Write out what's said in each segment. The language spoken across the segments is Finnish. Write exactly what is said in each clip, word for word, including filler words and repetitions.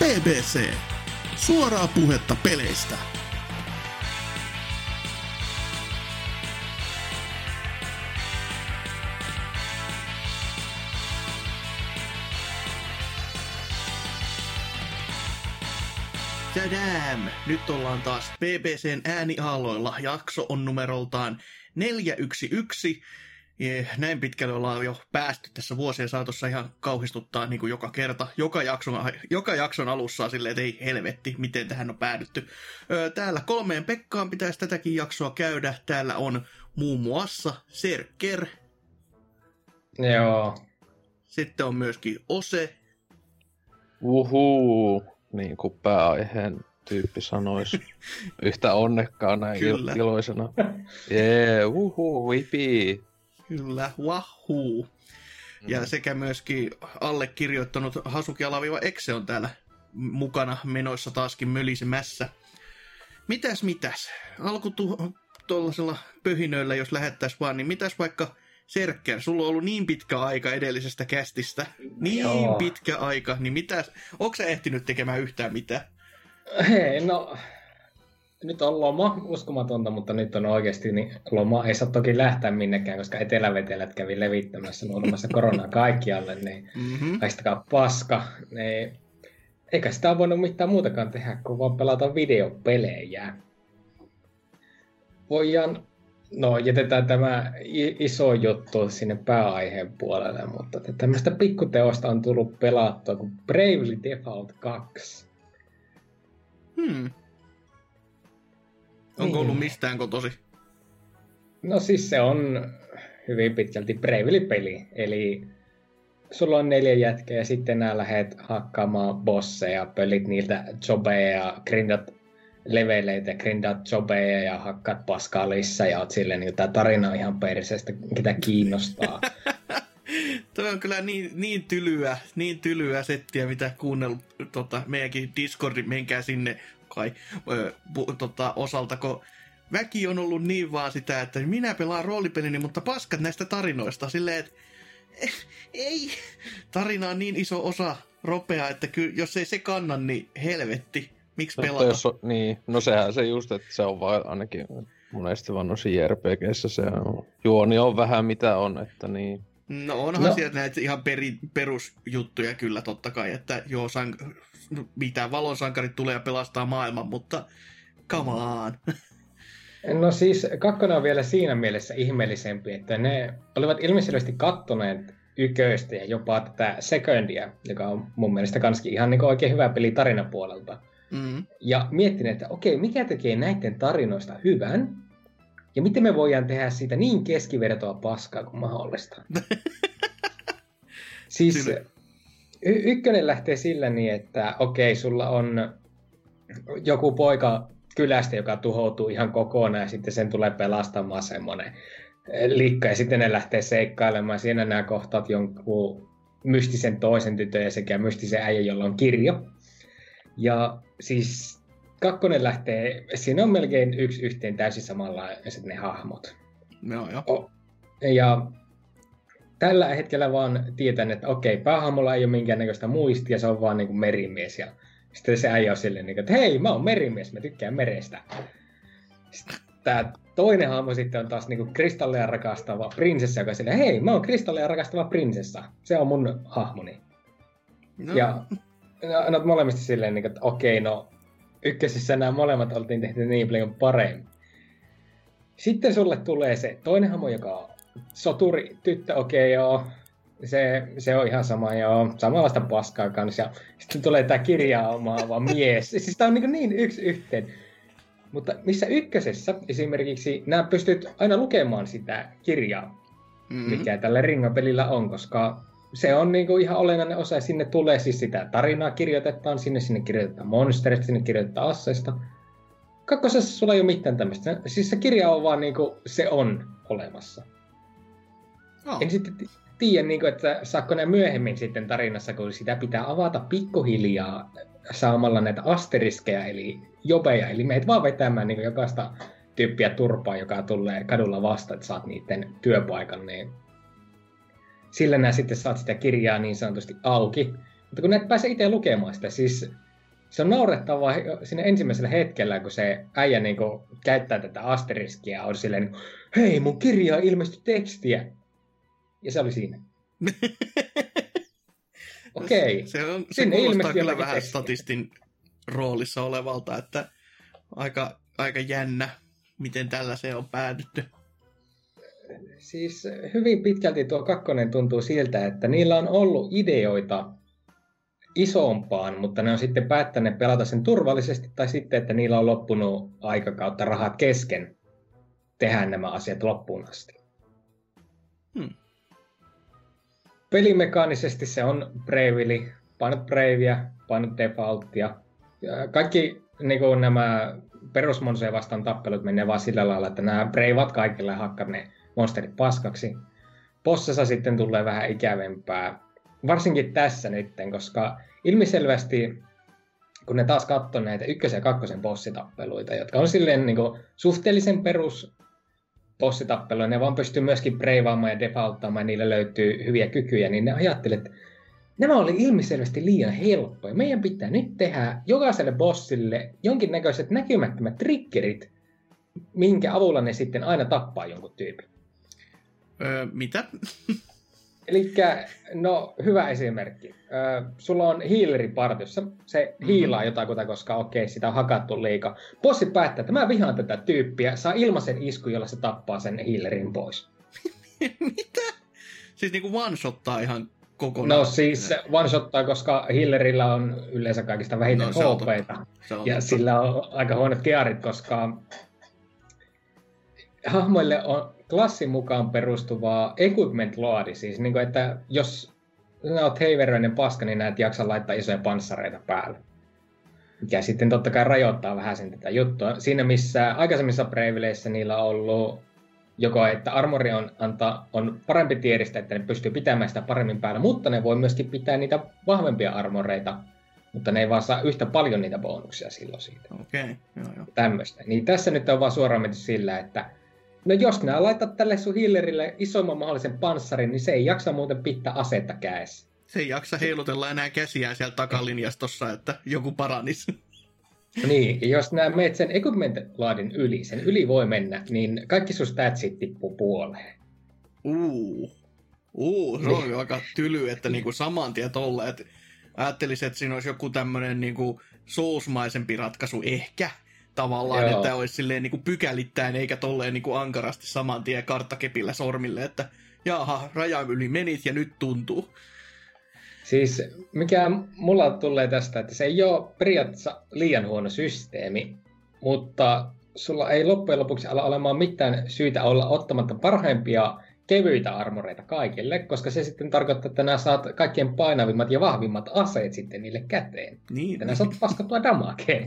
B B C. Suoraa puhetta peleistä. Tadam! Nyt ollaan taas B B C:n ääniaaloilla. Jakso on numeroltaan neljä yksi yksi. Näin pitkälle ollaan jo päästy tässä vuosien saatossa, ihan kauhistuttaa niin kuin joka kerta. Joka jakson, joka jakson alussa silleen, että ei helvetti, miten tähän on päädytty. Täällä kolmeen Pekkaan pitäisi tätäkin jaksoa käydä. Täällä on muun muassa Serker. Joo. Sitten on myöskin Ose. Uhuu, niin kuin pääaiheen tyyppi sanoisi. Yhtä onnekkaana ja iloisena. Jee, uhuu, vipi. Kyllä, wahuu. Ja mm. sekä myöskin allekirjoittanut Hasuki-Exe on täällä mukana menoissa taaskin mölisemässä. Mitäs mitäs? Alku tu- tuollaisella pöhinöillä, jos lähettäisiin vaan, niin mitäs vaikka Serkker, sulla on ollut niin pitkä aika edellisestä kästistä, niin Joo. pitkä aika, niin mitäs, onko sä ehtinyt tekemään yhtään mitään? Hei, no, nyt on loma, uskomatonta, mutta nyt on oikeasti, niin loma ei saa toki lähteä minnekään, koska etelävetelät kävi levittämässä luomassa koronaa kaikkialle, niin mm-hmm. haistakaa paska, niin eikä sitä ole voinut mitään muutakaan tehdä, kuin vaan pelata videopelejä. Voidaan, no jätetään tämä iso juttu sinne pääaiheen puolelle, mutta tämmöistä pikkuteosta on tullut pelattua kuin Bravely Default kaksi. Hmm. Onko ollut mistään kotosi? No siis se on hyvin pitkälti Bravely-peli, eli sulla on neljä jätkää ja sitten nää lähet hakkaamaan bosseja, pölit niiltä jobeja ja grindat leveleitä ja grindat jobeja ja hakkaat paskaa lisää ja oot silleen, niin tää tarina on ihan perseestä, ketä kiinnostaa. Toi on kyllä niin, niin tylyä, niin tylyä settiä, mitä kuunnellut tota, meidänkin Discordin, menkää sinne kai ö, pu, tota, osalta, kun väki on ollut niin vaan sitä, että minä pelaan roolipelini, mutta paskat näistä tarinoista silleen, että eh, ei, tarina on niin iso osa ropea, että kyllä, jos ei se kanna, niin helvetti, miksi pelata? Jos on, niin, no sehän se just, että se on vaan ainakin monesti vaan noissa J R P G:ssä se on, juoni on vähän mitä on, että niin. No onhan no. sieltä näitä ihan peri, perusjuttuja kyllä totta kai, että joo, sank- mitä valonsankarit tulee ja pelastaa maailman, mutta come on. No siis kakkonen on vielä siinä mielessä ihmeellisempi, että ne olivat ilmeisesti kattoneet yköistä ja jopa tätä Secondia, joka on mun mielestä kanskin ihan niin oikein hyvä peli tarinapuolelta. Mm-hmm. Ja miettineet, että okei, mikä tekee näiden tarinoista hyvän? Ja miten me voidaan tehdä siitä niin keskivertoa paskaa kuin mahdollista? Siis y- ykkönen lähtee sillä niin, että okei, sulla on joku poika kylästä, joka tuhoutuu ihan kokonaan ja sitten sen tulee pelastamaan semmoinen likka ja sitten ne lähtee seikkailemaan. Siinä nämä kohtaat jonkun mystisen toisen tytön ja sekä mystisen äijän, jolla on kirjo. Ja siis kakkonen lähtee, siinä on melkein yksi yhteen täysin samanlaiset ne hahmot. Joo, joo. Oh. Ja tällä hetkellä vaan tietän, että okei, päähahmolla ei ole minkäännäköistä muistia, se on vaan niin kuin merimies. Ja sitten se äijä on silleen, että hei, mä oon merimies, mä tykkään merestä. Sitten tää toinen hahmo sitten on taas niin kuin kristalleja rakastava prinsessa, joka on silleen, hei, mä oon kristalleja rakastava prinsessa. Se on mun hahmoni. No. Ja no, no molemmista silleen, että okei, no ykkösessä nämä molemmat oltiin tehty niin paljon paremmin. Sitten sulle tulee se toinen hahmo, joka on soturi tyttö, okei joo. Se, se on ihan sama, joo. Samanlaista paskaa kanssa. Ja sitten tulee tää kirjaa omaava mies. Siis tää on niin, niin yksi yhteen. Mutta missä ykkösessä esimerkiksi nämä pystyt aina lukemaan sitä kirjaa, mm-hmm. mikä tällä ringapelillä on, koska se on niinku ihan olennainen osa, ja sinne tulee siis sitä tarinaa kirjoitetaan, sinne sinne kirjoitetaan monsterista, sinne kirjoitetaan asseista. Kakkosessa sulla ei ole mitään tämmöistä. Siis se kirja on vaan niinku, se on olemassa. Oh. En sitten t- tiedä, niinku, että saako ne myöhemmin sitten tarinassa, kun sitä pitää avata pikkuhiljaa saamalla näitä asteriskeja, eli jobeja, eli meitä vaan vetämään niinku jokaista tyyppiä turpaa, joka tulee kadulla vasta, että saat niiden työpaikan, niin sillä nää sitten saat sitä kirjaa niin sanotusti auki. Mutta kun näet pääsee itse lukemaan sitä, siis se on naurettavaa siinä ensimmäisellä hetkellä, kun se äijä niin kuin käyttää tätä asteriskiä ja on silleen, niin, hei, mun kirjaa ilmestyi tekstiä. Ja se oli siinä. Okei. Okay. Se, on, se kuulostaa kyllä vähän tekstiä. Statistin roolissa olevalta, että aika, aika jännä, miten tällä se on päädytty. Siis hyvin pitkälti tuo kakkonen tuntuu siltä, että niillä on ollut ideoita isompaan, mutta ne on sitten päättäneet pelata sen turvallisesti, tai sitten, että niillä on loppunut aika kautta rahat kesken tehdä nämä asiat loppuun asti. Hmm. Pelimekaanisesti se on Bravely, painot Bravea, painot Defaultia. Kaikki niin kuin nämä perusmonsoja vastaan tappelut menee vaan sillä lailla, että nämä Braveat kaikille ja hakkaa ne monsterit paskaksi. Bossissa sitten tulee vähän ikävempää. Varsinkin tässä nytten, koska ilmiselvästi, kun ne taas katsoo näitä ykkösen ja kakkosen bossitappeluita, jotka on silleen niin kuin suhteellisen perus bossitappeluja, ne vaan pystyy myöskin breivaamaan ja defaulttaamaan, ja niille löytyy hyviä kykyjä, niin ne ajattelee, että nämä oli ilmiselvästi liian helppoja. Meidän pitää nyt tehdä jokaiselle bossille jonkinnäköiset näkymättömät triggerit, minkä avulla ne sitten aina tappaa jonkun tyypin. Öö, mitä? Elikkä, no hyvä esimerkki. Öö, sulla on healeri partiossa, se mm-hmm. hiilaa jotakuta, koska okei, sitä on hakattu liikaa. Bossi päättää, että mä vihaan tätä tyyppiä, saa ilmaisen isku, jolla se tappaa sen healerin pois. Mitä? Siis niinku one-shottaa ihan kokonaan? No siis one-shottaa, koska healerillä on yleensä kaikista vähiten no, H P:tä. Ja sillä on aika huonot gearit, koska hahmoille on klassin mukaan perustuvaa equipment loadi, siis niin kuin, että jos sä oot heiveröinen paska, niin näet jaksa laittaa isoja panssareita päälle. Mikä sitten totta kai rajoittaa vähän sen tätä juttua. Siinä missä aikaisemmissa Braveleissä niillä on ollut joko, että armori on, antaa, on parempi tiedistä, että ne pystyy pitämään sitä paremmin päällä, mutta ne voi myöskin pitää niitä vahvempia armoreita, mutta ne ei vaan saa yhtä paljon niitä bonuksia silloin siitä. Okei, okay, joo joo. Tämmöistä. Niin tässä nyt on vaan suoraan menty sillä, että no jos nää laitat tälle sun healerille isoimman mahdollisen panssarin, niin se ei jaksa muuten pitää asetta kädessä. Se ei jaksa heilutella enää käsiään siellä takalinjastossa, että joku paranisi. Niin, ja jos nää meet sen equipment-laadin yli, sen yli voi mennä, niin kaikki sun statsit tippuu puoleen. Uu, uu, se on niin. Aika tyly, että niinku saman tien tolleen. Ajattelisin, että siinä olisi joku tämmönen niinku Souls-maisempi ratkaisu ehkä. Tavallaan, joo. Että olisi silleen niinku pykälittäin, eikä tolleen niinku ankarasti saman tien karttakepillä sormille, että jaha, rajan yli menit ja nyt tuntuu. Siis mikä mulla tulee tästä, että se ei ole periaatteessa liian huono systeemi, mutta sulla ei loppujen lopuksi ala olemaan mitään syytä olla ottamatta parhaimpia kevyitä armoreita kaikille, koska se sitten tarkoittaa, että nämä saat kaikkien painavimmat ja vahvimmat aseet sitten niille käteen. Niin. Että nämä saat paskattua damakeen.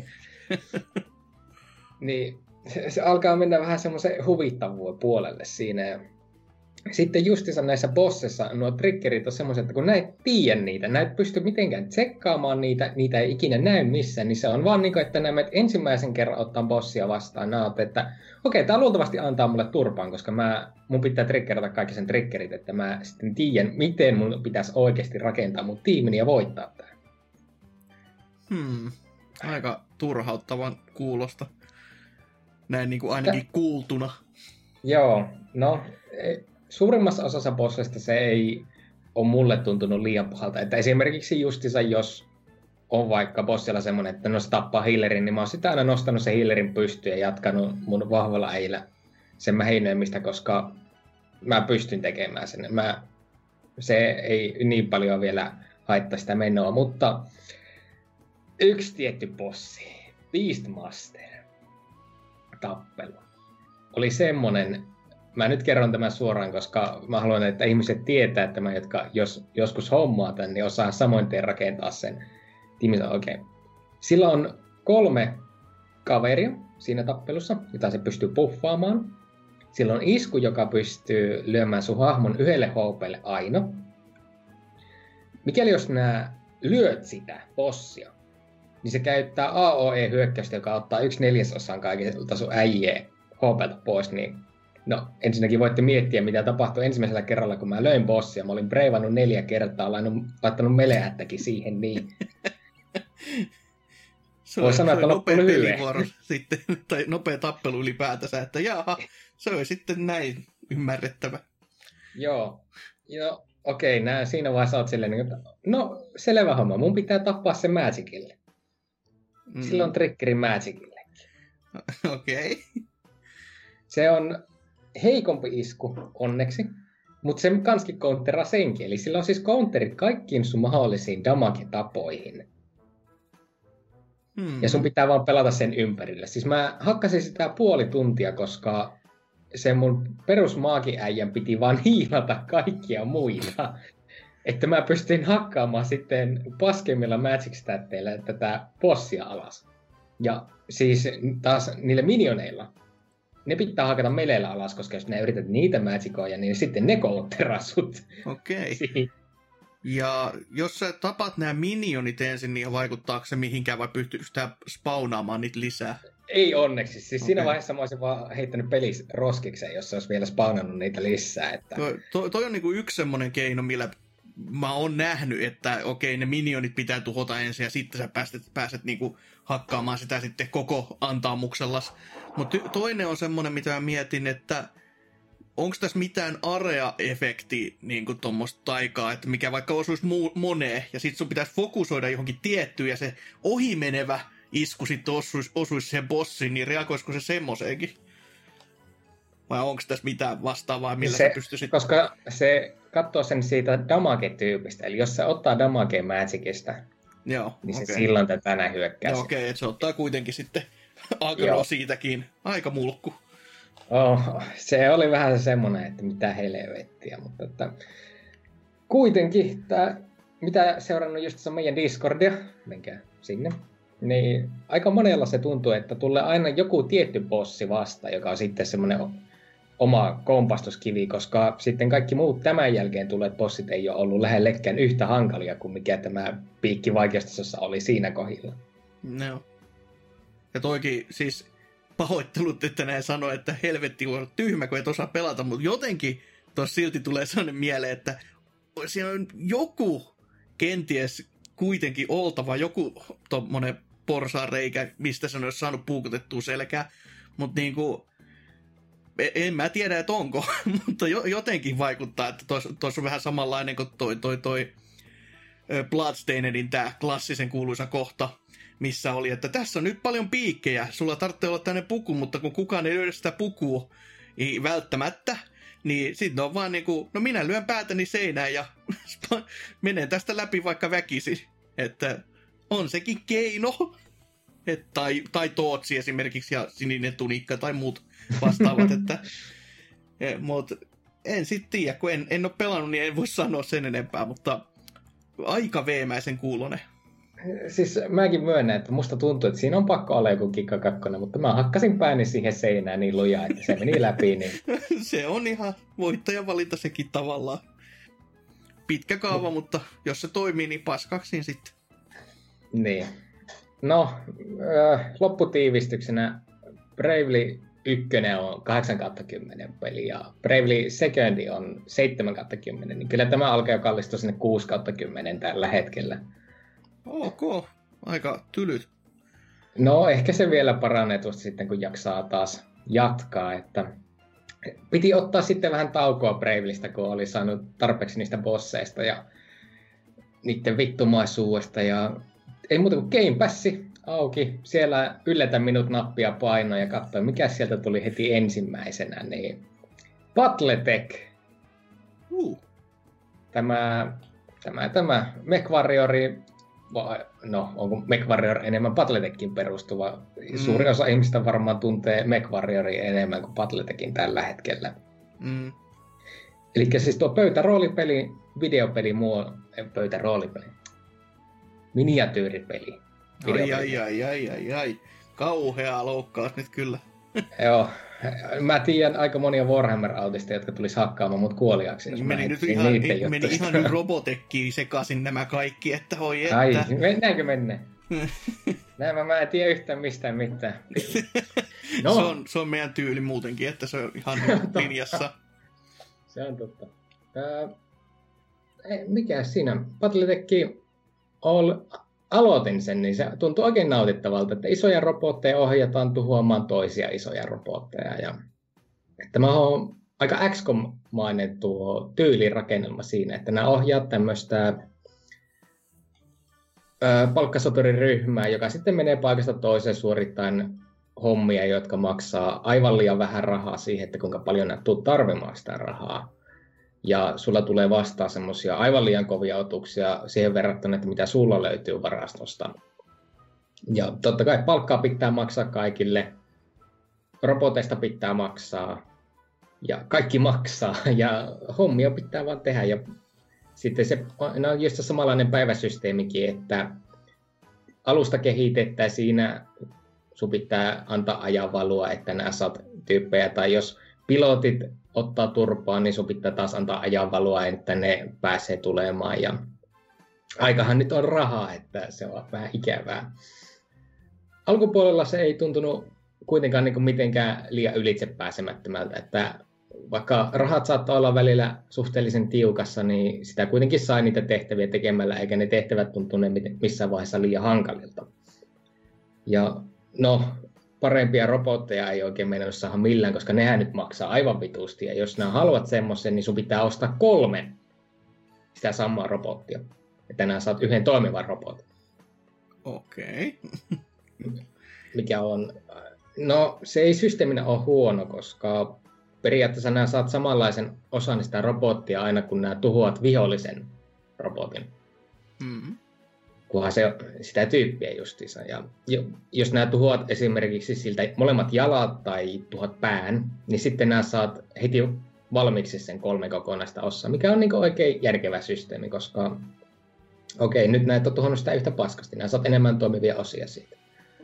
Niin se, se alkaa mennä vähän semmoisen huvittavuuden puolelle siinä. Sitten justiinsa näissä bossissa nuo triggerit on semmoiset, että kun näet tiedä niitä, näet pysty mitenkään tsekkaamaan niitä, niitä ei ikinä näy missään, niin se on vaan niin kuin, että näet ensimmäisen kerran ottaa bossia vastaan, näet, että okei, okay, tää luultavasti antaa mulle turpaan, koska mä, mun pitää triggerata kaikki sen triggerit, että mä sitten tiedän, miten mun pitäisi oikeasti rakentaa mun tiimini ja voittaa tää. Hmm, aika turhauttavan kuulosta. Näin niin kuin ainakin Tä... kuultuna. Joo, no suurimmassa osassa bossista se ei ole mulle tuntunut liian pahalta. Että esimerkiksi justiinsa jos on vaikka bossilla semmoinen, että no se tappaa healerin, niin mä oon sitä aina nostanut sen healerin pystyyn ja jatkanut mun vahvalla äillä sen mähinöimistä, koska mä pystyn tekemään sen. Mä, se ei niin paljon vielä haittaa sitä menoa, mutta yksi tietty bossi, Beastmaster tappelu, oli semmonen, mä nyt kerron tämän suoraan, koska mä haluan, että ihmiset tietää, että mä, jotka jos, joskus hommaa tän, niin osaa samoin tien rakentaa sen tiiminsä oikein. Sillä on kolme kaveria siinä tappelussa, jota se pystyy buffaamaan. Sillä on isku, joka pystyy lyömään sun hahmon yhdelle H P:lle aina. Mikäli jos nää lyöt sitä bossia, niin se käyttää A O E-hyökkäystä, joka ottaa yksi neljäsosaan kaikilta sun äijää H P:ltä pois, niin no, ensinnäkin voitte miettiä, mitä tapahtui ensimmäisellä kerralla, kun mä löin bossia. Mä olin breivannut neljä kertaa, laittanut meleättäkin siihen niin. Se Voi on, sanoa, se että on loppu nopea lyhyen. pelivuoro sitten, tai nopea tappelu ylipäätänsä, että jaha, se on sitten näin ymmärrettävä. Joo, joo, okei, nää, siinä vaiheessa oot silleen, että no selvä homma, mun pitää tappaa se Magicille. Mm. Silloin triggeri Magicille. Okei. Okay. Se on heikompi isku, onneksi, mutta se kanskin counteraa senkin. Eli sillä on siis counterit kaikkiin sun mahdollisiin damage-tapoihin. Hmm. Ja sun pitää vaan pelata sen ympärille. Siis mä hakkasin sitä puoli tuntia, koska se mun perusmaagiäijän piti vaan hiilata kaikkia muita. Että mä pystyin hakkaamaan sitten paskemmilla magic-statteilla tätä bossia alas. Ja siis taas niille minioneilla, ne pitää hakata meleillä alas, koska jos ne yrität niitä magicoja, niin sitten ne counteraa sut. Okei. Okay. Ja jos sä tapat nämä minionit ensin, niin vaikuttaako se mihinkään vai pystyykö sitä spawnaamaan niitä lisää? Ei onneksi. Siis okay. Siinä vaiheessa mä olisin vaan heittänyt pelis roskikseen, jos se olisi vielä spawnannut niitä lisää. Että... Toi, toi, toi on niinku yksi semmoinen keino, millä mä oon nähnyt, että okei, ne minionit pitää tuhota ensin ja sitten sä pääset, pääset niinku hakkaamaan sitä sitten koko antaamuksella. Mutta toinen on semmoinen, mitä mä mietin, että onko tässä mitään area-efekti niinku tuommoista taikaa, että mikä vaikka osuisi mu- moneen ja sitten sun pitäisi fokusoida johonkin tiettyyn ja se ohimenevä isku sitten osuisi, osuisi siihen bossiin, niin reagoisiko se semmoiseenkin? Vai onko tässä mitään vastaavaa, millä se, sä pystyisit... Koska se katsoo sen siitä damage-tyypistä, eli jos se ottaa damage magicista, Joo, niin okay. se silloin tätä näin hyökkää. Okei, okay, että se ottaa kuitenkin sitten agro siitäkin. Aika mulkku. Oh, se oli vähän semmoinen, että mitä helvettiä, mutta että kuitenkin, tää, mitä seurannut just se meidän Discordia, menkää sinne, niin aika monella se tuntuu, että tulee aina joku tietty bossi vasta, joka on sitten semmoinen oma kompastuskivi, koska sitten kaikki muut tämän jälkeen tulleet bossit ei ole ollut lähellekään yhtä hankalia kuin mikä tämä piikki vaikeustasossa oli siinä kohdilla. No. Ja toikin siis pahoittelut, että näin sanoi, että helvetti on tyhmä, kun et osaa pelata, mutta jotenkin tuossa silti tulee sellainen mieleen, että siinä on joku kenties kuitenkin oltava, joku tommonen porsaanreikä, mistä sen olisi saanut puukotettua selkää, mutta niinku en mä tiedä, että onko, mutta jotenkin vaikuttaa, että tuossa on vähän samanlainen kuin toi, toi, toi Bloodstainedin tämä klassisen kuuluisa kohta, missä oli, että tässä on nyt paljon piikkejä, sulla tarvitsee olla tämmöinen puku, mutta kun kukaan ei löydä sitä pukua, niin välttämättä, niin sitten on vaan niinku, no minä lyön päätäni seinään ja menen tästä läpi vaikka väkisin, että on sekin keino, Et, tai, tai Tootsi esimerkiksi ja sininen tunikka tai muut vastaavat, että mutta en sitten tiedä, kun en, en ole pelannut, niin en voi sanoa sen enempää, mutta aika veemäisen kuulonen. Siis mäkin myönnän, että musta tuntuu, että siinä on pakko olla joku kikka kakkonen, mutta mä hakkasin pääni siihen seinään niin lujaa, että se meni läpi. Niin... se on ihan voittajan valinta sekin tavallaan. Pitkä kaava, no. Mutta jos se toimii, niin paskaksi sitten. Niin. No, äh, lopputiivistyksenä Bravely yksi on kahdeksan kautta kymmenen peli ja Bravely Second on seitsemän kautta kymmenen, niin kyllä tämä alkaa kallistua sinne kuusi kautta kymmenen tällä hetkellä. Ok, aika tylyt. No, ehkä se vielä paranee tuosta sitten, kun jaksaa taas jatkaa, että piti ottaa sitten vähän taukoa Bravelystä, kun oli saanut tarpeeksi niistä bosseista ja niiden vittumaisuudesta ja ei muuta kuin Game Passi auki. Siellä yllätä minut nappia painoa ja katsoin, mikä sieltä tuli heti ensimmäisenä. Niin Battletech. Uh. Tämä, tämä, tämä MechWarriori, no onko MechWarrior enemmän Battletechin perustuva? Mm. Suuri osa ihmistä varmaan tuntee MechWarrioria enemmän kuin Battletechin tällä hetkellä. Mm. Eli siis tuo pöytäroolipeli, videopeli, muo, pöytäroolipeli. Miniatyyripeli. Ai, ai, ai, ai, ai, ai. Kauhea loukkaus nyt kyllä. Joo. Mä tiedän aika monia Warhammer-autista, jotka tulisi hakkaamaan mut kuoliaksi. Jos meni nyt ihan, meni ihan nyt Robotekkiin sekaisin nämä kaikki, että hoi että. Ai, mennäänkö menne? Näin mä, mä en tiedä yhtään mistään mitään. No. Se, on, se on meidän tyyli muutenkin, että se on ihan linjassa. Se on totta. Äh, mikä siinä? Battletech All aloitin sen, niin se tuntui oikein nautittavalta, että isoja robotteja ohjataan tuhoamaan toisia isoja robotteja. Ja, että mä oon aika X COM-mainen tuo tyylirakennelma siinä, että nämä ohjaa tämmöistä palkkasoturiryhmää, joka sitten menee paikasta toiseen suorittaen hommia, jotka maksaa aivan liian vähän rahaa siihen, että kuinka paljon nämä tulet tarvimaan sitä rahaa. Ja sulla tulee vastaan semmoisia aivan liian kovia otuksia siihen verrattuna, että mitä sulla löytyy varastosta. Ja totta kai palkkaa pitää maksaa kaikille, roboteista pitää maksaa, ja kaikki maksaa, ja hommia pitää vaan tehdä. Ja sitten se on just samanlainen päiväsysteemikin, että alusta kehitetään siinä, sun pitää antaa ajanvalua, että nämä saat tyyppejä, tai jos pilotit ottaa turpaan, niin sun pitää taas antaa ajanvalua, että ne pääsee tulemaan. Ja aikahan nyt on rahaa, että se on vähän ikävää. Alkupuolella se ei tuntunut kuitenkaan niin kuin mitenkään liian ylitsepääsemättömältä, että vaikka rahat saattaa olla välillä suhteellisen tiukassa, niin sitä kuitenkin sai niitä tehtäviä tekemällä, eikä ne tehtävät tuntuneet missään vaiheessa liian hankalilta. Ja no, parempia robotteja ei oikein mennä saada millään, koska nehän nyt maksaa aivan vitusti. Ja jos nämä haluat semmoisen, niin sun pitää ostaa kolme sitä samaa robottia. Että nämä saat yhden toimivan robotin. Okei. Okay. Mikä on... No, se ei systeeminä ole huono, koska periaatteessa nämä saat samanlaisen osan sitä robottia aina, kun nämä tuhoat vihollisen robotin. Mm-hmm. Kunhan se sitä tyyppiä justiinsa. Ja jos nämä tuhoat esimerkiksi siltä molemmat jalat tai tuhat pään, niin sitten nämä saat heti valmiiksi sen kolme kokonaista osaa, mikä on niin oikein järkevä systeemi, koska okei, okay, nyt näet on tuhonnut sitä yhtä paskasti, nämä saat enemmän toimivia osia siitä.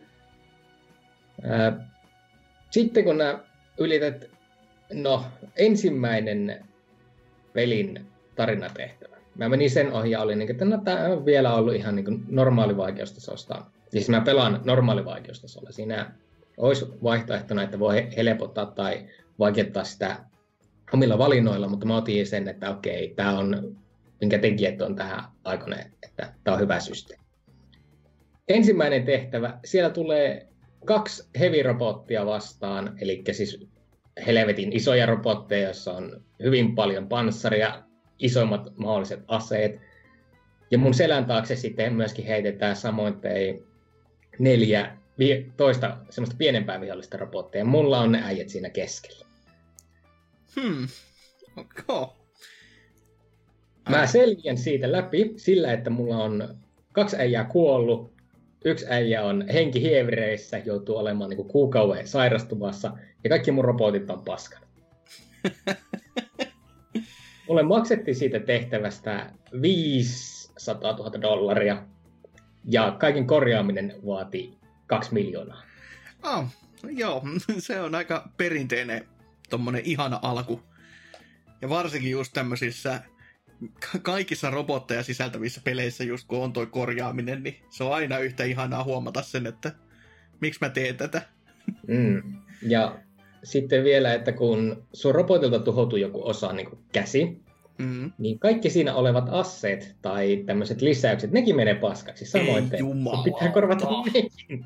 Sitten kun nämä ylität, no ensimmäinen pelin tarinatehtävä. Mä menin sen ohi ja olin, niin, että no, tämä on vielä ollut ihan niin normaalivaikeustasosta. Siis mä pelaan normaalivaikeustasolla. Siinä olisi vaihtoehtona, että voi helpottaa tai vaikeuttaa sitä omilla valinnoilla, mutta mä otin sen, että okei, tämä on, minkä tekijät on tähän aikoinaan, että tämä on hyvä systeemi. Ensimmäinen tehtävä, siellä tulee kaksi heavy-robottia vastaan, eli siis helvetin isoja robotteja, joissa on hyvin paljon panssaria, isoimmat mahdolliset aseet. Ja mun selän taakse sitten myöskin heitetään samoin tei neljä, toista semmoista pienempää vihollista robotteja. Mulla on ne äijät siinä keskellä. Hmm, okay. Mä selviän siitä läpi sillä, että mulla on kaksi äijää kuollut, yksi äijä on henkihievireissä, joutuu olemaan niin kuin kuukauden sairastuvassa, ja kaikki mun robotit on paskana. Mulle maksettiin siitä tehtävästä viisisataatuhatta dollaria, ja kaiken korjaaminen vaati kaksi miljoonaa. Oh, joo, se on aika perinteinen tommonen ihana alku. Ja varsinkin just tämmöisissä kaikissa robotteja sisältävissä peleissä, just kun on toi korjaaminen, niin se on aina yhtä ihanaa huomata sen, että miksi mä teen tätä. Mm. Ja sitten vielä, että kun sun robotilta tuhoutuu joku osa, niin kuin käsi, mm. niin kaikki siinä olevat asseet tai tämmöiset lisäykset, nekin menee paskaksi. Samoin te. Pitää korvata nekin.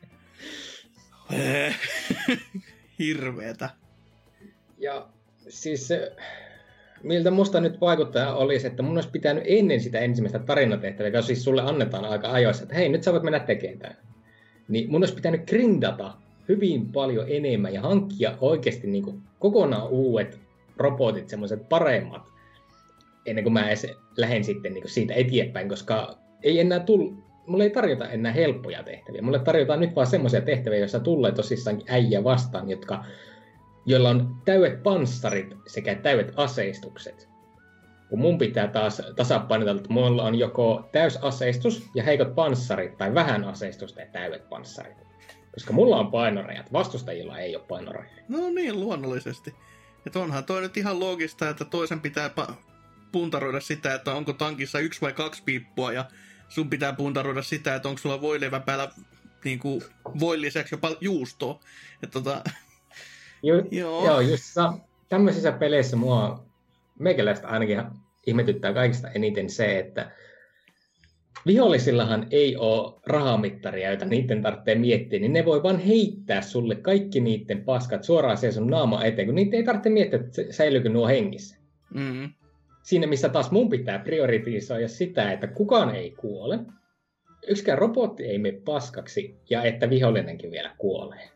Hirveetä. Ja siis miltä musta nyt vaikuttaja olisi, että mun olisi pitänyt ennen sitä ensimmäistä tarinatehtävää, joka siis sulle annetaan aika ajoissa, että hei, nyt sä voit mennä tekemään tämän. Niin mun olisi pitänyt grindata hyvin paljon enemmän ja hankkia oikeasti niin kuin kokonaan uudet robotit, semmoiset paremmat, ennen kuin mä edes lähden sitten niin kuin siitä eteenpäin, koska ei enää tullut, mulle ei tarjota enää helppoja tehtäviä. Mulle tarjotaan nyt vaan semmoisia tehtäviä, joissa tulee tosissaan äijä vastaan, jotka, joilla on täydet panssarit sekä täydet aseistukset. Kun mun pitää taas tasapainota, että mulla on joko täysaseistus ja heikot panssarit, tai vähän aseistusta ja täydet panssarit. Koska mulla on painorajat, vastustajilla ei ole painorajat. No niin, luonnollisesti. Että onhan toi nyt ihan loogista, että toisen pitää pa- puntaroida sitä, että onko tankissa yksi vai kaksi piippua, ja sun pitää puntaroida sitä, että onko sulla voileivän päällä niin kuin voin lisäksi jopa juustoa. Että tota... Ju- joo. joo, just tämmöisissä peleissä mua meikäläistä ainakin ihmetyttää kaikista eniten se, että vihollisillahan ei ole rahamittaria, joita niiden tarvitsee miettiä, niin ne voi vaan heittää sulle kaikki niiden paskat suoraan siihen sun naama eteen, kun niitä ei tarvitse miettiä, että säilyykö nuo hengissä. Mm-hmm. Siinä, missä taas mun pitää prioritisoida sitä, että kukaan ei kuole, yksikään robotti ei mene paskaksi, ja että vihollinenkin vielä kuolee.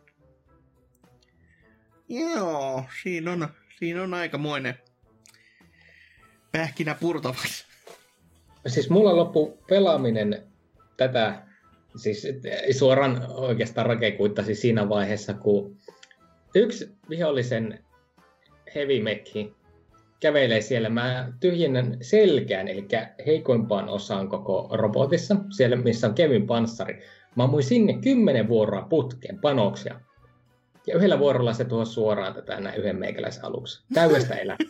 Joo, siinä on, siinä on aikamoinen pähkinä purtavaksi. Siis mulla loppu pelaaminen tätä, siis suoraan oikeastaan rakekuittasi siinä vaiheessa, kun yksi vihollisen heavy mekki kävelee siellä. Mä tyhjennän selkään, eli heikoimpaan osaan koko robotissa, siellä missä on kevyin panssari. Mä ammuin sinne kymmenen vuoroa putkeen panoksia. Ja yhdellä vuorolla se tuo suoraan tätä näin yhden meikäläisen aluksi. Täydestä elämää.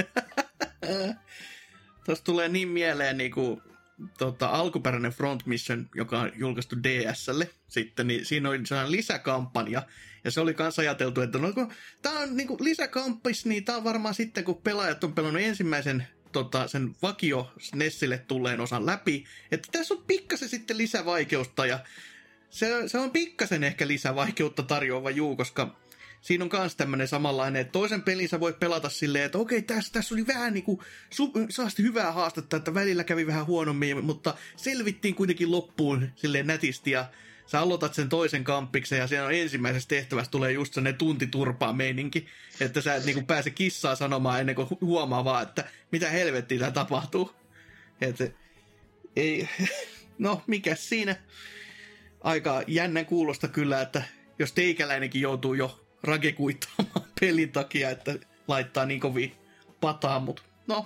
Tuossa tulee niin mieleen niinku, tota, alkuperäinen Front Mission, joka on julkaistu D S:lle sitten, niin siinä oli sellainen lisäkampanja, ja se oli myös ajateltu, että no, kun tämä on niinku lisäkamppis, niin tämä on varmaan sitten, kun pelaajat on pelannut ensimmäisen tota, sen vakio Nessille tulleen osan läpi, että tässä on pikkasen sitten lisävaikeutta, ja se, se on pikkasen ehkä lisävaikeutta tarjoava juu, koska siinä on myös tämmöinen samanlainen, että toisen pelin sä voit pelata silleen, että okei, tässä, tässä oli vähän niin kuin saasti hyvää haastetta, että välillä kävi vähän huonommin, mutta selvittiin kuitenkin loppuun silleen nätisti, ja sä aloitat sen toisen kamppiksen, ja siinä on ensimmäisessä tehtävässä tulee just sellainen tuntiturpaa meininki, että sä et niin kuin pääse kissaa sanomaan ennen kuin huomaa vaan, että mitä helvettiä tää tapahtuu. Että ei, no mikäs siinä, aika jännän kuulosta kyllä, että jos teikäläinenkin joutuu jo rakekuittaamaan pelin takia, että laittaa niin kovin pataa, mutta no.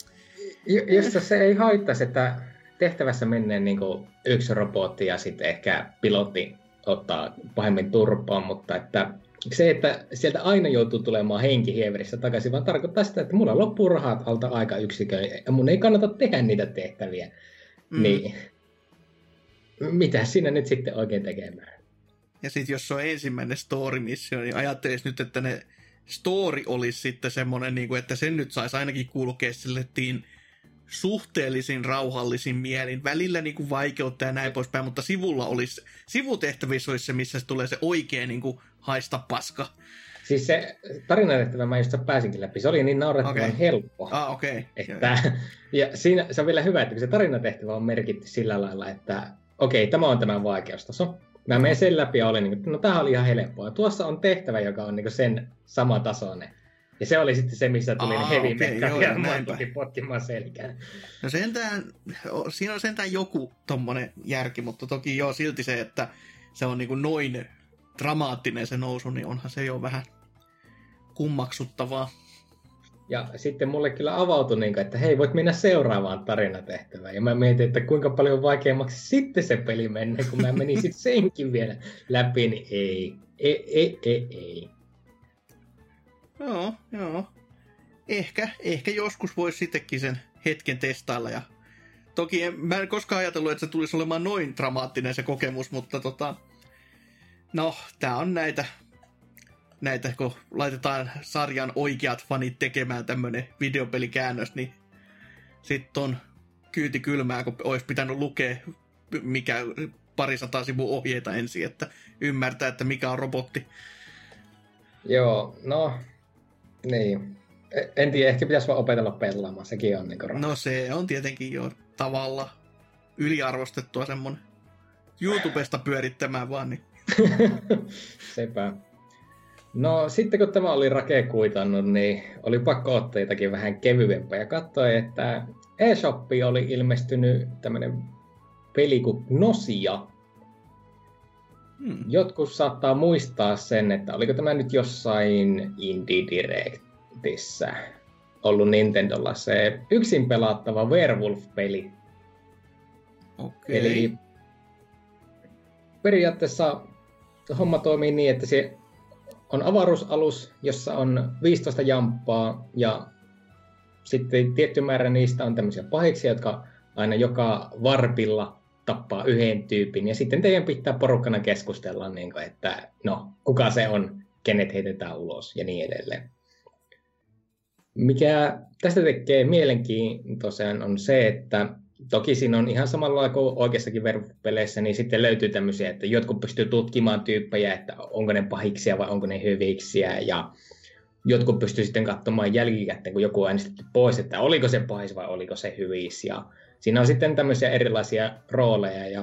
Jos se ei haittaisi, että tehtävässä menee niin kuin yksi robotti ja sitten ehkä pilotti ottaa pahemmin turpaan, mutta että se, että sieltä aina joutuu tulemaan henkihieverissä takaisin, vaan tarkoittaa sitä, että mulla loppuu rahat alta aikayksikön ja mun ei kannata tehdä niitä tehtäviä. Mm. Niin mitä siinä nyt sitten oikein tekemään? Ja sitten jos se on ensimmäinen story-missio, niin ajattelisi nyt, että ne story olisi sitten semmoinen, niin kuin, että sen nyt saisi ainakin kulkea sillettiin suhteellisin rauhallisin mielin. Välillä niin kuin vaikeutta ja näin poispäin, mutta sivulla olisi, sivutehtävissä olisi se, missä se tulee se oikea niin kuin haista paska. Siis se tarinatehtävä mä just pääsinkin läpi. Se oli niin naurettavan okay. helppo. Ah, okei. Okay. Että, ja siinä se on vielä hyvä, että kun se tarinatehtävä on merkitty sillä lailla, että okei, okay, tämä on tämän vaikeustaso. Mä menen sen läpi ja olin niin kuin, no tämähän oli ihan helppoa. Tuossa on tehtävä, joka on niin sen sama tasoinen. Ja se oli sitten se, missä tuli Aa, ne heavy okay, mekka ja mä tulin potkimaan selkään. No sentään, siinä on sentään joku tommonen järki, mutta toki joo silti se, että se on niin kuin noin dramaattinen se nousu, niin onhan se jo vähän kummaksuttavaa. Ja sitten mulle kyllä avautui, niin kuin, että hei, voit mennä seuraavaan tarinatehtävään. Ja mä mietin, että kuinka paljon vaikeammaksi sitten se peli menee, kun mä menin sitten senkin vielä läpi, niin ei, ei, ei, ei, ei. Joo, joo. Ehkä, ehkä joskus voisi sittenkin sen hetken testailla. Ja toki en, mä en koskaan ajatellut, että se tulisi olemaan noin dramaattinen se kokemus, mutta tota, no, tää on näitä, näitä, kun laitetaan sarjan oikeat fanit tekemään tämmönen videopelikäännös, niin sitten on kyyti kylmää, kun olisi pitänyt lukea mikä parisataa sivua ohjeita ensin, että ymmärtää, että mikä on robotti. Joo, no, niin. En tiedä, ehkä pitäisi vaan opetella pelaamaan, sekin on niin kuin... No se on tietenkin jo tavalla yliarvostettua semmonen YouTubesta pyörittämään vaan, niin... Sepä. No sitten kun tämä oli rakekuitannut, niin oli pakko ottaa jotakin vähän kevyempää ja katsoin, että eShopiin oli ilmestynyt tämmönen peli kuin Gnosia. Hmm. Jotkut saattaa muistaa sen, että oliko tämä nyt jossain Indie Directissä ollut Nintendolla se yksin pelattava Werewolf-peli. Okei. Eli periaatteessa homma toimii niin, että se on avaruusalus, jossa on viisitoista jamppaa ja sitten tietty määrä niistä on tämmöisiä pahiksia, jotka aina joka varpilla tappaa yhden tyypin ja sitten teidän pitää porukkana keskustella, niin kuin, että no, kuka se on, kenet heitetään ulos ja niin edelleen. Mikä tästä tekee mielenkiintoisen on se, että toki siinä on ihan samalla lailla kuin oikeassakin verkkopeleissä, niin sitten löytyy tämmöisiä, että jotkut pystyy tutkimaan tyyppejä, että onko ne pahiksia vai onko ne hyviksiä, ja jotkut pystyy sitten katsomaan jälkikäteen, kun joku on äänestetty pois, että oliko se pahis vai oliko se hyvis, ja siinä on sitten tämmöisiä erilaisia rooleja, ja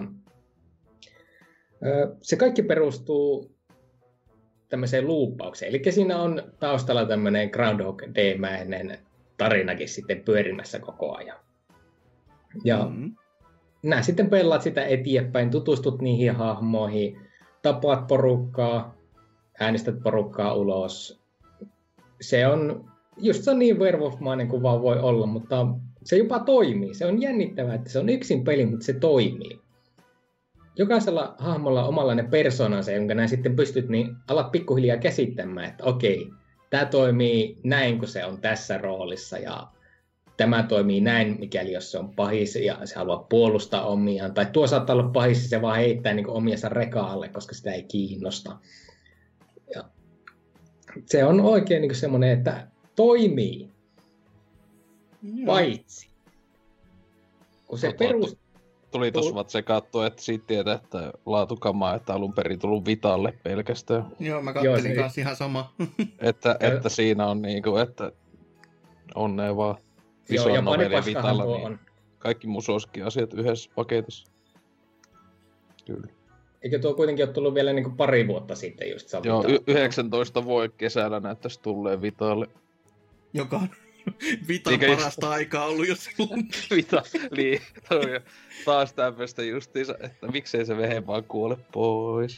se kaikki perustuu tämmöiseen luuppaukseen, eli siinä on taustalla tämmöinen Groundhog Day-mäinen tarinakin sitten pyörimässä koko ajan. Ja mm-hmm. nää sitten pelaat sitä eteenpäin, tutustut niihin hahmoihin, tapaat porukkaa, äänestät porukkaa ulos. Se on just se on niin werewolf-mainen kuin vaan voi olla, mutta se jopa toimii. Se on jännittävää, että se on yksin peli, mutta se toimii. Jokaisella hahmolla on omanlainen persoonansa, jonka näin sitten pystyt, niin alat pikkuhiljaa käsittämään, että okei, tämä toimii näin, kun se on tässä roolissa, ja tämä toimii näin, mikäli jos se on pahis ja se haluaa puolustaa omiaan. Tai tuo saattaa olla pahis ja se vaan heittää niin omiansa rekaalle, koska sitä ei kiinnosta. Ja se on oikein niin semmoinen, että toimii. Joo. Paitsi. Kun se perus... Tuli tuossa vaan tsekattua, että siitä tietää, että laatukamaa, että alun perin tullut Vitalle pelkästään. Joo, mä kattelin Joo, kanssa ihan sama. että, että siinä on niinku, että onnea vaan. Joo, ja Vitalla, niin on. Kaikki mun suosikkiasiat yhdessä paketissa. Kyllä. Eikö tuo kuitenkin ole tullut vielä niinku pari vuotta sitten just? Joo, y- yhdeksäntoista vuoden kesällä näyttäisi tulleen Vitalle. Joka on Vitan Eikä parasta just... aikaa ollut jo silloin. Vita, niin. Taas tämmöistä justiinsa, että miksei se vehe vaan kuole pois.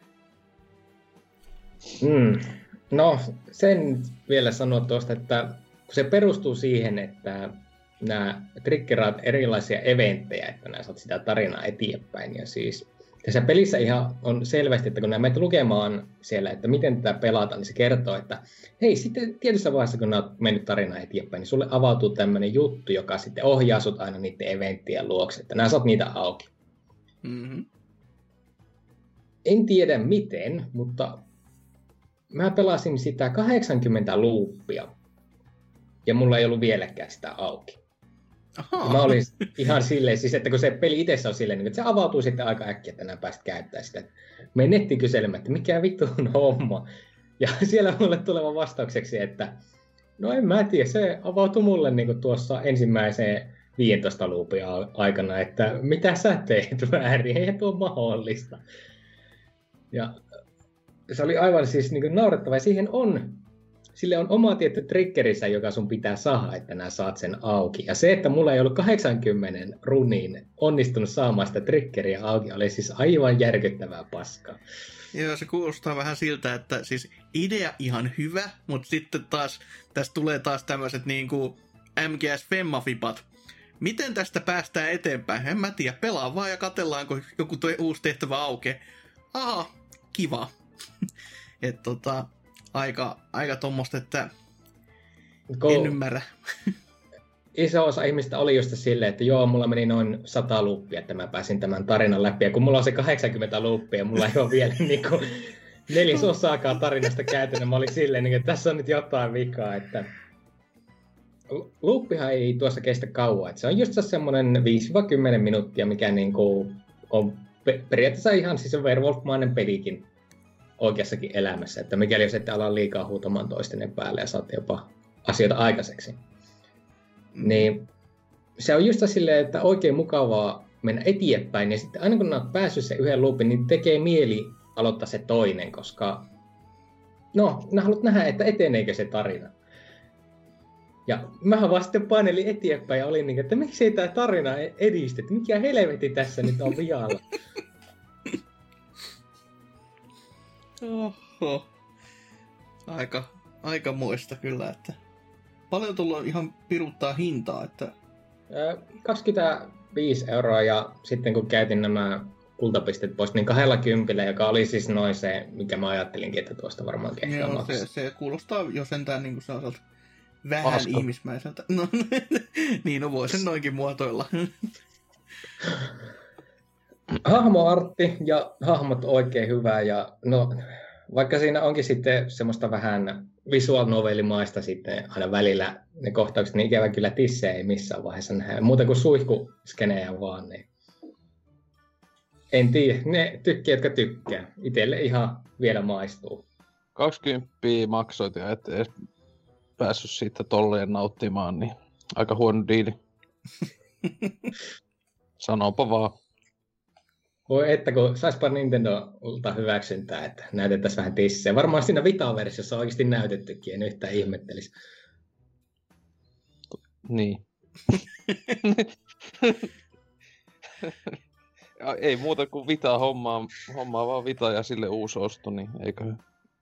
Mm. No, sen vielä sanoa tuosta, että kun se perustuu siihen, että nämä triggeraat erilaisia eventtejä, että nämä saat sitä tarinaa eteenpäin. Ja siis tässä pelissä ihan on selvästi, että kun nämä menet lukemaan siellä, että miten tätä pelataan, niin se kertoo, että hei, sitten tietyssä vaiheessa, kun nämä mennyt tarinaa eteenpäin, niin sulle avautuu tämmöinen juttu, joka sitten ohjaa sut aina niiden eventtien luokse, että nämä saat niitä auki. Mm-hmm. En tiedä miten, mutta mä pelasin sitä kahdeksankymmentä luuppia. Ja mulla ei ollut vieläkään sitä auki. Mä olin ihan silleen, siis, että kun se peli itsessä on silleen, että se avautuu sitten aika äkkiä, että nämä pääset käyttämään sitä. Menen nettiin kyselemään, että mikä vittu on homma. Ja siellä mulle tuleva vastaukseksi, että no en mä tiedä, se avautui mulle niin kuin tuossa ensimmäiseen viisitoista luupia aikana, että mitä sä teet väärin, ei tuo mahdollista. Ja se oli aivan siis niin kuin naurettava, ja siihen on Sille on oma tietty triggerinsä, joka sun pitää saada, että nää saat sen auki. Ja se, että mulla ei ollut kahdeksankymmentä runiin onnistunut saamaan sitä triggeriä auki, oli siis aivan järkyttävää paskaa. Joo, se kuulostaa vähän siltä, että siis idea ihan hyvä, mutta sitten taas tästä tulee taas tämmöiset niinku M G S Femma-fipat. Miten tästä päästään eteenpäin? En mä tiedä, pelaa vaan ja katsellaan, kun joku tuo uusi tehtävä aukeaa. Aha, kiva. Että tota... Aika, aika tommoista, että Ko, en ymmärrä. Iso osa ihmistä oli just silleen, että joo, mulla meni noin sata luuppia, että mä pääsin tämän tarinan läpi. Ja kun mulla on se kahdeksankymmentä luuppia, mulla ei ole vielä niin kuin nelisosaakaan tarinasta käytännön. Mä olin silleen, että tässä on nyt jotain vikaa. Että luuppihan ei tuossa kestä kauan. Että se on just semmoinen viisi kymmenen minuuttia, mikä niin kuin on periaatteessa ihan siis werewolf-mainen pelikin oikeassakin elämässä, että mikäli jos ette ala liikaa huutamaan toistenne päälle ja saatte jopa asioita aikaiseksi. Mm. Niin se on just silleen, että oikein mukavaa mennä eteenpäin, ja sitten aina kun olet päässyt sen yhden loopin, niin tekee mieli aloittaa se toinen, koska no, nää haluat nähdä, että eteneekö se tarina. Ja mähän vaan sitten painelin eteenpäin ja olin niin, että miksi ei tämä tarina edistä, että mikä helvetti tässä nyt on vialla. Oho. Aika, aika muista kyllä, että paljon tullut ihan piruttaa hintaa, että kaksikymmentäviisi euroa ja sitten kun käytin nämä kultapisteet pois, niin kahdella kympillä, joka oli siis noin se, mikä mä ajattelinkin, että tuosta varmaan kehtaa maksaa. Se, se kuulostaa jo sentään niin kuin sellaiselta vähän Asko. ihmismäiseltä. No, niin, no voi sen noinkin muotoilla. Hahmoartti ja hahmot oikein hyvää ja no vaikka siinä onkin sitten semmoista vähän visual novelimaista sitten aina välillä ne kohtaukset, niin ikävä kyllä tissejä ei missään vaiheessa nähdä. Muuta kuin suihkuskenejä vaan, niin en tiedä. Ne tykkää, jotka tykkää. Itelle ihan vielä maistuu. kaksikymmentä maksoit ja et edes päässyt siitä tolleen nauttimaan, niin aika huono diili. Sanopa vaan. Voi että kun saispa Nintendolta hyväksyntää, että näytettäisiin vähän tissejä. Varmaan siinä Vita-versiossa on oikeasti näytettykin, en yhtään ihmettelisi. Niin. Ei muuta kuin Vita hommaa, hommaa vaan Vita ja sille uusi osto, niin eikö?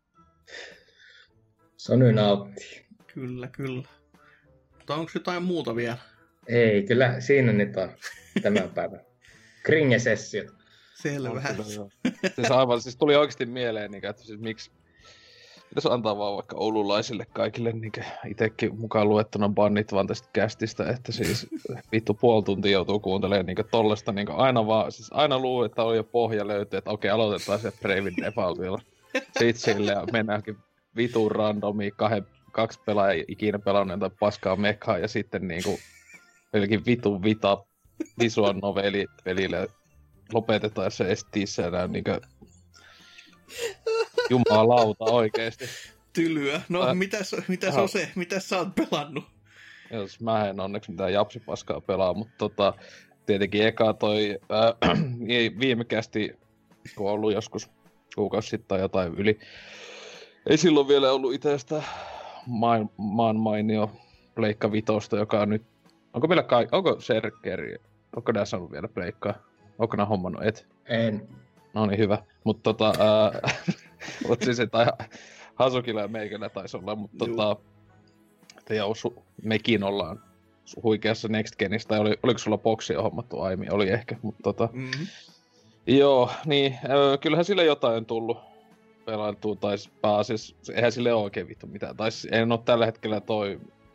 Sony nauttii. Kyllä, kyllä. Mutta onko jotain muuta vielä? Ei, kyllä siinä nyt on tämän päivän Kringe-sessiot. Selvä. Siis aivan, siis tuli oikeasti mieleen, niin, että siis miksi pitäisi antaa vaan vaikka oululaisille kaikille niin itsekin mukaan luettuna bannit vaan tästä kästistä, että siis vittu puoli tuntia joutuu kuuntelemaan niin tollesta niin aina vaan, siis aina luulee, että on jo pohja löytyy, että okei, aloitetaan se Bravin Defaultilla. Sitten sille ja mennäänkin vitun randomiin, kahden, kaksi pelaajaa ikinä pelannut tai paskaa mekaa ja sitten niinku pelkin vitun vita visual noveli pelille lopetetaan se estiissä ja niinkö jumalauta oikeesti. Tylyä. No äh, mitäs, mitäs on se? Mitäs sä oot pelannut? Jos mä en onneksi mitään japsipaskaa pelaa, mutta tota, tietenkin eka toi äh, viimekästi, kun on ollut joskus kuukausi sitten tai jotain yli. Ei silloin vielä ollut itsestä maan, maan mainio Pleikka Vitosta, joka on nyt... Onko meillä kai... Onko Serkeri? Onko nää saanut vielä Pleikkaa? Onko nää hommannut? Et? En. No niin, hyvä. Mutta tota... Ää, oot siis, että Hasukilla ja Meikellä taisi olla, mutta tota... Ja su, mekin ollaan huikeassa Next Genissä, tai oli, oliko sulla boksia hommattu aiemmin? Oli ehkä, mutta tota... Mm-hmm. Joo, niin, öö, kyllähän sille jotain on tullut pelailtua, tai pääasiassa, eihän sille ole oikein vittu mitään. Tai en oo tällä hetkellä toi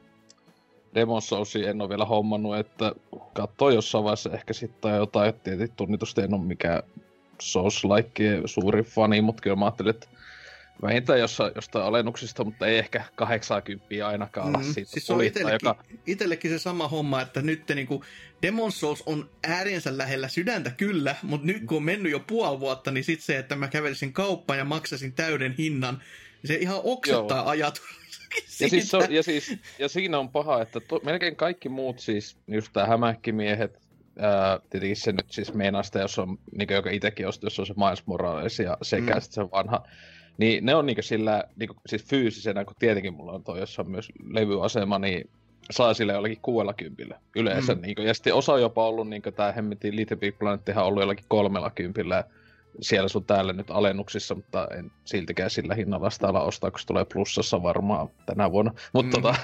Demon's Soulsia en oo vielä hommannut, että kattoo jossain vaiheessa ehkä sitten tai jotain, että tietysti tunnitusti en oo mikään Souls-like suuri fani, mutta kyllä mä ajattelin, että vähintään jossain, jostain alennuksista, mutta ei ehkä kahdeksankymmentä ainakaan olla mm, siitä siis se on itsellekin, joka... itsellekin se sama homma, että nyt niinku Demon's Souls on ääriensä lähellä sydäntä kyllä, mutta nyt kun on mennyt jo puoli vuotta, niin sit se, että mä kävelisin kauppaan ja maksasin täyden hinnan, niin se ihan oksettaa Joo. ajatus. Ja, siis on, ja, siis, ja siinä on paha, että to, melkein kaikki muut siis, just tää hämähäkkimiehet, ää, tietenkin se nyt siis meinaa sitä, jos on, niin joka itekin osti, jos on se Miles Morales ja sekä mm. sitten se vanha, niin ne on niinku sillä, niinku, siis fyysisenä, kun tietenkin mulla on toi, jossa on myös levyasema, niin saa sille jollakin kuudella kympillä yleensä. Mm. Niinku, ja sitten osa on jopa ollut, niinku tää hemmetin Little Big Planettihan on ollut jollakin kolmella kympillä siellä sun täällä nyt alennuksissa, mutta en siltikään sillä hinnalla sitä ala ostaa, kun se tulee plussassa varmaan tänä vuonna. Mutta mm. tota,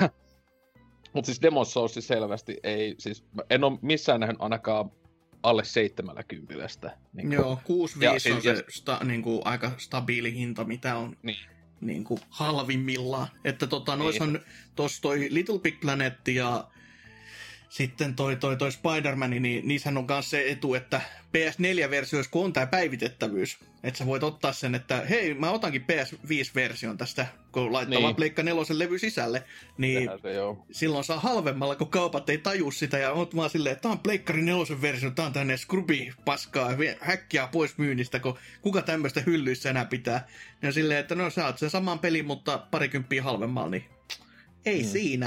mut siis Demon's Souls siis selvästi ei, siis en oo missään nähnyt ainakaan alle seitsemällä kympillä sitä. Niin Joo, kuusi viisi on se sta, niin kuin, aika stabiili hinta, mitä on niin. Niin kuin, halvimmillaan. Että tota, noissahan niin. Tuossa toi Little Big Planet ja sitten toi, toi, toi Spider-Man, niin niissähän on myös se etu, että P S neljä-versioissa, kun on tää päivitettävyys, että sä voit ottaa sen, että hei, mä otankin P S viisi-version tästä, kun laittaa niin. vaan Pleikka nelosen levy sisälle, niin se, silloin saa halvemmalla, kun kaupat ei taju sitä, ja oot vaan silleen, että tää on Pleikkari nelosen versio, tää on tänne scrubi-paskaa, häkkiä pois myynnistä, kun kuka tämmöistä hyllyissä enää pitää. Ja silleen, että no sä oot sen saman pelin, mutta parikymppiä halvemmalla, niin ei hmm. siinä.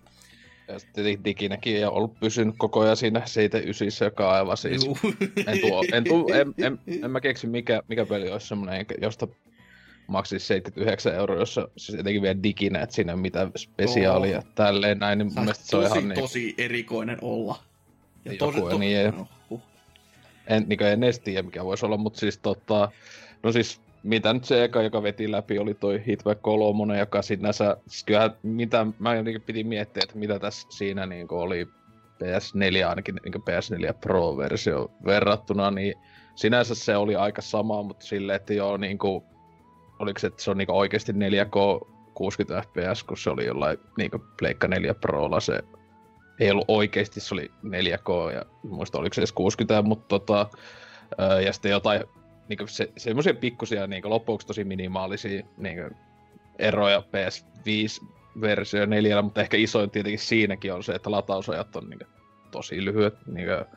Ja sitten diginäkin on ollut pysynyt koko ajan siinä seitsemänkymmentäyhdeksän, joka on aivan siis... En, tuo, en, tuo, en, en, en mä keksi, mikä, mikä peli olisi semmonen, josta maksisi seitsemänkymmentäyhdeksän euroa, jossa siis etenkin vielä diginä, että siinä ei ole mitään spesiaalia oh. tälleen näin, niin mun mielestä se on tosi, ihan niin... tosi erikoinen olla. Ja joku tosi, to... niin ei... No, huh. En, niin en edes tiedä, mikä voisi olla, mutta siis tota... No siis... Mitä nyt se eka, joka veti läpi, oli toi Hitback kolme, joka sinänsä, siis kyllähän mitä, mä jotenkin piti miettiä, että mitä tässä siinä niin oli P S neljä, ainakin niin P S neljä Pro-versio verrattuna, niin sinänsä se oli aika sama, mutta silleen, että joo, niin kuin, oliko se, että se on niin oikeasti neljä K kuusikymmentä F P S, kun se oli jollain niin Pleikka neljä Prolla, se ei ollut oikeasti, se oli neljä K, ja muista oliko se edes kuusikymmentä, mutta tota, ja sitten jotain, niinku se, semmosia pikkusia niinku loppuksi tosi minimaalisia niinku eroja P S viisi-versio neljällä, mutta ehkä isoin tietenkin siinäkin on se, että latausajat on niin tosi lyhyet. Niin kuin,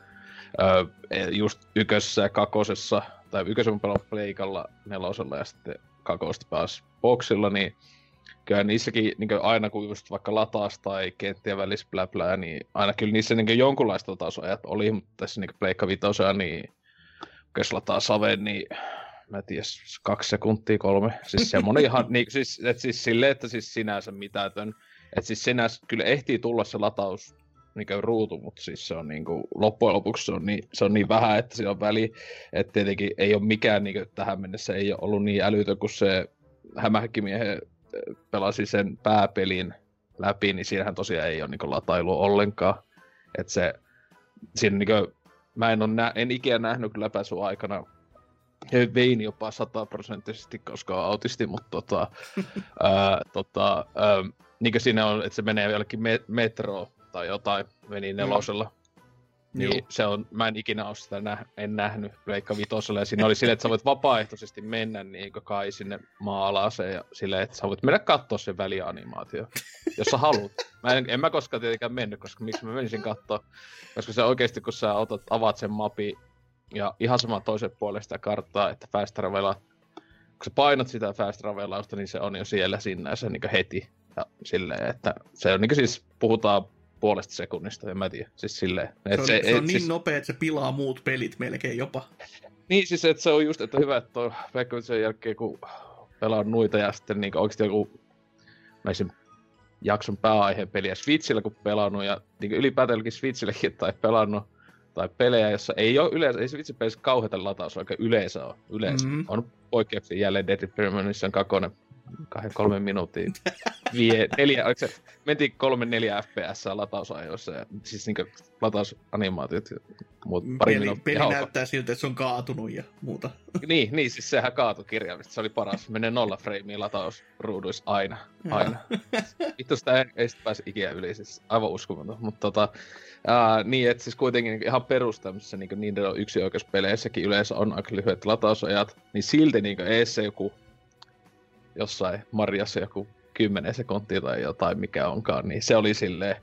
ö, just ykkösessä ja kakosessa, tai ykkösen pelaa pleikalla, nelosella ja sitten kakosta pääsi boxilla, niin kyllä niissäkin niin aina kun just vaikka lataas tai kenttien välissä bläblää, niin aina kyllä niissä niin jonkunlaista latausajat oli, mutta tässä niin pleikka vitosea, niin jos lataa saveen, niin mä en tiedä, kaksi sekuntia, kolme. Siis semmonen ihan, niin, siis, et siis silleen, että siis sinänsä mitätön. Että siis sinänsä kyllä ehtii tulla se lataus niin ruutu, mutta siis se on niin kuin, loppujen lopuksi se on niin, se on niin vähän, että siinä on väli. Että tietenkin ei ole mikään niin kuin, tähän mennessä ei ole ollut niin älytön, kun se hämähäkkimiehen pelasi sen pääpelin läpi, niin siinähän tosiaan ei ole niin kuin, latailua ollenkaan. Että se, siinä niin kuin, mä en, ole nä- en ikinä nähnyt läpäisyn aikana, vein jopa sataprosenttisesti, koska on autisti, mutta tota, ää, tota, ää, niin kuin siinä on, että se menee jollekin me- metroon tai jotain, meni nelosella. Mm. Niin Joo. se on, mä en ikinä ole sitä nä- en nähnyt Pleikka vitosella, ja siinä oli silleen, että sä voit vapaaehtoisesti mennä niin kai sinne maa-alaseen, ja silleen, että sä voit mennä kattoo sen välianimaatio, jos sä haluat. Mä en, en mä koskaan tietenkään mennyt, koska miksi mä menisin kattoo, koska se oikeesti, kun sä otat, avaat sen mapin, ja ihan sama toisen puolesta sitä karttaa, että fast travela, kun sä painat sitä fast travelausta, niin se on jo siellä sinänsä niin heti. Ja silleen, että se on niin siis, puhutaan puolesta sekunnista, en mä tiedä, siis silleen. Se on, se, se on niin siis, nopea, että se pilaa muut pelit melkein jopa. Niin siis, että se on just, että hyvä, että on, vaikka sen jälkeen kun pelaa nuita ja sitten niin oikeesti joku, mä sen jakson pääaiheen peliä Switchillä kun pelannut ja niin ylipäätäänkin Switchilläkin tai pelannut, tai pelejä, jossa ei ole yleensä, ei se vitsi pelissä kauheita lataus oikein yleensä on. Yleensä. Mm-hmm. On poikkeuksia jälleen Dead Premonition kakonen kahden kolmen minuutin. Vie, neljä, oliko se, mentiin kolme neljä F P S latausajoissa ja siis niinkö latausanimaatiot muut pari peli, minuuttia. Peli hauko. näyttää siltä, että se on kaatunut ja muuta. niin, niin, siis sehän kaatui kirjaimisesti, se oli paras. Menee nolla freimiä latausruuduissa aina, aina. Vittu sitä ei, ei sitä pääse ikinä yli, siis aivan uskomaton. Mutta tota, ää, niin, että siis kuitenkin ihan perus tämmöisissä niin niiden on yksioikeuspeleissä,kin yleensä on aika lyhyet latausajat, niin silti niin ees se joku jossain Marjassa joku kymmenen sekuntia tai jotain mikä onkaan, niin se oli silleen,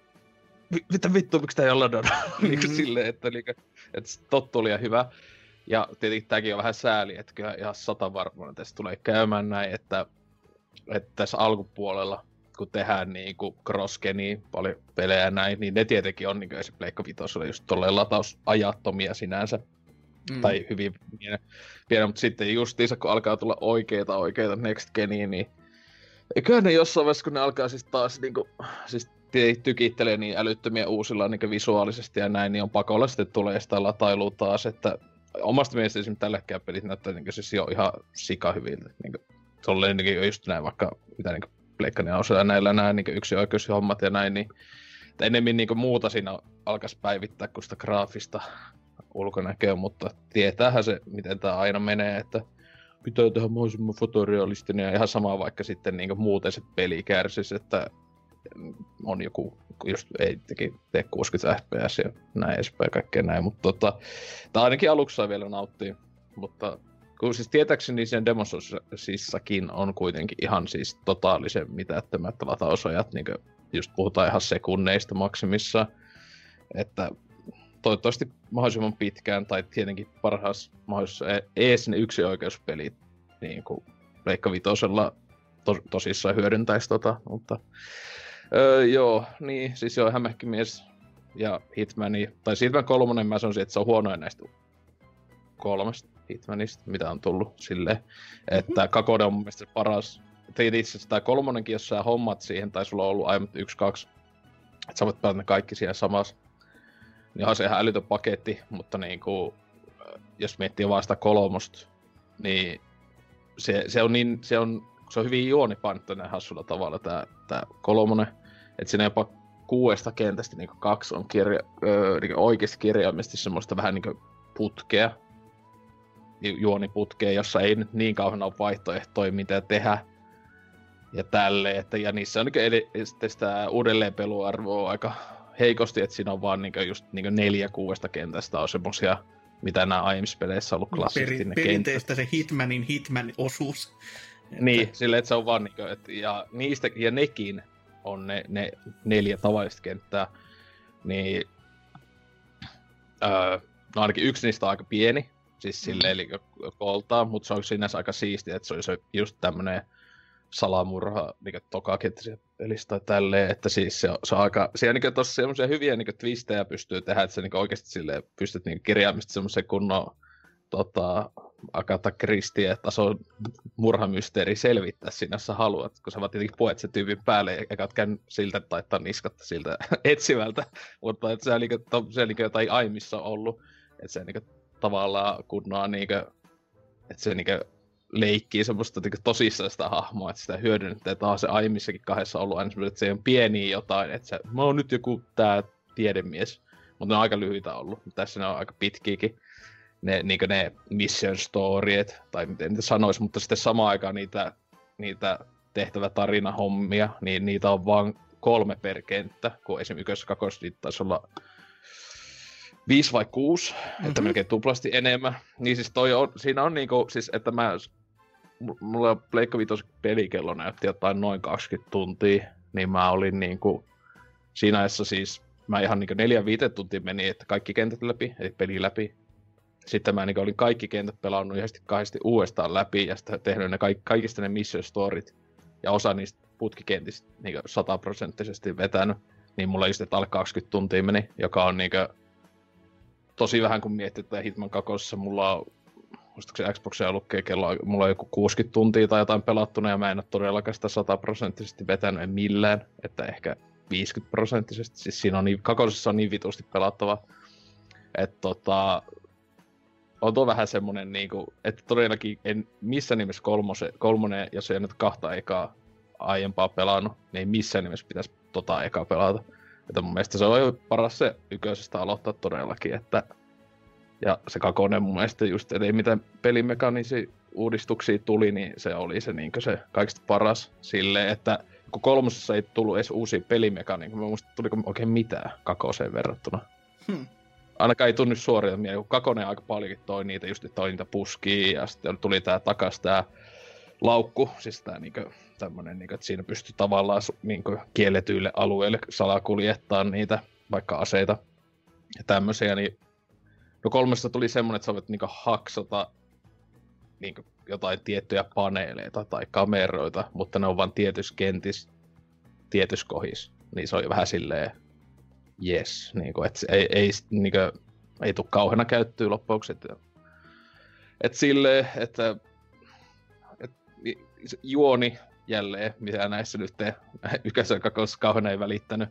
mitä vittu, miksi tää ei ole ladannut? Mm-hmm. silleen, että, niinku, että tottu oli ihan hyvä. Ja tietenkin tääkin on vähän sääli, että kyllä ihan sata varmaan tässä tulee käymään näin, että, että tässä alkupuolella, kun tehdään niinku cross-genia, paljon pelejä ja näin, niin ne tietenkin on niinku se Pleikka vitosella just tolleen latausajattomia sinänsä. Mm. Tai hyvin pienä, pienä, mutta sitten justiinsa kun alkaa tulla oikeita oikeita next genia, niin eiköhän ne jossain vaiheessa, kun ne alkaa siis taas niinku, siis tykittelee niin älyttömiä uusilla niin visuaalisesti ja näin, niin on pakolla sitten tulee sitä latailua taas, että omasta mielestä esimerkiksi tälläkään pelit näyttää niin siis jo ihan sika hyviltä. Niin tolleen niin just näin vaikka mitä niin Pleikkani on näillä näin niin yksioikeushommat ja näin, niin enemmän niin muuta siinä alkaisi päivittää kuin sitä graafista ulkonäköä, mutta tietäähän se, miten tää aina menee, että pitää tehdä mahdollisimman fotorealistinen ja ihan sama vaikka sitten niin muuten se peli kärsisi, että on joku, just ei teki tee kuusikymmentä F P S ja näin edespäin ja kaikkea näin, mutta tota, tää ainakin aluksi sai vielä nauttia, mutta kun siis tietääkseni sen demosissakin on kuitenkin ihan siis totaalisen mitättömät latausajat, niin just puhutaan ihan sekunneista maksimissa, että toivottavasti mahdollisimman pitkään, tai tietenkin parhaassa mahdollisessa ees ne yksioikeuspelit niin kuin Pleikka vitosella to, tosissaan hyödyntäisi tota, mutta öö, joo, niin, siis joo, Hämähäkkimies ja Hitmani, tai Hitman kolmonen mä sanoisin, että se on huonoin näistä kolmesta Hitmanista, mitä on tullut silleen, että Kakode on mun mielestä paras. Teit itse asiassa tää kolmonenkin, jos sä hommat siihen, tai sulla on ollut aiemmin yksi, kaksi, että sä voit pelata ne kaikki siellä samassa. Niin on se ihan älytön paketti, mutta niinku, jos miettii vaan sitä kolmosta, niin se, se on niin, se on, se on hyvin juonipainotteinen hassulla tavalla tää, tää kolmonen. Että siinä jopa kuudesta kentästä niinku kaksi on kirja, öö, niinku oikeasti kirjaimesti semmoista vähän niinku putkea, juoniputkea, jossa ei nyt niin kauhean ole vaihtoehtoja mitä tehdä. Ja tälleen, että ja niissä on niinku ed- sitten sitä uudelleenpeluarvoa aika heikosti, että siinä on vaan niinku just niinku neljä kuudesta kentästä on semmosia, mitä nämä aiemmissa peleissä on ollut klassisesti Peri, ne perinteistä kentät. Se Hitmanin Hitman-osuus. Että... Niin, silleen, että se on vaan niinku, että ja niistä, ja nekin on ne, ne neljä tavallista kenttää, niin öö, no ainakin yksi niistä on aika pieni, siis silleen, eli kooltaan, mutta se on sinänsä aika siistiä, että se on se just tämmönen salamurha, niinku tokakenttisiä pelissä tai tälleen, että siis se on, se on aika, siellä niinku tossa semmosia hyviä niinku twistejä pystyy tehdä, että sä niinku oikeesti silleen pystyt niinku kirjaimista semmosen kunnon tota, Agatha Christie-tason murhamysteeri selvittää siinä, jos sä haluat, kun sä vaan tietenkin puet sen tyypin päälle, eikä oot käynyt siltä taittaa niskatta siltä etsivältä, mutta että se on niinku, se on niinku jotain aiemmissa ollut, että se niinku tavallaan kunnoa niinku, että se niinku leikkii semmoista niinku tosissaan sitä hahmoa, että sitä hyödynnetään, että se aiemmissakin kahdessa ollut aina semmoista, että se on pieniä jotain, että se, mä oon nyt joku tää tiedemies, mutta ne on aika lyhyitä ollut, tässä ne on aika pitkiäkin. Ne, niinku ne mission storyet, tai miten niitä sanois, mutta sitten samaan aikaan niitä, niitä tehtävä tarinahommia, niin niitä on vaan kolme per kenttä, kun esimerkiksi ykkös kakos niitä taisi olla viisi vai kuusi, mm-hmm. että melkein tuplasti enemmän. Niin siis toi on, siinä on niinku, siis että mä, mulla Pleikka Vitosen pelikello näytti jotain noin kaksikymmentä tuntia, niin mä olin niinku, siinä ajassa siis, mä ihan niinku neljä viisi tuntia meni, että kaikki kentät läpi, eli peli läpi. Sitten mä niin olin kaikki kentät pelannut yhdesti kahdesti uudestaan läpi ja sitten tehnyt ne kaik- kaikista ne mission storit ja osa niistä putkikentistä niin sataprosenttisesti vetänyt. Niin mulla just alle kaksikymmentä tuntia meni, joka on niin tosi vähän kun miettii, että Hitman kakkosessa mulla on, muistaakseni Xboxia lukee kello, mulla on joku kuusikymmentä tuntia tai jotain pelattuna ja mä en ole todellakaan sitä sataprosenttisesti vetänyt en millään, että ehkä viisikymmentä prosenttisesti. Siis siinä on niin, kakkosessa on niin vitusti pelattava, että tota... on tuo vähän semmonen niinku, että todellakin en missään nimessä kolmose, kolmonen, jos ei nyt kahta ekaa aiempaa pelannut, niin ei missään nimessä pitäisi tota ekaa pelata. Että mun mielestä se on paras se yköisestä aloittaa todellakin, että ja se kakonen mun mielestä just, että ei mitään pelimekanisia uudistuksia tuli, niin se oli se niinkö se kaikista paras silleen, että kun kolmosessa ei tullut edes uusia pelimekaniikoita, mä muistan, tuliko oikein mitään kakoseen verrattuna. Hmm. Ainakaan ei tunnu suoria mieleen, kun kakonen aika paljonkin toi niitä, just toi niitä puskia, ja sitten tuli tää takas tää laukku, siis tää niinku tämmönen, niinku, että siinä pystyy tavallaan niinku kielletyille alueille salakuljettaa niitä, vaikka aseita ja tämmösiä, niin no kolmesta tuli semmonen, että sä voit niinku haksata niinku jotain tiettyjä paneeleita tai kameroita, mutta ne on vaan tietyssä kentissä, tietyssä kohdissa, niin se on jo vähän silleen jes, niinku, et ei, ei, niinku, ei tuu kauheena käyttöä loppuksi, että et silleen, että et, juoni jälleen, mitä näissä nyt ykäisen kakossa kauheena ei välittänyt.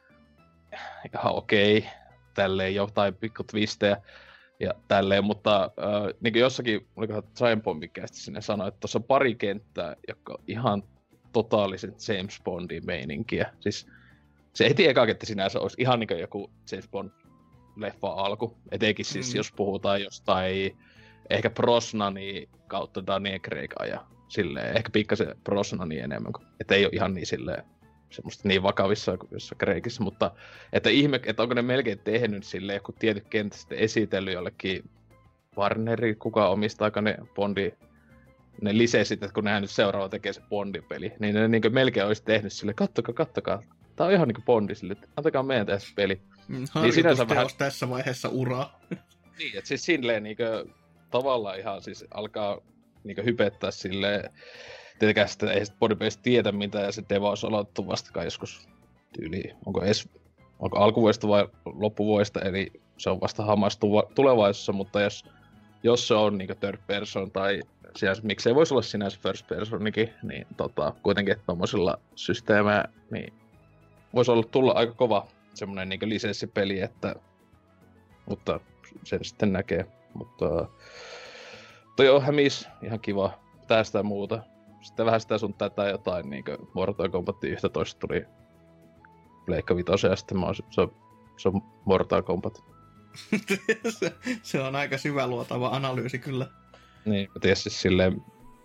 Ihan okei, okay. Tälleen jotain pikku twistejä ja tälleen, mutta äh, niin jossakin, olikohan Giant Bombicasti sinne sanoi, että tuossa on pari kenttää, jotka on ihan totaalisen James Bondin meininkiä. Siis se heti eka kenttä sinänsä olisi ihan niin kuin joku James Bond-leffa alku. Etenkin siis, mm. jos puhutaan jostain ehkä Brosnanin kautta Daniel Craig ja silleen, ehkä pikkasen Brosnanin enemmän, että ei ole ihan niin silleen semmoista niin vakavissa kuin jossain Craigissä, mutta että ihme, että onko ne melkein tehnyt silleen, joku tietty kenttä sitten esitellyt jollekin Warneri, kuka omistaa ne Bondi, ne lisensit, että kun nehän nyt seuraava tekee se Bondi-peli, niin ne niin melkein olisi tehnyt silleen, kattokaa, kattokaa, tää on ihan niinku Bondi silleen, että antakaa meidän tehdä se peli. Mm, harjoitusteos vähän tässä vaiheessa uraa. Niin, että siis silleen niinku tavallaan ihan siis alkaa niinku hypettää silleen, tietenkään sitä ei sit Bodypelistä tiedä mitään, ja se demo olisi aloitettu vastakaan joskus tyyliin, onko edes, onko alkuvuodesta vai loppuvuodesta, eli se on vasta hamaistu tulevaisuudessa, mutta jos, jos se on niinku third person tai sinänsä, miksei voisi olla sinänsä first personikin, niin tota, kuitenkin tommosilla systeemeillä, niin voisi olla tulla aika kova semmonen niinku lisenssipeli, että, mutta sen sitten näkee, mutta toi on hämis, ihan kiva, tästä ja muuta. Sitten vähän sitä sun tätä jotain niinkö Mortal Kombat yksitoista tuli Pleikka Vitosen ja sitten mä oon, se, on, se on Mortal Kombat. se, se on aika syväluotava analyysi kyllä. Niin, mä tiedän siis silleen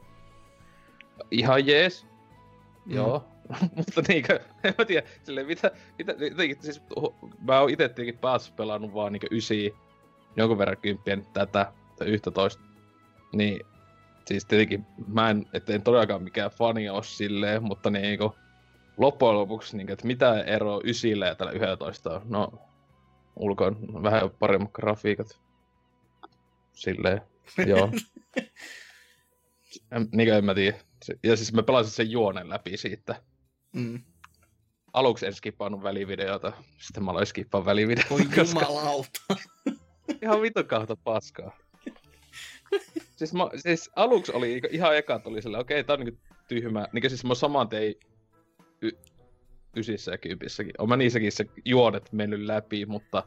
ihan jees. Mm. Joo. Mutta niinkö, en mä tiedä, silleen mitä, mitä, jotenkin siis mä oon ite tietenkin päässä pelannut vaan niinkö ysiä, jonkun verran kymppien tätä tai yksitoista. Niin siis tietenkin mä en, et en todellakaan mikään fani oo silleen, mutta niinku loppujen lopuksi, niinku, että mitä eroa ysillä ja tällä yksitoista on? No, ulkoon vähän paremmat grafiikat. Silleen, joo. En, niin en mä tiedä. Ja siis mä pelasin sen juonen läpi siitä. Mm. Aluksi en skippannut välivideota, sitten mä aloin skippaa välivideota. Oi jumalauta. Ihan vitun kautta paskaa. siis, mä, siis aluksi oli ihan ekat oli silleen, okei, okay, tää on niinku tyhmä. Niinku siis mä saman tein y- ysissä ja kyympissäkin. Oon mä niissäkin se juonet mennyt läpi, mutta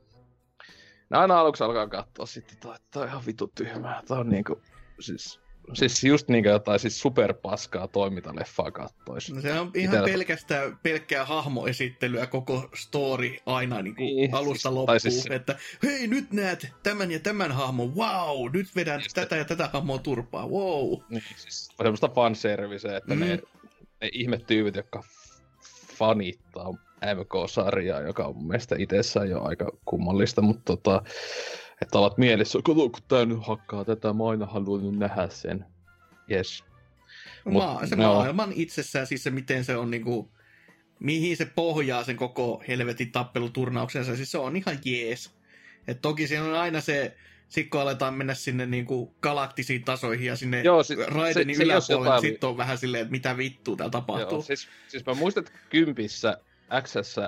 no aina aluksi alkaa katsoa sitten, että tää on ihan vitun tyhmää. Tää on niinku, siis, siis just niinku jotain siis superpaskaa toimintaleffaa kattois. No se on ihan Itellä... pelkästään pelkkää hahmoesittelyä koko story aina niinku niin, alusta siis, loppuun, siis... että hei nyt näet tämän ja tämän hahmon, wow, nyt vedän just tätä ja tätä hahmoa turpaa, wow. Niin, siis semmoista fanserviceä, että mm. ne, ne ihmetyyvit, jotka fanittaa M K-sarjaa, joka on mun mielestä itsessään jo aika kummallista, mutta tota, että ovat mielessä, kato kun tää nyt hakkaa tätä, mä aina haluan nähdä sen. Jes. Ma- se no. maailman itsessään, siis se miten se on niinku, mihin se pohjaa sen koko helvetin tappeluturnauksensa, siis se on ihan jees. Et toki siinä on aina se, sit kun aletaan mennä sinne niinku galaktisiin tasoihin ja sinne Joo, siis, Raidenin se, yläpuolelle, niin sit on vähän silleen, että mitä vittua täällä tapahtuu. Joo, siis, siis mä muistan, että kympissä X:ssä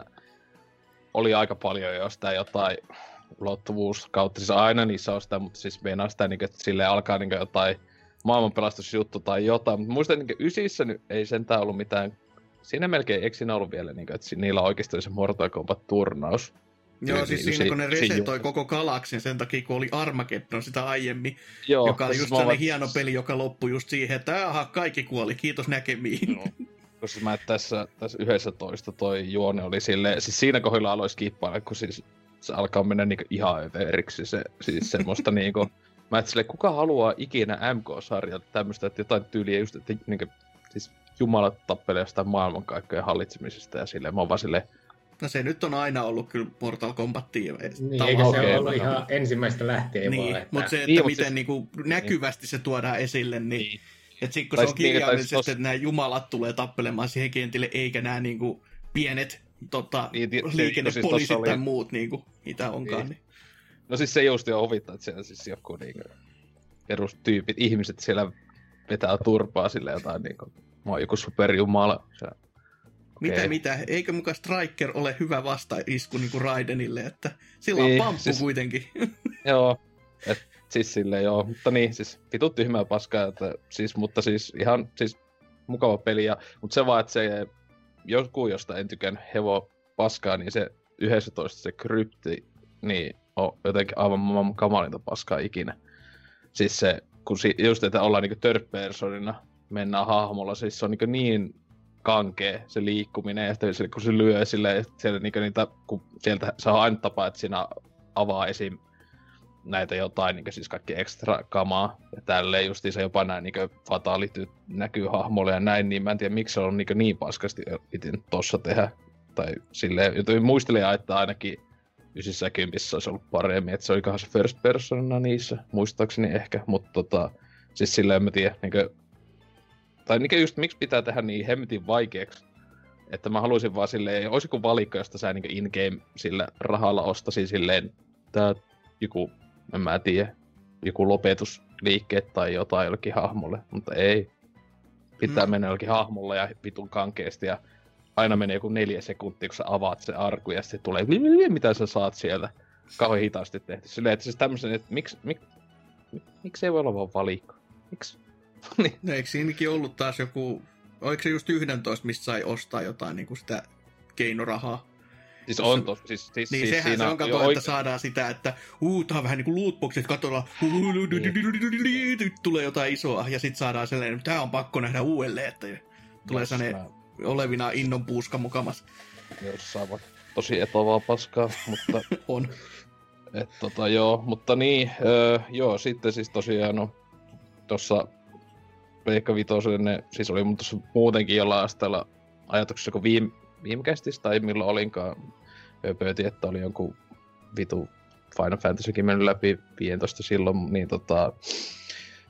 oli aika paljon jostain jotain ulottuvuus kautta, siis aina niissä on sitä, mutta siis meinaa sitä, niin, että silleen alkaa niin jotain maailmanpelastusjuttu tai jotain, mutta muistan, että niin ysissä nyt ei sentään ollut mitään, siinä melkein, eikö siinä ollut vielä, niin, että niillä oikeasti oli se Mortal Kombat-turnaus. Joo, niin, siis siinä ysi, kun ne resetoi koko galaksin sen takia, kun oli Armageddon sitä aiemmin, Joo, joka oli just sellainen ovat... hieno peli, joka loppui just siihen, että aha, kaikki kuoli, kiitos näkemiin. No. Koska mä tässä, tässä yksitoista toi juone oli silleen, siis siinä kohdalla aloin skippailla, kun siis se alkaa mennä niinku ihan överiksi se, siis semmoista niinku, mä et silleen, kuka haluaa ikinä M K-sarjalta tämmöstä, että jotain tyyliä just, että niinku, siis jumalat tappelee jostain maailmankaikkojen hallitsemisesta ja silleen, mä oon vaan silleen. No se nyt on aina ollut kyllä Mortal Kombatia. Niin, eikä se okay, ollut ihan no. ensimmäistä lähtien niin, vaan. Että... mutta se, että niin, miten siis... niinku näkyvästi se tuodaan esille, niin... niin. Että sit kun tai se on kirjaimellisesti, tos... että nämä jumalat tulee tappelemaan siihen kentille, eikä nämä niinku pienet tota, niin, liikennepoliisit siis tai oli... muut, niinku, mitä onkaan. Niin. Niin. No siis se just jo ovittaa, että siellä siis joku niinku, perustyypit, ihmiset siellä vetää turpaa sille jotain niinku, mä oon joku superjumala. Se... Okay. Mitä, mitä? Eikö muka Striker ole hyvä vastaisku niinku Raidenille, että sillä on niin, pamppu siis... kuitenkin. Joo, et... Siis silleen joo, mutta niin, siis vitut tyhmää paskaa, että siis, mutta siis ihan siis mukava peli, ja, mutta se vaan, että se joku, josta en tykännyt hevo paskaa, niin se yksitoista se krypti, niin on jotenkin aivan maailman kamalinta paskaa ikinä. Siis se, kun si, just, että ollaan niinku third personina, mennään hahmolla, siis se on niinku niin kankea se liikkuminen, ja sitten kun se lyö silleen, että siellä niinku niitä, kun sieltä se on aina tapa, että siinä avaa esim. Näitä jotain, niin siis kaikki ekstra kamaa, ja tälleen justiinsa jopa nämä niin fatalityt näkyy hahmolle ja näin, niin mä en tiedä, miksi se on niin, niin paskasti itin tossa tehdä. Tai silleen, joten muistelin, että ainakin ysissä ja kympissä olisi ollut paremmin, että se olikohan se first persona niissä, muistaakseni ehkä, mutta tota, siis silleen en mä tiedä, niin kuin, tai niin just miksi pitää tehdä niin hemmetin vaikeaksi, että mä haluaisin vaan silleen, olisiko valikko, josta sä niin in-game sillä rahalla ostaisin silleen, tää joku en mä tiedä, joku lopetusliikkeet tai jotain jollekin hahmolle, mutta ei. Pitää mm. mennä jollekin hahmolle ja vitun kankeesti ja aina menee joku neljä sekuntia, kun sä avaat se arku ja sitten tulee, mitä sä saat sieltä. Kauhean hitaasti tehty. Silleen, että siis tämmösen, että miksi, mik, mik, miksi ei voi olla vaan valikko? Miksi? niin. No eikö siinäkin ollut taas joku, oliko se just yksitoista, mistä sai ostaa jotain niin kuin sitä keinorahaa? Siis on tos, siis, siis, niin siis sehän siinä se on, kato, että saadaan sitä, että uu, tää on vähän niinku lootbox, että katsotaan, tulee jotain isoa, ja sit saadaan sellainen, tää on pakko nähdä uudelleen, että tulee sellainen olevina innon puuska mukamas. Jossain vaan tosi etovaa paskaa, mutta... on. Et tota joo, mutta niin, öö, joo, sitten siis tosiaan no, tossa Pleikka Vitoselle, siis oli mun tossa muutenkin jollain asteella ajatuksessa, kun viime viime kästissä tai milloin olinkaan höpöötin, että oli jonkun vitu Final Fantasykin mennyt läpi viisitoista silloin, niin tota...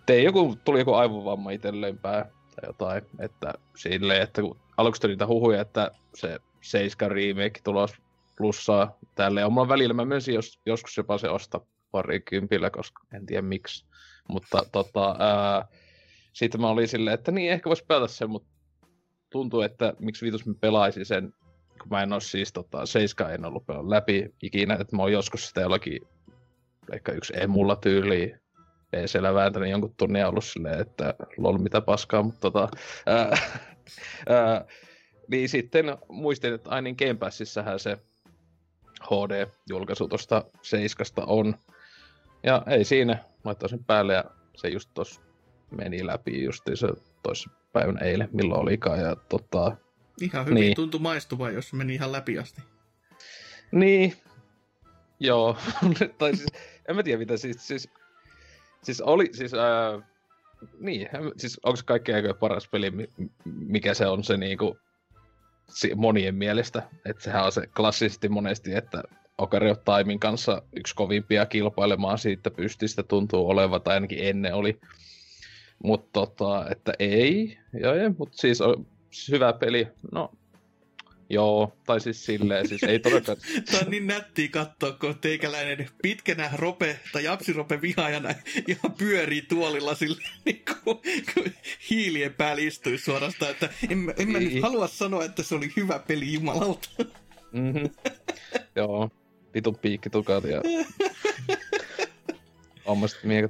Tein joku, tuli joku aivovamma itselleen pää tai jotain, että silleen, että kun aluksi tuli niitä huhuja, että se Seiska remake tulos plussaa tälleen. On mulla välillä, mä myönsin jos, joskus jopa se osta parikympillä, koska en tiedä miksi. Mutta tota, ää, siitä mä olin silleen, että niin ehkä vois pelata sen, mutta tuntuu, että miksi vitus mä pelaisin sen, kun mä en oo siis tota, Seiskaa en ollut pelannut läpi ikinä, että mä oon joskus sitä jollakin, ehkä yksi emulla tyyliin, ei siellä vääntänyt jonkun tunnin ollut silleen, että lol mitä paskaa, mutta tota, ää, ää, niin sitten muistin, että aina Game Passissähän se H D-julkaisu tosta Seiskasta on. Ja ei siinä, laittaa sen päälle ja se just tossa meni läpi justiin se toissa päivänä eilen, milloin olikaan. Ja tota, ihan hyvin niin. Tuntui maistuvan, jos meni ihan läpi asti. Niin, joo. tai siis, en mä tiedä mitä siis, siis, siis oli, siis ää, niin, siis onko se kaikkein aikojen paras peli, mikä se on se niinku monien mielestä, että sehän on se klassisesti monesti, että Ocarina of Timen kanssa yksi kovimpia kilpailemaan siitä pystistä tuntuu olevan, tai ainakin ennen oli. Mutta tota, että ei, joo, mutta siis on hyvä peli, no joo, tai siis silleen, siis ei todellakaan. Tämä on niin nättiä katsoa, kun teikäläinen pitkänä rope tai japsirope vihaajana ihan pyörii tuolilla silleen, niin kuin, kuin hiilien päällä istuisi suorastaan, että en, mä, en mä nyt halua sanoa, että se oli hyvä peli, jumalauta. Mm-hmm. Joo, vitun piikkitukat ja ommaset miekat.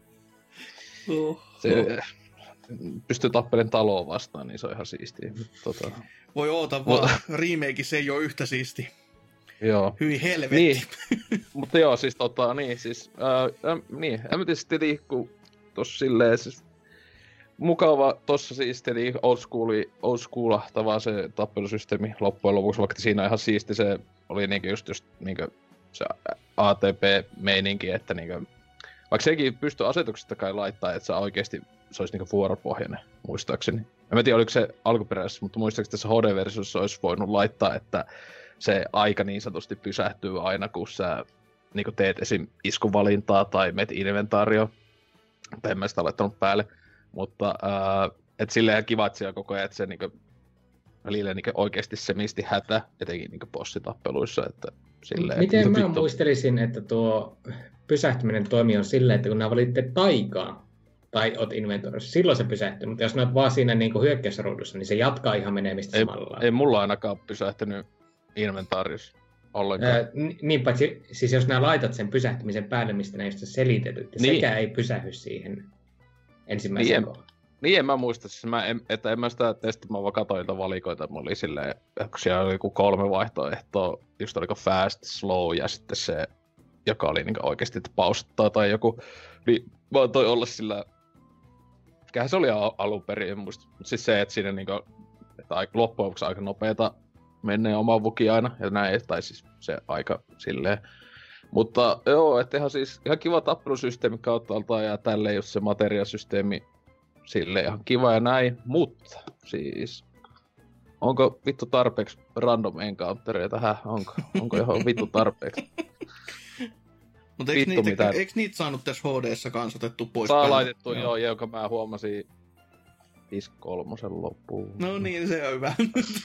Oh, se oh. pystyy tappelemaan taloa vastaan, niin se on ihan siistiä. Tota... Voi oota vaan, remake se ei ole yhtä siisti. Joo. Hyi helvetti. Niin. Mutta joo, siis tota, niin, siis, ää, äh, niin, en mä tiedä sitten, kun tossa silleen, siis, mukava tossa siis tietenkin old schooli, old schoolahtavaa se tappelusysteemi loppujen lopuksi, vaikka siinä ihan siisti se oli niinku just, just niinku se A T P-meininki, että niinku, vaikka sekin pystyi asetuksesta kai laittaa, että se oikeesti se olisi niinku vuoropohjainen, muistaakseni. En mä tiedä, oliko se alkuperäisessä, mutta muistaakseni tässä H D-versiossa olisi voinut laittaa, että se aika niin sanotusti pysähtyy aina, kun sä niinku teet esim. Iskuvalintaa tai meet inventaarioon. Tai en mä sitä laittanut päälle. Mutta äh, et silleen kiva, että siellä koko ajan, että se niinku välillä niinku oikeesti semisti hätä, etenkin niinku bossitappeluissa, että silleen... Miten mä vittu... muistelisin, että tuo pysähtyminen toimii on silleen, että kun nää valitte taikaa, tai oot inventourissa, silloin se pysähtyy, mutta jos ne oot vaan siinä niinku hyökkäysruudussa, niin se jatkaa ihan menemistä ei, samalla. Ei mulla ainakaan pysähtynyt inventaarissa ollenkaan. Öö, niin paitsi, siis jos nää laitat sen pysähtymisen päälle, mistä ne just selitetyt, niin sekään ei pysähy siihen ensimmäiseen niin, niin en mä muista, siis mä en, että en mä sitä testin, mä vaan katsoin niitä valikoita, mä olin silleen, kun siellä oli joku kolme vaihtoehtoa, just oliko fast, slow ja sitten se, joka oli niinku oikeesti, että pausuttaa tai joku, niin vaan toi olla sillä, mikähän se oli alun perin, en muista, mutta siis se, että siinä niinku, että loppujen lopuksi aika nopeeta menee oma vuki aina, ja näin, tai siis se aika silleen. Mutta joo, että ihan siis ihan kiva tappelusysteemi kauttaaltaan ja tälleen just se materiasysteemi silleen ihan kiva ja näin, mutta siis onko vittu tarpeeksi random encountereita, tähän? Onko, onko ihan vittu tarpeeksi? Mutta eikö niitä, mitä... eikö niitä saanut tässä H D:ssä kans otettu pois? Saa päin? Laitettu, joo, joo, joka mä huomasin Is kolmosen loppuun. No niin, se on hyvä.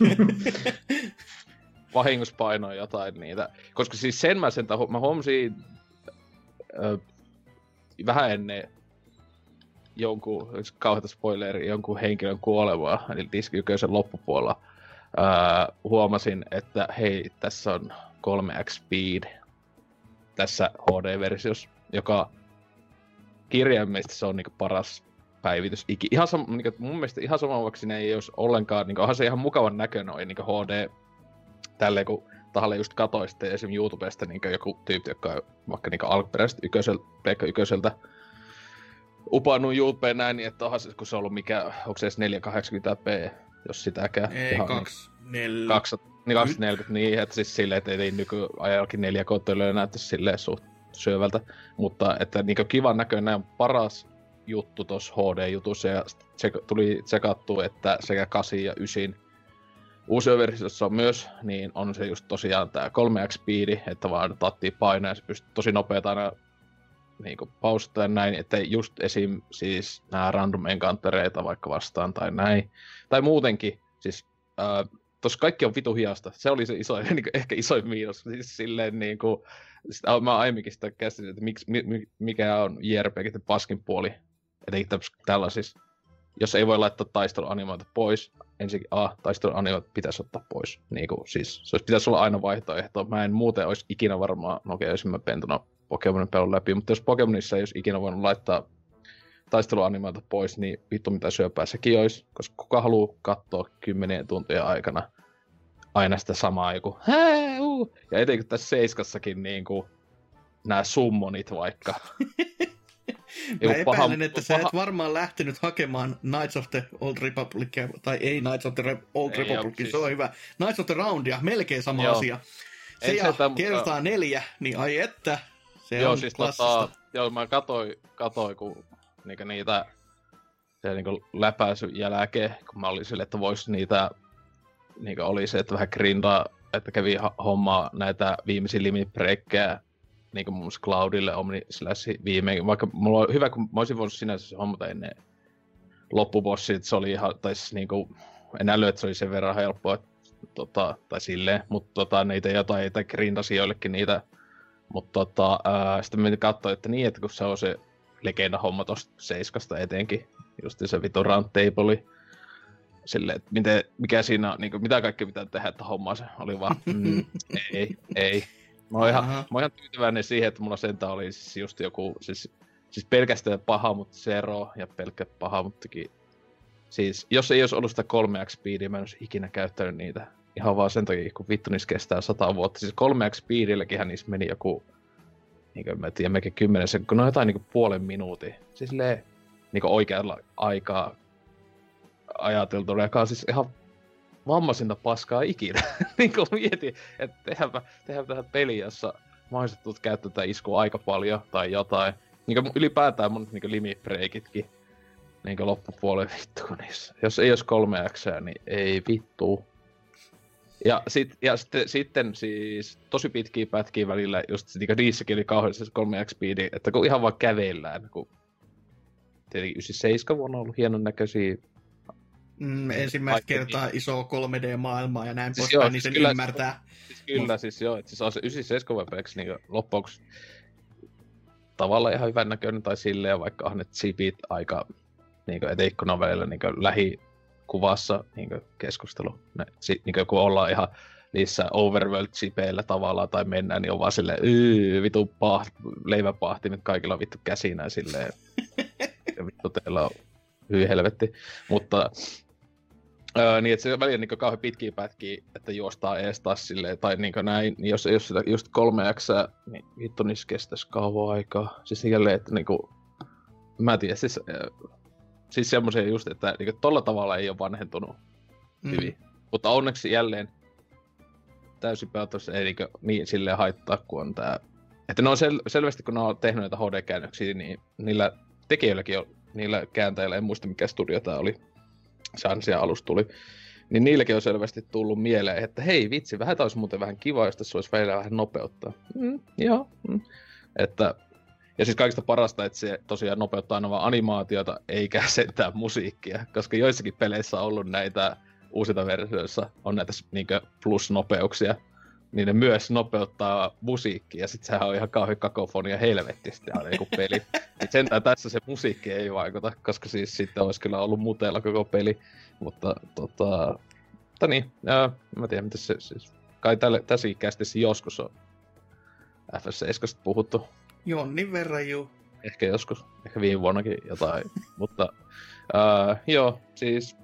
Vahingossa painoin jotain niitä. Koska siis sen mä sen taho, mä huomasin äh, vähän ennen jonkun, kauheata spoileri, jonkun henkilön kuolemaa, eli Diski yköisen loppupuolella, äh, huomasin, että hei, tässä on kolme x speed tässä H D-versiossa, joka kirjaimellisesti se on niinku paras päivitys iki. Ihan sama, niinku, mun mielestä ihan sama, vaikka siinä ei olisi ollenkaan, niinku, onhan se ihan mukavan näköinen niinku H D, tälleen kun tahalle just katoi sitten esim. YouTubesta niinku joku tyyppi, joka on vaikka niinku alkuperäisestä ykkösel, Pleikka ykköseltä upannut YouTubeen näin, niin että onhan se, kun se on ollut mikä, onko se edes neljäsataakahdeksankymmentä p, jos sitäkään. Ei, kaksisataaneljäkymmentä. Niin kaksisataaneljäkymmentä, niin, että siis silleen, että ei nykyajallakin neljä K-tölyä näyttäisi silleen suht syövältä, mutta että niinku kivan näköinen on paras juttu tossa H D-jutussa, ja se tuli tsekattua, että sekä kahdeksan ja yhdeksän uusioversiossa on myös, niin on se just tosiaan tää kolme x speedi, että vaan tattiin painaa ja se pystyy tosi nopeeta aina niinku pausata ja näin, että just esim. Siis nämä random encountereita vaikka vastaan tai näin. Tai muutenkin, siis äh, tossa kaikki on vitu hiasta. Se oli se iso, niinku, ehkä isoin miinus. Siis silleen niinku, sitä, mä oon aiemminkin sitä käsitin, että miksi, mi, mikä on J R P G paskin puoli. Etenkin tällaisissa. Jos ei voi laittaa taisteluanimoita pois, ensinnäkin A, taisteluanimoita pitäisi ottaa pois. Niinku, siis, se olisi, pitäisi olla aina vaihtoehto. Mä en muuten olisi ikinä varmaan, no okei, olisin mä pentuna Pokemonin pelun läpi, mutta jos Pokemonissa ei olisi ikinä voinut laittaa taisteluanimoita pois, niin vittu mitä syöpää sekin olisi, koska kuka haluaa katsoa kymmenien tuntien aikana aina sitä samaa joku hää, uh. Ja etenkin tässä seiskassakin niinku nämä summonit vaikka. Mä epäilen, että sä et varmaan lähtenyt hakemaan Knights of the Old Republicia, tai ei Knights of the Re- Old ei, Republic, siis... se on hyvä. Knights of the Roundia, melkein sama joo. asia. Se ja sitä, kertaa mutta... neljä, niin ai että, se joo, on siis klassista. Tota, joo, mä katoin, katoin kun niinku niitä se niinku läpäisyn jälkeen, kun mä olin sille, että vois niitä, niinku oli se, että vähän grindaa, että kävi hommaa näitä viimeisiä limit breakkejä, niinku muun muassa Cloudille, Omni Slash viimein, vaikka mulla on hyvä, kun mä olisin voinut sinänsä hommata ennen loppubossia, että se oli ihan, tai siis niinku, en äly, että se oli sen verran helppoa, että, tota, tai silleen, mutta tota, niitä jotain, että grindasi joillekin niitä, mutta tota, ää, sitten mä katsoin, että niin, että kun se on se legenda homma tosta seiskasta etenkin, just se vitu round table, silleen, että miten, mikä siinä, niinku, mitä kaikki pitää tehdä, että hommaa se oli vaan, mm, ei, ei. Mä oon, ihan, mä oon ihan tyytyväinen siihen, että mulla sentään oli siis just joku, siis, siis pelkästään paha, mutta zero ja pelkkä paha, muttakin. Siis jos ei olisi ollut sitä kolme x speedia, mä en olisi ikinä käyttänyt niitä. Ihan vaan sen takia, kun vittu niissä kestää sata vuotta. Siis kolme x speedilläkinhän niissä meni joku, niinkö mä tiedän, melkein kymmenen sekuntia, kun on jotain niinku puolen minuutin. Siis silleen, niinku oikealla aikaa ajateltu, joka on siis ihan vammasinta paskaa ikinä. Niinku mietin, että tehdäänpä, tehdään tähän peliin, jossa mahdollisesti tulet käyttää tätä iskua aika paljon tai jotain. Niinku ylipäätään mun niinku limit breakitkin. Niinku loppupuolen vittu, kun niissä. Jos ei olisi kolme xää, niin ei vittu. Ja, sit, ja sitten, sitten siis tosi pitkiä pätkiä välillä, just niinku niissäkin oli kauheasti se kolme x speedi, että kun ihan vaan kävellään, kun tietenkin yhdeksänkymmentäseitsemän vuonna on ollut hienon näköisiä. Mm, ensimmäistä kertaa iso kolme D-maailmaa ja näin siis poispäin, niin sen kyllä, ymmärtää. Siis kyllä, siis joo, että siis on se yhdeksänkymmentäseitsemän V P X niin loppuksi tavallaan ihan hyvän näköinen tai silleen, vaikka on ne chipit aika niin eteen ikkunan välillä niin lähikuvassa niin keskustelu. Ne, sit, niin kun ollaan ihan niissä overworld-chipeillä tavallaan tai mennään, niin on vaan silleen yy, vitu paht, leiväpahtimet, kaikilla on vittu käsinä silleen. Ja vittu teillä on hyi helvetti. Mutta öö, niin, että se välillä niin kauhean pitkiä pätkiä, että juostaa ees taas silleen, tai niin näin, niin jos, jos sitä just kolme x, niin vittu niissä kestäisi kauan aikaa. Siis jälleen, että niinku, mä tiedän, siis, äh, siis semmosia just, että niinku tolla tavalla ei ole vanhentunut mm. hyvin. Mutta onneksi jälleen täysin päätössä ei niinku niin silleen haittaa, kun on tää. Että ne on sel- selvästi, kun ne on tehnyt näitä H D-käännöksiä, niin niillä tekijöilläkin on, niillä kääntäjillä, en muista mikä studio tää oli, se ansia alusta tuli, niin niilläkin on selvästi tullut mieleen, että hei vitsi, vähän taisi muuten vähän kiva, jos tässä olisi välillä vähän nopeuttaa. Mm, joo. Mm. Että, ja siis kaikista parasta, että se tosiaan nopeuttaa aina vaan animaatiota, eikä sentään musiikkia, koska joissakin peleissä on ollut näitä uusita versioissa, on näitä niinkö plus-nopeuksia, niin ne myös nopeuttaa musiikkia, ja sit sehän on ihan kauhean kakofonia helvettistä aina joku peli. Niin sentään tässä se musiikki ei vaikuta, koska siis sitten olisi kyllä ollut muteella koko peli. Mutta tota... Mutta niin, ää, mä tiedän mitä se siis... Kai tälle, tässä ikästissä joskus on F S seitsemän puhuttu. Jonnin verran juu. Ehkä joskus, ehkä viime vuonnakin jotain, mutta... Ää, joo, siis...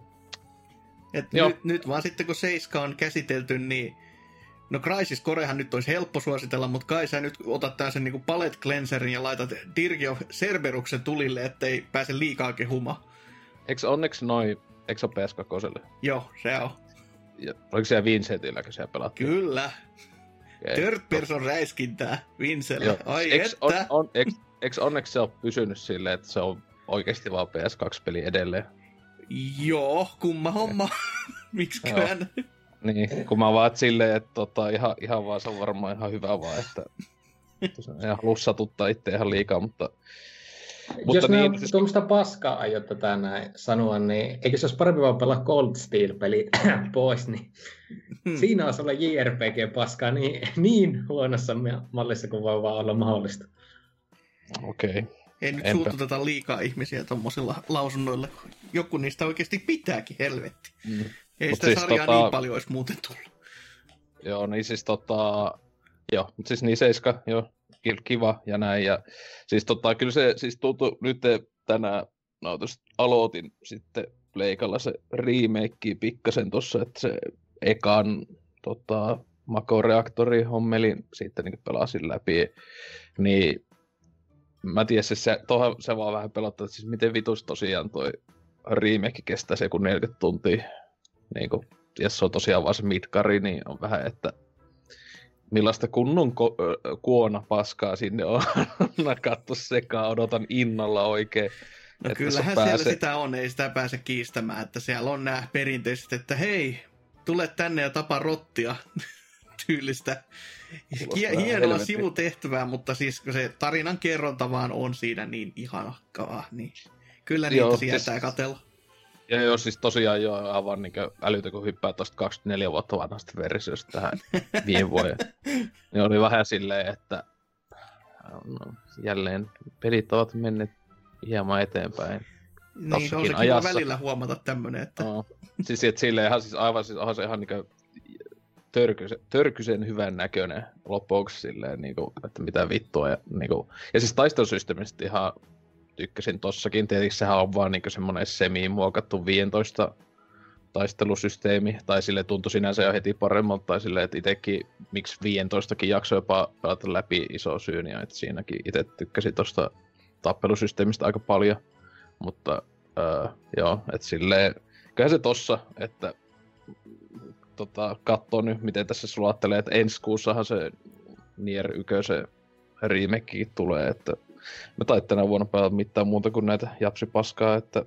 Et joo. Nyt, nyt vaan sitten kun Seiska on käsitelty, niin... No Crysis Corehan nyt olisi helppo suositella, mutta kai sä nyt otat tämän sen niinku palette cleanserin ja laitat Dirge of Cerberuksen tulille, ettei pääse liikaa kehumaan. Eikö onneksi noi, eikö se ole P S kaksi? Joo, se on. Ja, oliko siellä Vincentillä, kun siellä pelattiin? Kyllä. Okay. Third person räiskintää Vincelle. Ai eks, että. On, on, eikö, eikö onneksi se on pysynyt silleen, että se on oikeasti vaan P S kaksi-peli edelleen? Joo, kumma homma. Miksiköhän? Niin, kun mä vaan silleen, että tota, ihan, ihan vaan se on varmaan ihan hyvä vaan, että En halua satuttaa itse ihan liikaa, mutta... mutta jos niin, siis... tuommoista paskaa aiot tätä näin sanoa, niin eikö se olisi parempi vaan pelaa Cold Steel-pelit pois, niin hmm. siinä olisi olla J R P G-paskaa niin, niin huonossa mallissa kuin voi vaan olla mahdollista. Okei. Okay. Ei nyt suututeta liikaa ihmisiä tuommoisilla lausunnoilla. Joku niistä oikeasti pitääkin, helvetti. Mm. Ei Mut sitä siis sarjaa tota... niin paljon olisi muuten tullut. Joo, niin siis tota... Joo, mutta siis niin seiska, joo, kiva ja näin. Ja siis tota, kyllä se siis tuntui nyt tänään, no tuosta aloitin sitten Pleikalla se remake pikkasen tossa, että se ekan tota, Mako-reaktori hommelin sitten niin pelasin läpi, niin mä tiedän, se, se, tohon, se vaan vähän pelottaa, että siis miten vitus tosiaan toi remake kestää se joku neljäkymmentä tuntia, niin kun, jos se on tosiaan vaan se midgari, niin on vähän, että millaista kunnon ko- kuona paskaa sinne on nakattu sekaan, odotan innolla oikein. No kyllähän pääse... siellä sitä on, ei sitä pääse kiistämään, että siellä on nämä perinteiset, että hei, tule tänne ja tapa rottia tyylistä. Hienoa helvetti. Sivutehtävää, mutta siis se tarinan kerronta vaan on siinä niin ihanakkaa, niin kyllä niitä sieltä siis... katsella. Ja jos siis tosiaan jo aivan niin älytä, kun hyppää tuosta kaksikymmentäneljä vuotta vanhasta versiosta tähän viime vuoden. Niin oli vähän silleen, että no, jälleen pelit ovat menneet hieman eteenpäin. Niin, on se kiva ajassa. Välillä huomata tämmönen, että... No, siis että silleen ihan siis aivan siis onhan se ihan niin törkysen, törkysen hyvän näköinen loppuksi silleen, niin kuin, että mitä vittua. Ja, niin kuin, ja siis taistelusysteemistä ihan... Tykkäsin tossakin, tietenkin sehän on vaan niinku semmonen semi-muokattu viisitoista taistelusysteemi, tai sille tuntui sinänsä jo heti paremmalta, tai silleen, että itekin, miksi viisitoistakin jakso jopa pelata läpi iso syyniä, että siinäkin ite tykkäsin tosta tappelusysteemistä aika paljon, mutta äh, joo, että silleen, kyllähän se tossa, että tota, kattoo nyt, miten tässä sulattelee, että ensi kuussahan se Nier yksi remakekin tulee, että mä tait tänä vuonna pelata mitään muuta kuin näitä japsipaskaa, että...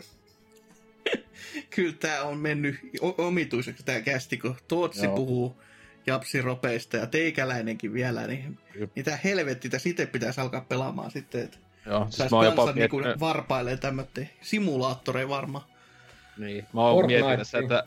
Kyllä tää on mennyt omituiseksi tää kästi, kun Tootsi Joo. puhuu japsiropeista ja teikäläinenkin vielä, niin Jep. mitä helvettitä sitten pitäisi alkaa pelaamaan sitten, että Joo, siis saisi kanssa jopa niinku miet... varpailee tämmöitä simulaattoreja varmaan. Niin, mä oon miettinyt tässä, että...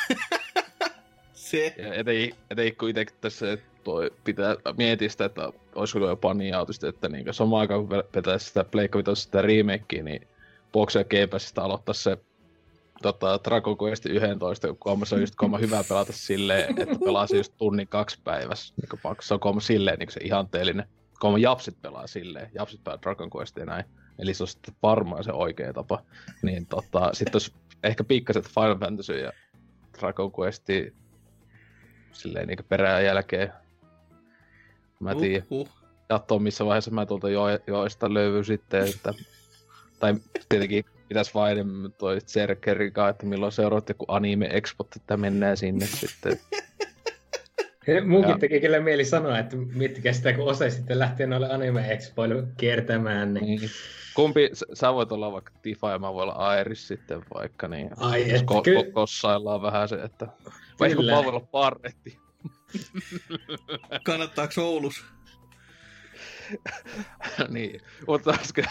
Se. Ja etei, etei kun ite tässä toi pitää miettiä sitä, että olisiko jopa niin autista, että niin samaan aikaan kun vetäisi sitä Pleikka Vitosta sitä remakea, niin Box ja G-Passista aloittaa se tota, Dragon Quest yksitoista, kun se on just kolma hyvä pelata silleen, että pelasi just tunnin kaksi päivässä. Niin se on kolma silleen niin se ihanteellinen. Kolma japsit pelaa silleen, japsit pelaa Dragon Quest ja näin. Eli se on sitten varmaan se oikea tapa. Niin tota, sitten olisi ehkä pikkaset Final Fantasy ja Dragon Questi silleen niinku perään jälkeen. Mä tiedän. Uh, uh. Jattoa missä vaiheessa mä tuolta jo- joista löyvy sitten, että... Tai tietenkin pitäis vaan enemmän toi Zerkerikaan, että milloin seuraat joku anime-expot, että mennään sinne sitten. Munkin ja... teki kyllä mieli sanoa, että miettikää sitä, kun osa sitten lähtee noille anime-expoille kiertämään. Niin... niin. Kumpi, sä voit olla vaikka Tifa ja mä voin olla Airis sitten vaikka, niin Ai, et, ko- ky- ko- kossaillaan vähän se, että... Vai eikö mä voin olla Parretti? Kannattaako Oulus? Niin, mutta äsken...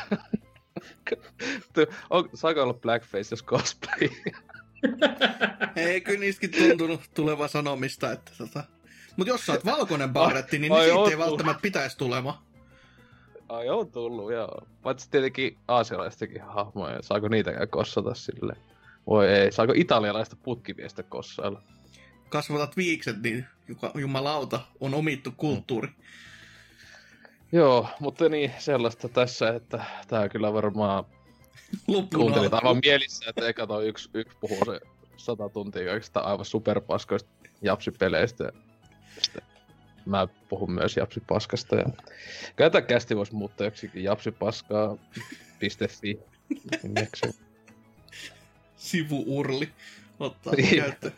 Saako olla blackface, jos cosplay? Ei, kyllä niistäkin tuntunut tuleva sanomista, että tota... Mut jos sä oot valkoinen Barretti, niin ai, siitä ai, ei välttämättä pitäisi tulemaan. Ai on tullut, joo. Paitsi tietenkin aasialaistakin hahmoja, saako niitäkään kossata silleen? Voi ei, saako italialaista putkiviestä kossailla? Kasvatat viikset, niin jumalauta, on omittu kulttuuri. Mm. Joo, mutta niin sellaista tässä, että tää kyllä varmaan kuuntelit aivan mielissä, että eka toi yksi, yksi puhuu se sata tuntia kaikista aivan superpaskoista japsipeleistä. Ja sitten mä puhun myös japsipaskasta. Ja... Käytä kästi vois muuttaa joksikin japsipaskaa piste fi. Sivu-urli. Ottaa käyttöön.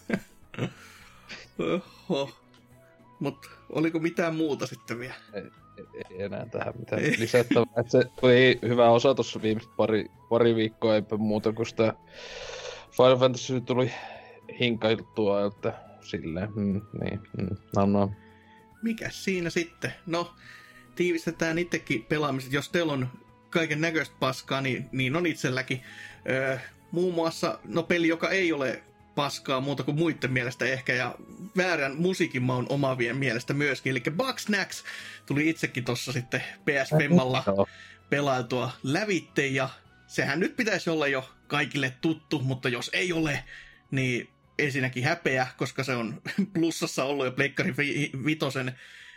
Mut oliko mitään muuta sitten vielä? Ei, ei enää tähän mitään ei. Lisättävää. Et se oli hyvä osa tossa viimeiset pari, pari viikkoa, eipä muuta, kun sitä Final Fantasy tuli hinkailtua, että silleen, mm, niin, mm, no, no. Mikäs siinä sitten? No, tiivistetään itsekin pelaamiset. Jos teillä on kaiken näköistä paskaa, niin, niin on itselläkin. Öö, muun muassa, no peli, joka ei ole paskaa muuta kuin muiden mielestä ehkä, ja väärän musiikin maun omavien mielestä myöskin. Eli Bugsnax tuli itsekin tossa sitten P S Vemmalla pelailtua lävitte, ja sehän nyt pitäisi olla jo kaikille tuttu, mutta jos ei ole, niin ensinnäkin häpeä, koska se on plussassa ollut jo Pleikkari Vitosen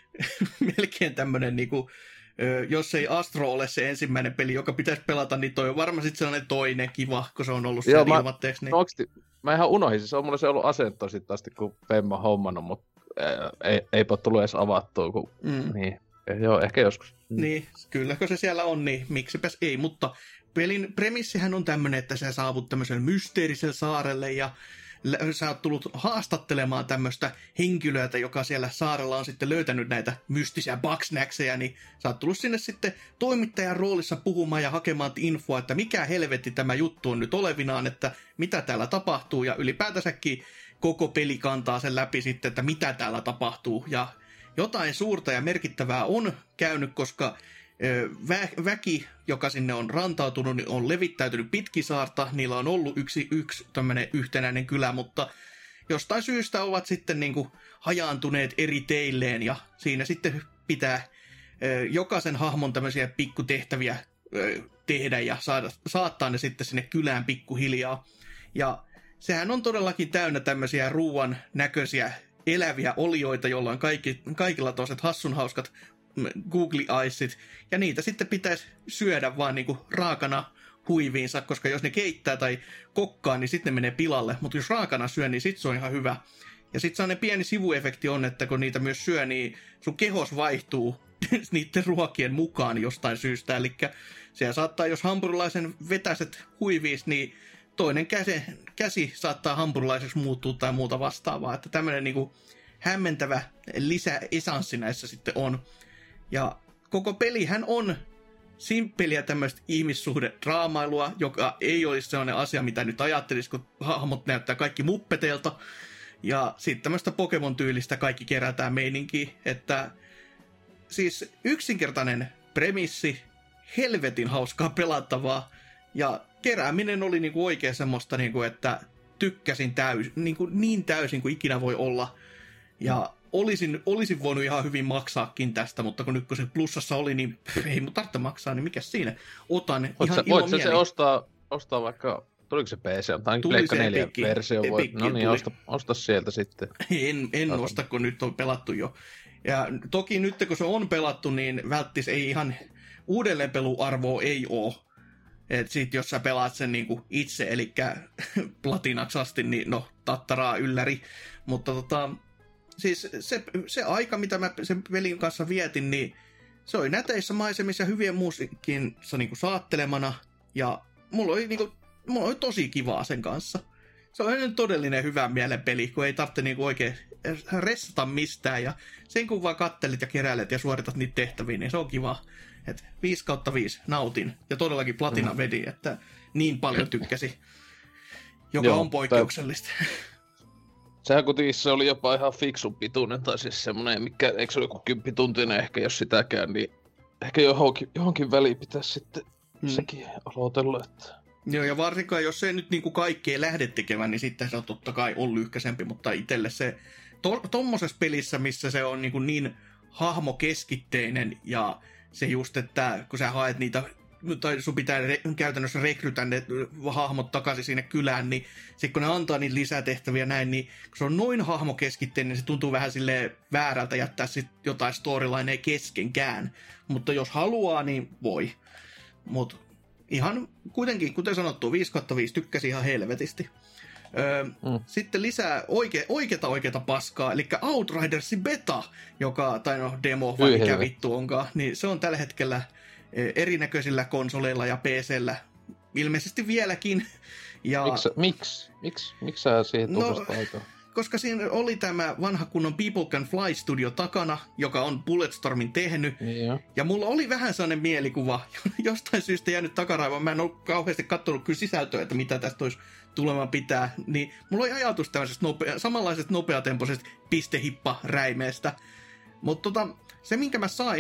melkein tämmönen niinku, jos ei Astro ole se ensimmäinen peli, joka pitäisi pelata, niin toi on varmaan sitten sellainen toinen kiva, kun se on ollut siellä mä, ilmatteeksi. Niin... No, oikeasti, mä ihan unohdin, se on mulla se ollut asento sitten asti, kun Pemma hommannut, mutta ei, eipä tullut edes avattua, kun mm. niin. Joo, ehkä joskus. Mm. Niin, kyllä kun se siellä on, niin miksipäs ei, mutta pelin premissihän on tämmöinen, että sä saavut tämmöiselle mysteeriselle saarelle ja sä oot tullut haastattelemaan tämmöistä henkilöä, joka siellä saarella on sitten löytänyt näitä mystisiä Bugsnaxeja, niin sä oot tullut sinne sitten toimittajan roolissa puhumaan ja hakemaan infoa, että mikä helvetti tämä juttu on nyt olevinaan, että mitä täällä tapahtuu, ja ylipäätänsäkin koko peli kantaa sen läpi sitten, että mitä täällä tapahtuu, ja jotain suurta ja merkittävää on käynyt, koska Vä- väki, joka sinne on rantautunut, niin on levittäytynyt pitkisaarta. Niillä on ollut yksi, yksi tämmöinen yhtenäinen kylä, mutta jostain syystä ovat sitten niin kuin hajaantuneet eri teilleen, ja siinä sitten pitää ö, jokaisen hahmon tämmöisiä pikkutehtäviä ö, tehdä ja saada, saattaa ne sitten sinne kylään pikkuhiljaa. Ja sehän on todellakin täynnä tämmöisiä ruuan näköisiä eläviä olioita, joilla on kaikki, kaikilla toiset hassun hauskat Google Eyesit, ja niitä sitten pitäisi syödä vaan niinku raakana huiviinsa, koska jos ne keittää tai kokkaa, niin sitten ne menee pilalle, mutta jos raakana syö, niin sitten se on ihan hyvä. Ja sitten sellainen pieni sivuefekti on, että kun niitä myös syö, niin sun kehos vaihtuu niiden ruokien mukaan jostain syystä, eli siellä saattaa, jos hampurilaisen vetäiset huiviis, niin toinen käsi, käsi saattaa hampurilaiseksi muuttua tai muuta vastaavaa, että tämmöinen niinku hämmentävä lisäesanssi näissä sitten on. Ja koko pelihän on simppeliä tämmöistä ihmissuhdedraamailua, joka ei olisi sellainen asia, mitä nyt ajattelisi, kun hahmot näyttää kaikki muppeteilta. Ja sitten tämmöistä Pokemon-tyylistä kaikki kerätään meininkiä, että siis yksinkertainen premissi, helvetin hauskaa pelattavaa, ja kerääminen oli niinku oikein semmoista, niinku, että tykkäsin täys, niinku niin täysin kuin ikinä voi olla. Ja olisin, olisin voinut ihan hyvin maksaakin tästä, mutta kun nyt kun se plussassa oli, niin pff, ei mun tarvitse maksaa, niin mikäs siinä? Otan voit ihan sä, ilman voit se ostaa, ostaa vaikka, tuliko se P C, tai Pleikka neljä versio, voi, no niin, osta, osta sieltä sitten. En, en osta, kun nyt on pelattu jo. Ja toki nyt kun se on pelattu, niin välttis ei ihan uudelleenpeluarvoa ei oo. Et sit jos sä pelaat sen niinku itse, eli platinaksi asti, niin no, tattaraa ylläri. Mutta tota, siis se, se aika, mitä mä sen pelin kanssa vietin, niin se oli näteissä maisemissa hyvien musiikkinsa niinku saattelemana. Ja mulla oli, niinku, mulla oli tosi kivaa sen kanssa. Se oli todellinen hyvä mielen peli, kun ei tarvitse niinku oikein ressata mistään. Ja sen kun vaan kattelit ja keräilet ja suoritat niitä tehtäviä, niin se on kiva. Et viisi kautta viisi nautin. Ja todellakin platina vedi, että niin paljon tykkäsi. Joka Joo, on poikkeuksellista. Tai... Sehän kuitenkin se oli jopa ihan fiksun pituinen, tai siis semmonen, mikä, eikö se ole joku kymppituntinen ehkä, jos sitäkään, niin ehkä johonkin, johonkin väliin pitäisi sitten hmm. sekin aloitella. Että... Joo, ja varsinkaan jos se nyt niinku kaikkea lähde tekemään, niin sitten se on totta kai on lyhkäisempi, mutta itselle se to, tommosessa pelissä, missä se on niinku niin hahmokeskitteinen ja se just, että kun sä haet niitä, tai sun pitää re- käytännössä rekrytä ne hahmot takaisin sinne kylään, niin sitten kun ne antaa niitä lisätehtäviä näin, niin kun se on noin hahmokeskitteinen, niin se tuntuu vähän silleen väärältä jättää sit jotain storylinea keskenkään. Mutta jos haluaa, niin voi. Mut ihan kuitenkin, kuten sanottu, viisi kautta viisi tykkäsi ihan helvetisti. Öö, mm. Sitten lisää oike, oikeata oikeata paskaa, eli Outridersin beta, joka, tai no demo, vai mikä Hyvä. vittu onkaan, niin se on tällä hetkellä erinäköisillä konsoleilla ja P C:llä ilmeisesti vieläkin. Ja... Miksi? Miks? Miks? Miksi sä siihen tuosta no, aikaa? Koska siinä oli tämä vanha kunnon People Can Fly Studio takana, joka on Bulletstormin tehnyt. Ja, ja mulla oli vähän sellainen mielikuva, jostain syystä jäänyt takaraivoon. Mä en ole kauheasti katsonut kyllä sisältöä, että mitä tästä olisi tulemaan pitää. Niin mulla oli ajatus tämmöisestä nopea, samanlaisesta nopeatempoisesta pistehippa-räimeestä. Mutta tota, se minkä mä sain,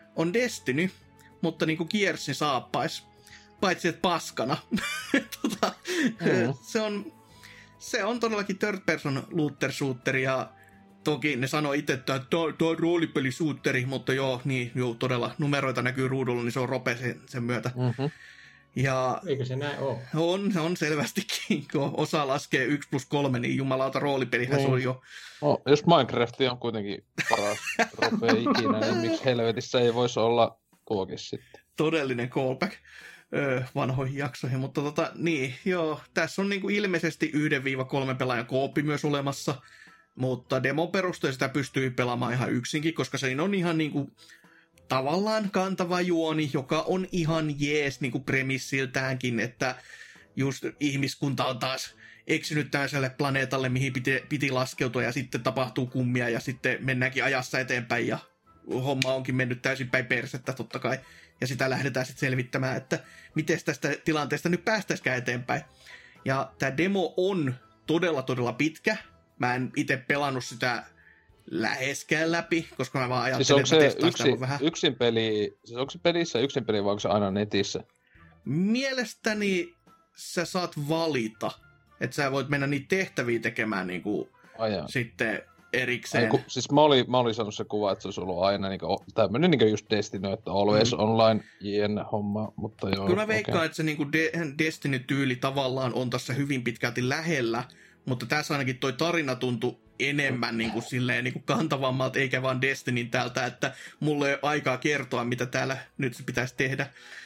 on Destiny, mutta niinku Gearsin saappais. Paitsi että paskana. tota, mm. se, on, se on todellakin third person looter shooter ja toki ne sanoo itse, että tämä on roolipelisuutteri, mutta joo, niin joo, todella numeroita näkyy ruudulla, niin se on rope sen, sen myötä. Mm-hmm. Ja eikö se näin ole? On, on selvästikin, kun osa laskee yksi plus kolme, niin jumalauta roolipelihän mm. se on jo. No, jos Minecraft on kuitenkin paras rope ikinä, niin miksi helvetissä ei voisi olla tuokin sitten? Todellinen callback öö, vanhoihin jaksoihin, mutta tota, niin, joo, tässä on niinku ilmeisesti yhden kolmen pelaajan kooppi myös olemassa. Mutta demoperusteella sitä pystyy pelaamaan ihan yksinkin, koska se on ihan niinku tavallaan kantava juoni, joka on ihan jees niinku premissiltäänkin, että just ihmiskunta on taas eksynyt tällaiselle planeetalle, mihin piti, piti laskeutua ja sitten tapahtuu kummia ja sitten mennäänkin ajassa eteenpäin ja homma onkin mennyt täysin päin persettä totta kai. Ja sitä lähdetään sitten selvittämään, että miten tästä tilanteesta nyt päästäisikään eteenpäin. Ja tämä demo on todella todella pitkä. Mä en itse pelannut sitä läheskään läpi, koska mä vaan ajattelin, siis että testaan yksin, vähän. Yksin peli, siis onko se pelissä yksin peli vai onko se aina netissä? Mielestäni sä saat valita, että sä voit mennä niitä tehtäviä tekemään niin kuin sitten erikseen. Ai, ku, siis mä olin, mä olin saanut se kuva, että se olisi ollut aina niin kuin, tämmöinen niin just Destiny, että always mm. online jien homma, mutta joo. Kyllä mä veikkaan, okay. että se niin kuin De- Destiny-tyyli tavallaan on tässä hyvin pitkälti lähellä, mutta tässä ainakin toi tarina tuntui enemmän niin kuin silleen, niin kuin kantavammalta, eikä vaan Destinyn täältä, että mulla ei ole aikaa kertoa, mitä täällä nyt pitäisi tehdä.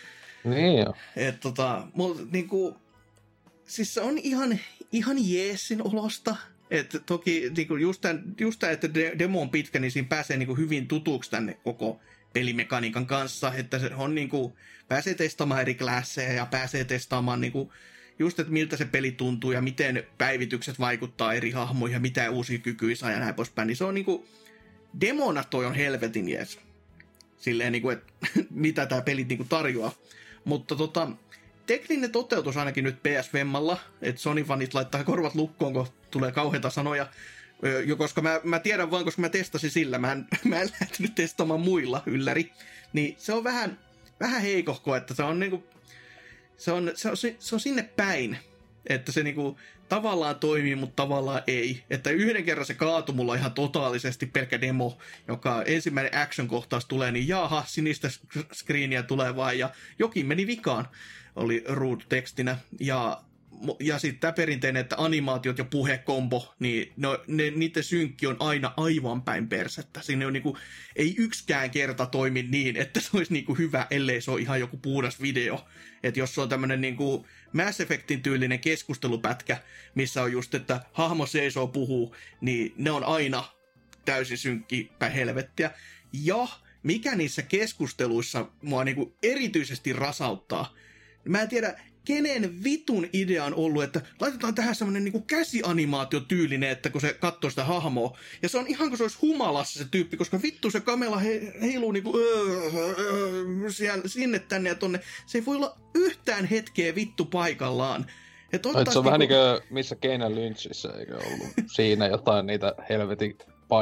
Niin jo. Et tota, mul, niin kuin, siis se on ihan, ihan jeesin olosta. Et toki niin kuin just tämän, just tämän, että demo on pitkä, niin siinä pääsee niin kuin hyvin tutuksi tänne koko pelimekaniikan kanssa, että se on niin kuin, pääsee testaamaan eri klasseja ja pääsee testaamaan niin kuin, just, että miltä se peli tuntuu ja miten päivitykset vaikuttaa eri hahmoihin ja mitä uusia kykyjä saa ja näin poispäin. Niin se on niinku, demona toi on helvetin jees. Silleen niinku, että mitä tää peli niinku tarjoaa. Mutta tota, tekninen toteutus ainakin nyt P S V:llä, että Sony-fanit laittaa korvat lukkoon, kun tulee kauheita sanoja. Jo, koska mä, mä tiedän vaan, koska mä testasin sillä, mä en, mä en lähtenyt testaamaan muilla ylläri. Niin se on vähän, vähän heikohko, että se on niinku, Se on, se, on, se on sinne päin, että se niinku tavallaan toimii, mutta tavallaan ei. Että yhden kerran se kaatui mulla ihan totaalisesti pelkkä demo, joka ensimmäinen action-kohtaus tulee, niin jaha, sinistä screeniä tulee vaan, ja jokin meni vikaan, oli root-tekstinä. Ja, ja sitten tämä perinteinen, että animaatiot ja puhekombo, niin no, ne, niiden synkki on aina aivan päin persettä. Siinä on niinku, ei yksikään kerta toimi niin, että se olisi niinku hyvä, ellei se ole ihan joku puhdas video. Että jos se on tämmöinen niinku Mass Effectin tyylinen keskustelupätkä, missä on just, että hahmo seisoo puhuu, niin ne on aina täysin synkki päin helvettiä. Ja mikä niissä keskusteluissa mua niinku erityisesti rasauttaa, mä en tiedä, kenen vitun idea on ollut, että laitetaan tähän semmoinen niinku käsianimaatiotyylinen, että kun se katsoo sitä hahmoa. Ja se on ihan kuin se olisi humalassa se tyyppi, koska vittu se kamera he, heiluu niinku öö, öö, siellä, sinne tänne ja tonne. Se ei voi olla yhtään hetkeä vittu paikallaan. Et se on niinku vähän niin kuin missä Keinen Lynchissä, eikö ollut siinä jotain niitä helvetin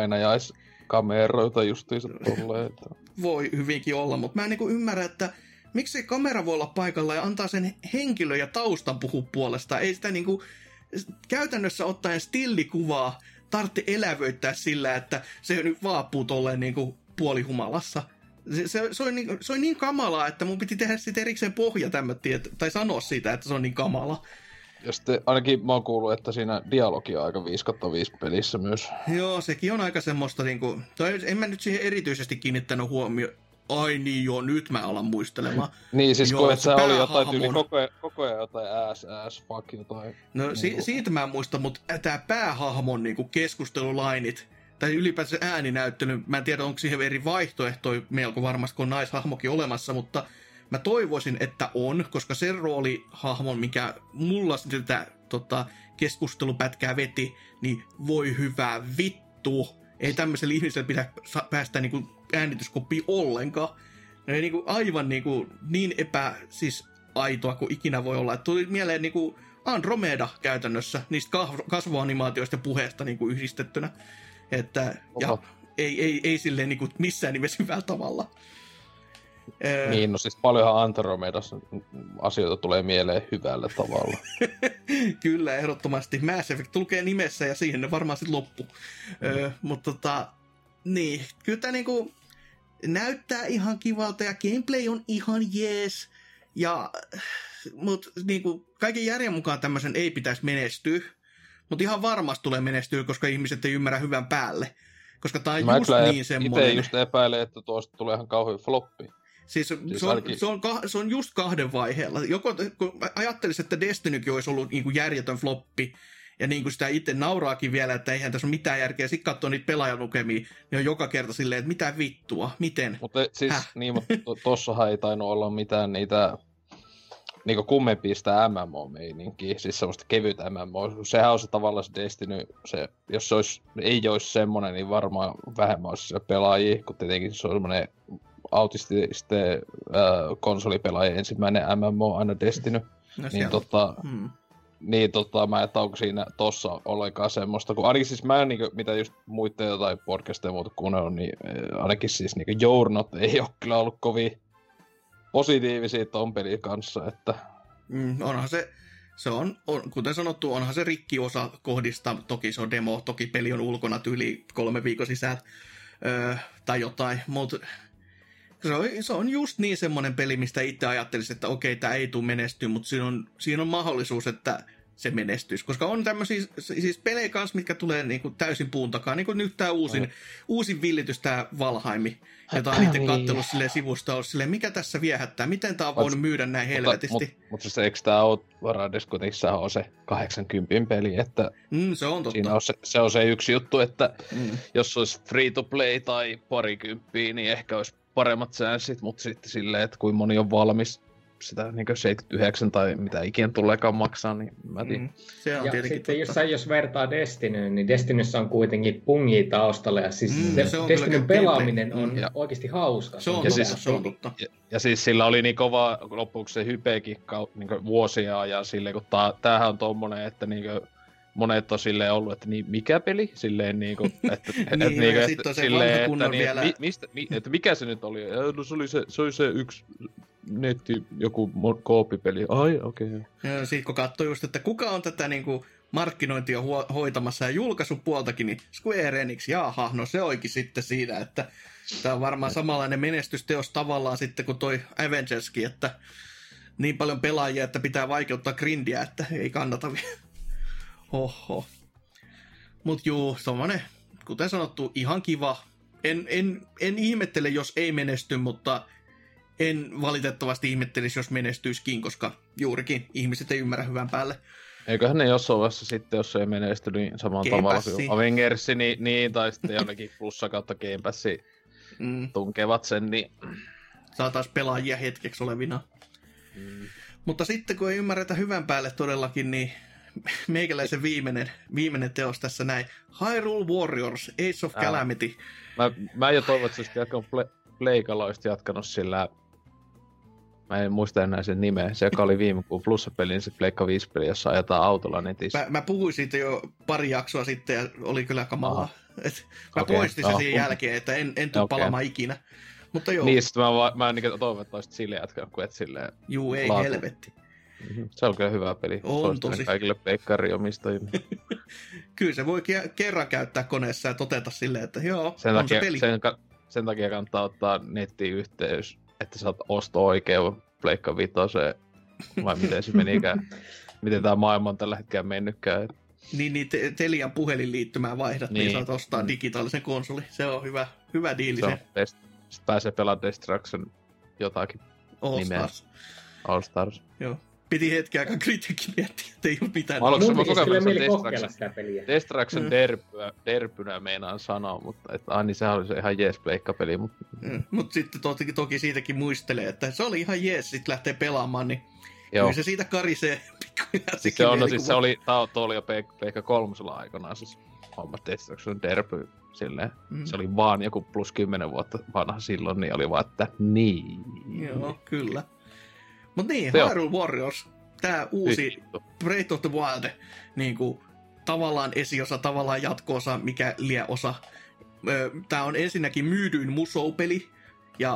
painajaiskameroita justiinsa tulleet. Voi hyvinkin olla, mutta mä en niinku ymmärrä, että miksi se kamera voi olla paikalla ja antaa sen henkilön ja taustan puhua puolestaan? Ei sitä niinku käytännössä ottaen stillikuvaa tarvitse elävöittää sillä, että se nyt vaapuu tolleen niinku puolihumalassa. Se, se, se, oli niin, se oli niin kamalaa, että mun piti tehdä siitä erikseen pohja tämmöttiin, tai sanoa siitä, että se on niin kamala. Ja sitten ainakin mä oon kuullut, että siinä dialogi on aika viisi kautta viisi pelissä myös. Joo, sekin on aika semmoista niinku, tai en mä nyt siihen erityisesti kiinnittänyt huomioon. Ai niin joo, nyt mä alan muistelemaan. Niin, siis joo, kun se oli jotain tyyli koko ajan, koko ajan jotain ass, ass, fuck jotain. No niin si- kuin... siitä mä en muista, mutta tää päähahmon niinku keskustelulainit, tai ylipäänsä ääninäyttely, mä en tiedä onko siihen eri vaihtoehtoja, melko varmasti kun on naishahmokin olemassa, mutta mä toivoisin, että on, koska se roolihahmon, mikä mulla sitä tota, keskustelupätkää veti, niin voi hyvää vittu. Ei tämmöisellä ihmisellä pidä päästä niinku äänityskoppiin ollenkaan. Ne ei niinku aivan niinku niin epä siis aitoa kuin ikinä voi olla. Et tuli mieleen niinku Andromeda käytännössä niistä kasvoanimaatioista ja puheesta niinku yhdistettynä. Että ja ei, ei, ei silleen niinku missään nimessä hyvällä tavalla. Öö, Niin, no siis paljonhan Andromedassa asioita tulee mieleen hyvällä tavalla. Kyllä, ehdottomasti. Mass Effect lukee nimessä ja siihen ne varmaan sitten loppu. Mm. Öö, mutta tota, niin, kyllä tämä niinku näyttää ihan kivalta ja gameplay on ihan jees. Ja, mutta niinku, kaiken järjen mukaan tämmöisen ei pitäisi menestyä. Mutta ihan varmasti tulee menestyä, koska ihmiset ei ymmärrä hyvän päälle. Koska tää on Mä just niin semmoinen. Itse just epäilen, että tuosta tulee ihan kauhean floppi. Siis, siis se, on, ainakin... se, on, se on just kahden vaiheella. Joko, kun ajattelisin, että Destinykin olisi ollut niin kuin järjetön floppi, ja niin kuin sitä itse nauraakin vielä, että eihän tässä ole mitään järkeä, sitten katsoo niitä pelaajalukemia, niin on joka kerta silleen, että mitä vittua, miten? Mutta siis, Häh? niin, mutta to, tossahan ei tainnut olla mitään niitä niinku kummempia sitä M M O-meininkiä, siis semmoista kevytä M M O. Sehän on se tavallaan se Destiny, se, jos se olisi, ei olisi semmoinen, niin varmaan vähemmän olisi pelaajia, kun tietenkin se on semmoinen autististen äh, konsolipelaajien ensimmäinen M M O, aina Destiny, no, niin, tota, hmm. niin tota, mä en tiedä, onko siinä tossa ollenkaan semmoista, kun ainakin siis mä, niin kuin, mitä just muiden jotain podcasteja muuta kuunnellut, niin äh, ainakin siis niin Journot ei ole kyllä ollut kovin positiivisia ton pelin kanssa, että... Mm, onhan se, se on, on, kuten sanottu, onhan se rikkiosa kohdista, toki se on demo, toki peli on ulkona tyyli kolme viikon sisään, öö, tai jotain, mutta... Se on, se on just niin semmoinen peli, mistä itse ajattelisin, että okei, tämä ei tule menestyä, mutta siinä on, siinä on mahdollisuus, että se menestyisi. Koska on tämmöisiä siis pelejä kanssa, mitkä tulee niin kuin täysin puun takaa. Niin kuin nyt tämä uusin, mm. uusin villitys, tämä Valheimi, jota on itse katsellut silleen sivusta, ollut silleen, mikä tässä viehättää, miten tämä on voinut myydä näin helvetisti. Mutta mut, mut siis eikö tämä ole Radis kuitenkin, sehän on se kahdeksankymmentä peli, että mm, se on totta. Siinä on se, se on se yksi juttu, että mm. jos olisi free to play tai parikymppiä, niin ehkä olisi paremmat chanssit, mutta sitten silleen, että kuinka moni on valmis sitä niin seitsemänkymmentäyhdeksän tai mitä ikinä tuleekaan maksaa, niin mä tiedän. Mm, se on ja sitten jossain, jos vertaa Destinyyn, niin Destinyssä on kuitenkin pungia taustalla, ja siis mm, se, se Destinyn pelaaminen on ja, oikeasti hauska. Se on, ja, totta, siis, se on totta. Ja, ja siis sillä oli niin kova loppuksi se hypeekin niin vuosia ajan silleen, kun ta, tämähän on tommonen, että niin kuin, monet on silleen ollut, että niin, mikä peli? Silleen niinku, että... niin, et, no, niinku, ja sitten on se vanha kunnon niin, vielä... Mi, mistä, mi, että mikä se nyt oli? No se oli se, se, oli se yksi netti, joku kooppipeli. Ai, okei. Okay. Ja sitten kun katsoo just, että kuka on tätä niinku markkinointia huo- hoitamassa ja julkaisupuoltakin, niin Square Enix, jaha, no se oikein sitten siinä, että tämä on varmaan samanlainen menestysteos tavallaan sitten kuin toi Avengerskin, että niin paljon pelaajia, että pitää vaikeuttaa grindiä, että ei kannata vielä. Oho. Mut juu, tommonen, kuten sanottu, ihan kiva. En, en, en ihmettele, jos ei menesty, mutta en valitettavasti ihmettelisi, jos menestyisikin, koska juurikin ihmiset ei ymmärrä hyvän päälle. Eiköhän ne jossain vaiheessa sitten, jos ei menesty, niin samalla Game tavalla kuin Avengers, niin, niin, tai sitten jonnekin plussa kautta Game Passi mm. tunkevat sen, niin... Saataas pelaajia hetkeksi olevina. Mm. Mutta sitten kun ei ymmärretä hyvän päälle todellakin, niin meikäläisen viimeinen, viimeinen teos tässä näin. Hyrule Warriors, Age of Calamity. Mä, mä jo toivon, että se olisi jatkanut ple- Pleikalla, olisi jatkanut sillä... Mä en muista enää sen nimeä. Se, joka oli viime kuun plussapeli, niin se Pleikka viisi peli, jossa ajetaan autolla netissä. Mä, mä puhuin siitä jo pari jaksoa sitten ja oli kyllä kamalaa. Et mä okay. poistin sen no. sen jälkeen, että en, en tule okay. palaamaan ikinä. Mutta joo. Niin, mä, va- mä niin toivon, että olisit silleen jatkanut, kun et silleen... Juu, ei laatu. Helvetti. Mm-hmm. Se on kyllä hyvä peli. On tosi. Kaikille pleikkari-omistajille. Kyllä se voi ke- kerran käyttää koneessa ja toteta silleen, että joo, sen on takia, se peli. Sen, sen takia kannattaa ottaa nettiin yhteys, että saat osto-oikeuden Pleikka vitoseen. Vai miten se menikään? Miten tää maailma on tällä hetkellä mennytkään? Niin, niin te- Telian puhelinliittymää vaihdat, niin, niin saat ostaa mm. digitaalisen konsoli. Se on hyvä, hyvä diili se. se. Sitten pääsee pelaamaan Destruction jotakin All nimeä. Stars. All Stars. Joo. Piti hetki aikaa kritiikkiä miettiä, ettei ole mitään. Aluksi mä koko ajan Destruction, Destruction mm. derpyä, derpynä meinaan sanoa, mutta et, ai niin sehän oli se ihan jees pleikkapeli. Mutta mm. Mut sitten toki, toki siitäkin muistelee, että se oli ihan jees, sit lähtee pelaamaan, niin joo. Kyllä se siitä karisee pikkuhiljaa. Siis se on, no siis se oli, tää oli jo Pleikka kolmosella aikanaan, siis homma Destruction derpy. Silleen. Mm. Se oli vaan joku plus kymmenen vuotta vanha silloin, niin oli vaan, että niin. Joo, kyllä. Mut niin, Hyrule Warriors, tää uusi Breath of the Wild, niinku tavallaan esiosa, tavallaan jatko-osa, mikä lie osa. Tää on ensinnäkin myydyin Musou-peli, ja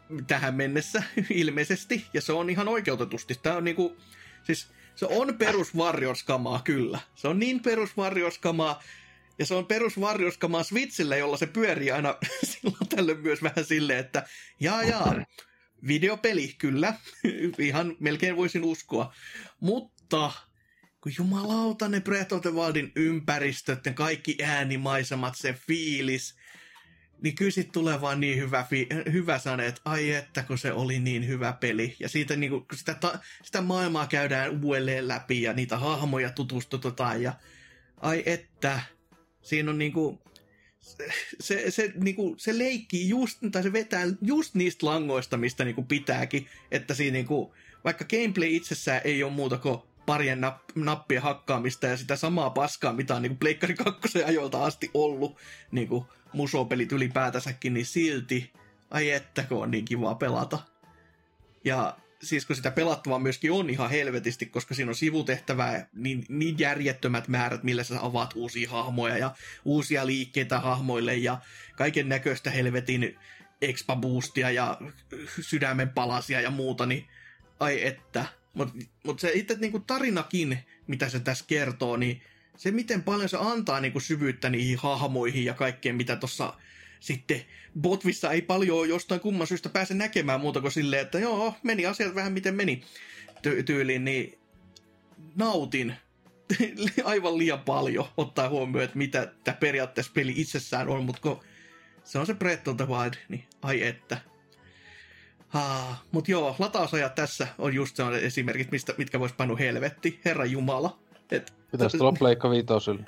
tähän mennessä ilmeisesti, ja se on ihan oikeutetusti. Tämä on niinku, siis se on perus Warriors-kamaa, kyllä. Se on niin perus Warriors-kamaa, ja se on perus Warriors-kamaa Switchille, jolla se pyörii aina silloin tällöin myös vähän silleen, että jaa jaa, videopeli, kyllä, ihan melkein voisin uskoa. Mutta kun jumalauta ne Breath of the Wildin ympäristöt ja kaikki äänimaisemat, se fiilis, niin kyllä sit tulee vaan niin hyvä, fi- hyvä sane, että ai että kun se oli niin hyvä peli. Ja siitä niin kun sitä, ta- sitä maailmaa käydään uudelleen läpi ja niitä hahmoja tutustutetaan ja ai että siinä on niinku se, se, se, niinku, se leikkii just, tai se vetää just niistä langoista, mistä niinku pitääkin, että siinä niinku, vaikka gameplay itsessään ei ole muuta kuin parien napp- nappien hakkaamista ja sitä samaa paskaa, mitä on niinku Pleikkari kakkosen ajoilta asti ollut, niinku musopelit ylipäätänsäkin, niin silti, ai että kun on niin kiva pelata. Ja siis kun sitä pelattavaa myöskin on ihan helvetisti, koska siinä on sivutehtävää niin, niin järjettömät määrät, millä sä avaat uusia hahmoja ja uusia liikkeitä hahmoille ja kaiken näköistä helvetin expa-boostia ja sydämen palasia ja muuta, niin ai että. Mutta mut se itse niinku tarinakin, mitä se tässä kertoo, niin se miten paljon se antaa niinku syvyyttä niihin hahmoihin ja kaikkeen, mitä tuossa sitten Botvissa ei paljon jostain kumman syystä pääse näkemään muuta kuin silleen, että joo, meni asiat vähän miten meni ty- tyyliin, niin nautin aivan liian paljon ottaa huomioon, että mitä tämä periaatteessa peli itsessään on, mutta kun se on se Breath of the Wild, niin ai että. Ah, mutta joo, latausajat tässä on just sellainen esimerkit, mistä, mitkä vois painua helvetti, herra jumala. Et... Pitäisi tulla Pleikka viitosille.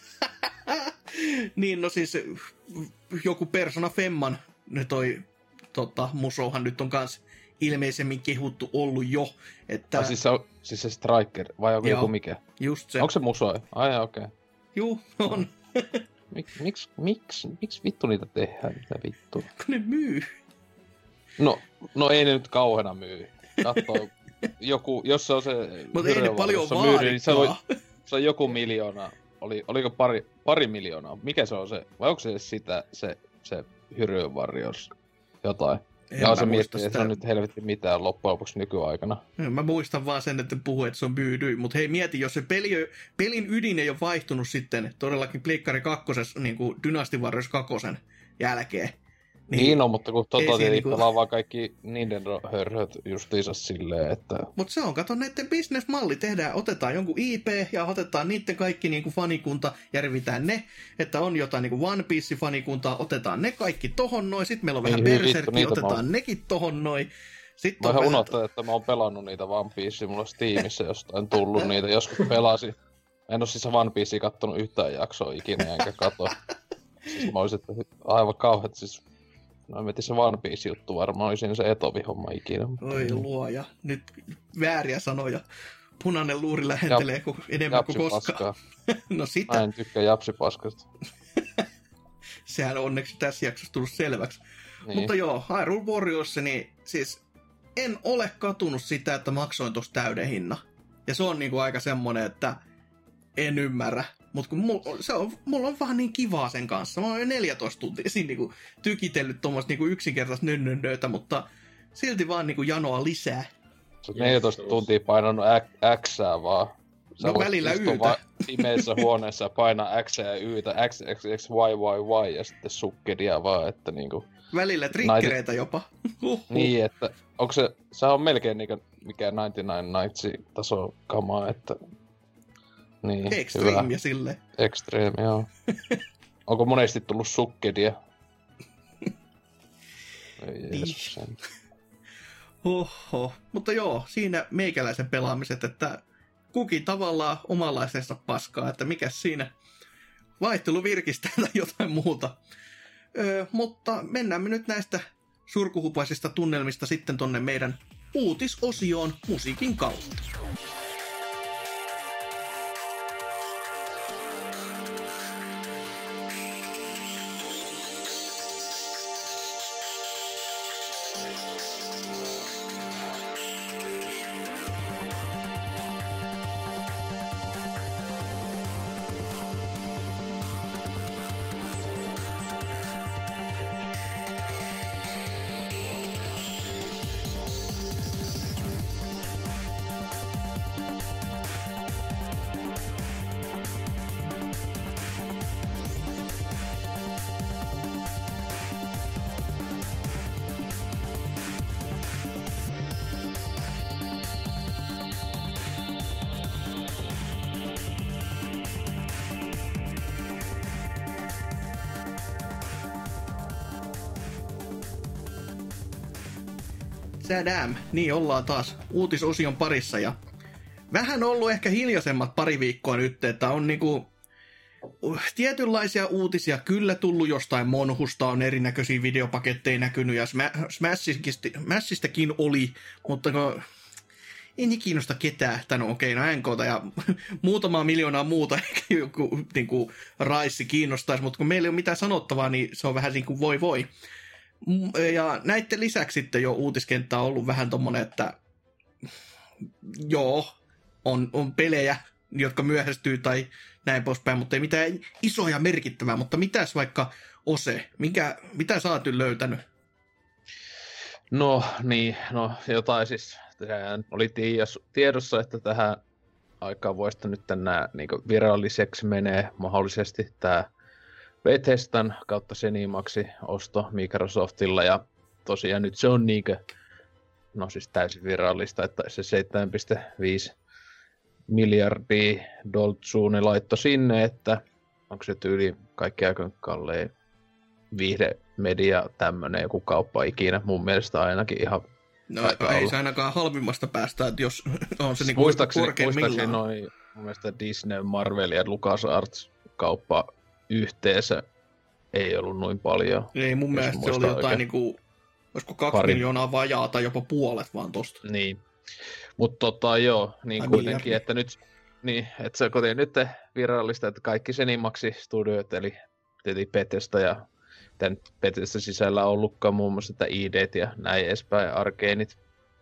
Niin, no siis joku Persona Femman, ne toi tota, musohan nyt on kans ilmeisemmin kehuttu ollut jo. Että... Ah, siis, se on, siis se Striker, vai onko joku mikä? Just se. Onko se muso? Ai okei. Okay. Juu, on. Mik, miksi, miksi, miksi vittu niitä tehdään? Mitä vittu? Kun ne myy. No, no ei ne nyt kauheena myy. Katso, joku, jos se on se... Mutta ei ne paljon vaadikaan. Niin se, voi, se on joku miljoona. Oli, oliko pari, pari miljoonaa? Mikä se on se? Vai onko se sitä, se, se Hyrule Warriors jotain? En ja se miettii, että se on nyt helvetti mitään loppujen lopuksi nykyaikana. Mä muistan vaan sen, että puhuu, että se on myydy. Mutta hei, mieti, jos se peli, pelin ydin ei ole vaihtunut sitten todellakin Pleikkari kakkosessa, niin kuin Dynasty Warriors kakkosen jälkeen. Niin, niin on, mutta kun tota tietenkin niinku... pelaa vaan kaikki Nintendo-hörhöt justiinsa silleen, että... Mutta se on, kato, näiden bisnesmalli tehdään, otetaan jonkun I P ja otetaan niiden kaikki niinku fanikunta ja revitään ne, että on jotain niinku One Piece-fanikuntaa, otetaan ne kaikki tohon noin, sit meillä on vähän niin, Berserkki, otetaan mä... nekin tohon noin. Sitten mä ihan vähän... unohtanut, että mä oon pelannut niitä One Piecea, mulla on Steamissa jostain tullut niitä, joskus pelasin. En oo siis One Piecea kattonut yhtään jaksoa ikinä, enkä kato. Siis mä olisin, että aivan kauheat, siis... No mietin se One Piece-juttu varmaan olisi se Etovi-homma ikinä. Oi luoja, nyt vääriä sanoja. Punainen luuri lähentelee Jap, enemmän kuin koskaan. No sitä. Mä en tykkää japsipaskasta. Sehän on onneksi tässä jaksossa tullut selväksi. Niin. Mutta joo, Hyrule Warriors, niin siis en ole katunut sitä, että maksoin tuossa täyden hinnan. Ja se on niinku aika semmonen, että en ymmärrä. Mutta kun mulla, se on, mulla on vaan niin kivaa sen kanssa. Mä oon jo neljätoista tuntia siinä niinku tykitellyt tuommoista niinku yksinkertaista nönnönnöitä, mutta silti vaan niinku janoa lisää. Sä oot neljätoista tuntia painanut Xää vaan. Sä no välillä Ytä. Pimeässä huoneessa ja painaa X ja Ytä, X, X, X, Y, Y, Y ja sitten sukkedia vaan, että niinku... Välillä triggereitä jopa. Niin, että onko se, se on melkein niinku mikään yhdeksänkymmentäyhdeksän Nightsin taso kamaa, että... Niin, Extreme hyvä. Ja silleen. Extreme, joo. Onko monesti tullut sukkedia? Ei edes sen. Oho. Mutta joo, siinä meikäläisen pelaamiset, että kukin tavallaan omanlaisensa paskaa, että mikä siinä vaihtelu virkistää tai jotain muuta. Öö, mutta mennään me nyt näistä surkuhupaisista tunnelmista sitten tonne meidän uutisosioon musiikin kautta. Sadam, niin ollaan taas uutisosion parissa ja vähän ollut ehkä hiljaisemmat pari viikkoa nyt, että on niinku tietynlaisia uutisia kyllä tullut jostain Monhusta, on erinäköisiä videopaketteja näkynyt ja Smashistakin oli, mutta no, ei niin kiinnosta ketään, tai no okei, okay, no N K:ta ja muutamaa miljoonaa muuta ehkä joku niin kuin Raissi kiinnostaisi, mutta kun meillä ei ole mitään sanottavaa, niin se on vähän niin kuin voi voi. Ja näiden lisäksi sitten jo uutiskenttä on ollut vähän tommonen, että joo, on, on pelejä, jotka myöhästyy tai näin poispäin, mutta ei mitään isoja merkittävää, mutta mitäs vaikka Ose, mikä, mitä sä oot löytänyt? No niin, no jotain siis, oli tiedossa, että tähän aikaan vuodesta nyt nämä niin viralliseksi menee mahdollisesti tämä Bethesdan kautta Zenimaxi osto Microsoftilla ja tosiaan nyt se on niinkö, no siis täysin virallista, että se seitsemän pilkku viisi miljardia doltsua ne laitto sinne, että onko se tyyli kaikki aika kallein viihdemedia tämmönen joku kauppa ikinä, mun mielestä ainakin ihan. No ei olla. Se ainakaan halvimmasta päästä, että jos on se niinku korkeimmillaan. Muistaakseni noin, mun mielestä Disney, Marvel ja LucasArts kauppa yhteensä ei ollut noin paljon. Ei, mun mielestä se oli jotain oikein. Niinku, olisiko kaksi Pari. miljoonaa vajaa tai jopa puolet vaan tosta. Niin, mutta tota joo, niin tai kuitenkin, miljardi. Että nyt, niin, että se on nyt virallista, että kaikki Zenimaxi studiot, eli tietenkin Bethesda ja tämän Bethesda sisällä on ollutkaan muun muassa että I D:t ja näin edespäin, Arkeenit.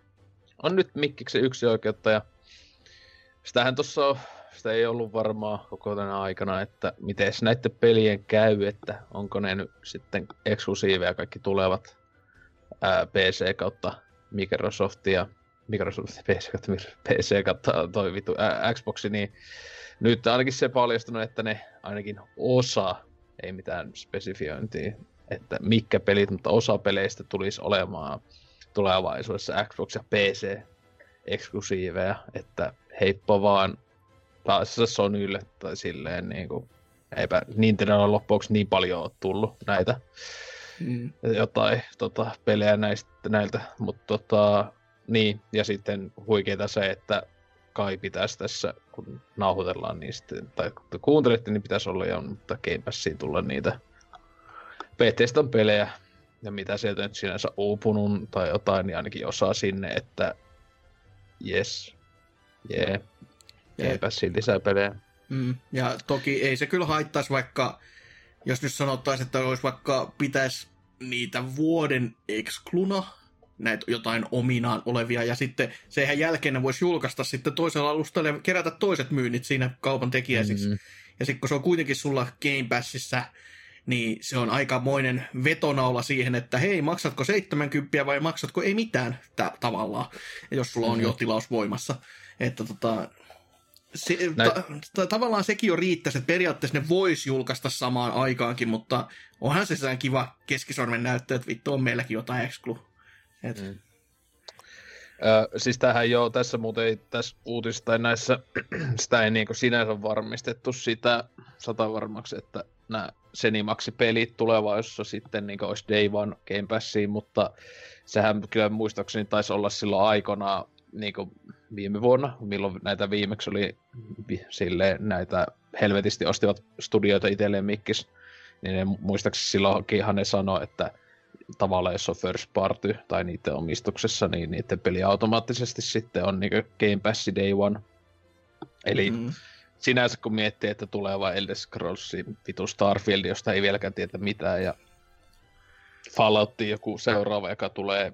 On nyt Mikkiksen yksi oikeutta ja sitähän tossa on, sitä ei ollut varmaan koko tänä aikana, että miten näiden pelien käy, että onko ne nyt sitten eksklusiiveja kaikki tulevat ää, P C kautta Microsoft ja Microsoft P C kautta, P C kautta toi vitu ää, Xboxi, niin nyt ainakin se paljastunut, että ne ainakin osa, ei mitään spesifiointia, että mitkä pelit, mutta osa peleistä tulisi olemaan tulevaisuudessa Xbox ja P C eksklusiiveja, että heippa vaan taas Sonylle tai silleen niinku, eipä Nintendolla loppuksi niin paljon ole tullut näitä mm. jotain tota, pelejä näistä, näiltä, mutta tota, niin, ja sitten huikeeta se, että kai pitäisi tässä, kun nauhoitellaan niin sitten, tai kun kuuntelette, niin pitäisi olla jo, mutta Game Passiin tulla niitä Bethesdan pelejä, ja mitä sieltä nyt sinänsä uupunut tai jotain, niin ainakin osaa sinne, että jes, jee, yeah. Game Passiin lisää pelejä. Mm, ja toki ei se kyllä haittaisi vaikka, jos nyt sanottaisiin, että olisi vaikka pitäisi niitä vuoden ekskluna, näitä jotain ominaan olevia, ja sitten sehän jälkeen voisi julkaista sitten toisella alustalla ja kerätä toiset myynnit siinä kaupan tekijäisiksi. Mm-hmm. Ja sitten kun se on kuitenkin sulla Game Passissa, niin se on aikamoinen vetonaula siihen, että hei, maksatko seitsemänkymmentä vai maksatko ei mitään ta- tavallaan, jos sulla on mm-hmm. jo tilaus voimassa. Että tota, se, ta- ta- tavallaan sekin jo riittäisi, että periaatteessa ne vois julkaista samaan aikaankin, mutta onhan se sellainen kiva keskisormen näyttö, että vittu on meilläkin jotain exclu. Et. Mm. Ö, siis tämähän jo, tässä muuten ei tässä uutisissa tai näissä, sitä ei niinku sinänsä varmistettu sitä sata varmaksi, että nämä Zenimaxi-pelit tulevaisuudessa sitten niinku olisi Day One Game Passiin, mutta sehän kyllä muistaakseni taisi olla silloin aikanaan niinku viime vuonna, milloin näitä viimeksi oli silleen näitä helvetisti ostivat studioita itselleen mikkis, niin ne muistaakseni silloinkinhan ne sanoi, että tavallaan jos on first party tai niiden omistuksessa, niin niiden peli automaattisesti sitten on niinku Game Pass Day One. Eli mm-hmm. sinänsä kun miettii, että tulee vain Elder Scrolls, vitu Starfield, josta ei vieläkään tiedä mitään, ja Fallout joku seuraava, joka tulee,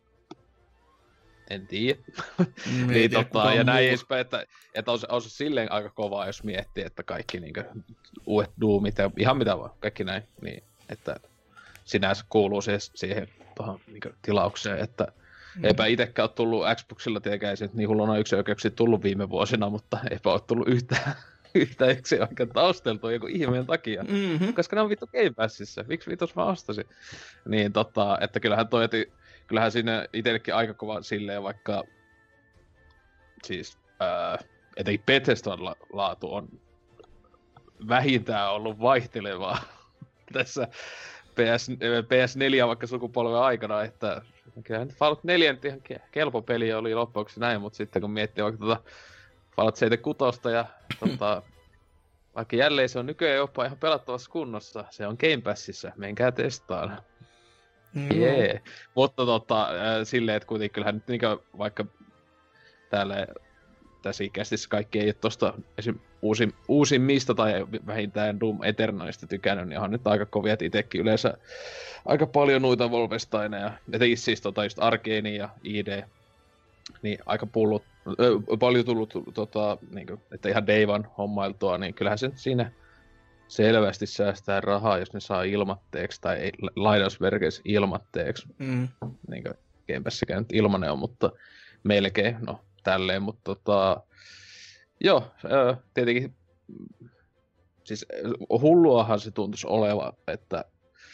en tiedä. Mm, niin, tota, ja näin edespäin, että, että on, se, on se silleen aika kovaa, jos miettii, että kaikki niinku uudet Doomit ja ihan mitä vaan, kaikki näin, niin että sinänsä kuuluu siihen, siihen tohon, niin tilaukseen, että mm. eipä itsekään ole tullut Xboxilla tietenkään se niin hulluna yksi oikeuksia tullut viime vuosina, mutta eipä ole tullut yhtään, yhtään yksi oikein tausteltua joku ihmeen takia, mm-hmm. koska ne on vittu Game Passissa, miksi vitus mä ostasin? Niin tota, että kyllähän toi, kyllähän siinä itsellekin aika kova silleen, vaikka siis ää, etenkin Bethesdan la- laatu on vähintään ollut vaihtelevaa tässä P S, P S neljä vaikka sukupolven aikana, että kyllähän Fallout neljä nyt ihan kelpo peli oli loppuksi näin, mutta sitten kun miettii vaikka tota Fallout seitsemänkymmentäkuusi ja tota, vaikka jälleen se on nykyään jopa ihan pelattavassa kunnossa, se on Game Passissa, menkää testaan. Mm. Jee. Mutta tota, äh, silleen, että kuitenkin kyllähän nyt niinkö vaikka täällä tässä ikästissä kaikki ei ole tosta esim. Uusin, uusimmista tai vähintään Doom Eternalista tykännyt, niin onhan nyt aika kovia, että itekin yleensä aika paljon noita Wolfensteineja, etenkin siis tota just Arkane ja I D, niin aika pullut, ö, paljon tullut tota, niinku, että ihan Day One hommailtua, niin kyllähän se siinä selvästi säästää rahaa, jos ne saa ilmatteeksi tai ei, lainausmerkeissä ilmatteeksi. Mm. Niin kuin Game Passikään nyt ilmanen on, mutta melkein, no tälleen, mutta tota, joo, ö, tietenkin, siis hulluahan se tuntuisi oleva, että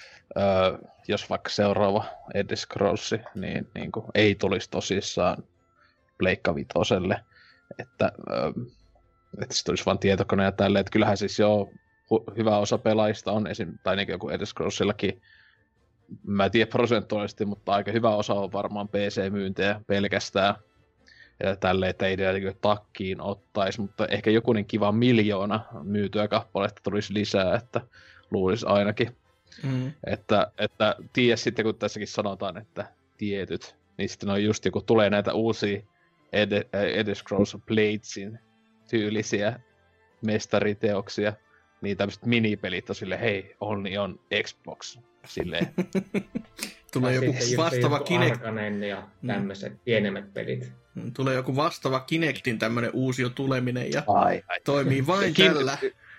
ö, jos vaikka seuraava Elder Scrolls, niin, niin kuin, ei tulisi tosissaan Pleikka Vitoselle, että, ö, että se tulisi vaan tietokone ja tälleen, että kyllähän siis joo, hu- hyvä osa pelaajista on esim. Tai niin kuin joku Elder Scrollsillakin, mä en tiedä prosentuaalisesti, mutta aika hyvä osa on varmaan P C-myyntejä pelkästään. Ja tälleen, että ei niitä takkiin ottaisi, mutta ehkä jokunen kiva miljoona myytyä kappaletta tulisi lisää, että luulisi ainakin. Mm. Että, että tiedä sitten, kun tässäkin sanotaan, että tietyt, niin sitten on just kun tulee näitä uusia Ed- Elder Scrolls Bladesin tyylisiä mestariteoksia, niin tämmöiset minipelit on silleen, hei, Onni on Xbox, silleen. Tulee joku vastaava Kinect. Arkanen ja tämmöiset mm. pienemmät pelit. Tulee joku vastaava Kinectin tämmönen uusio tuleminen ja ai, ai. toimii vain Kin- tällä.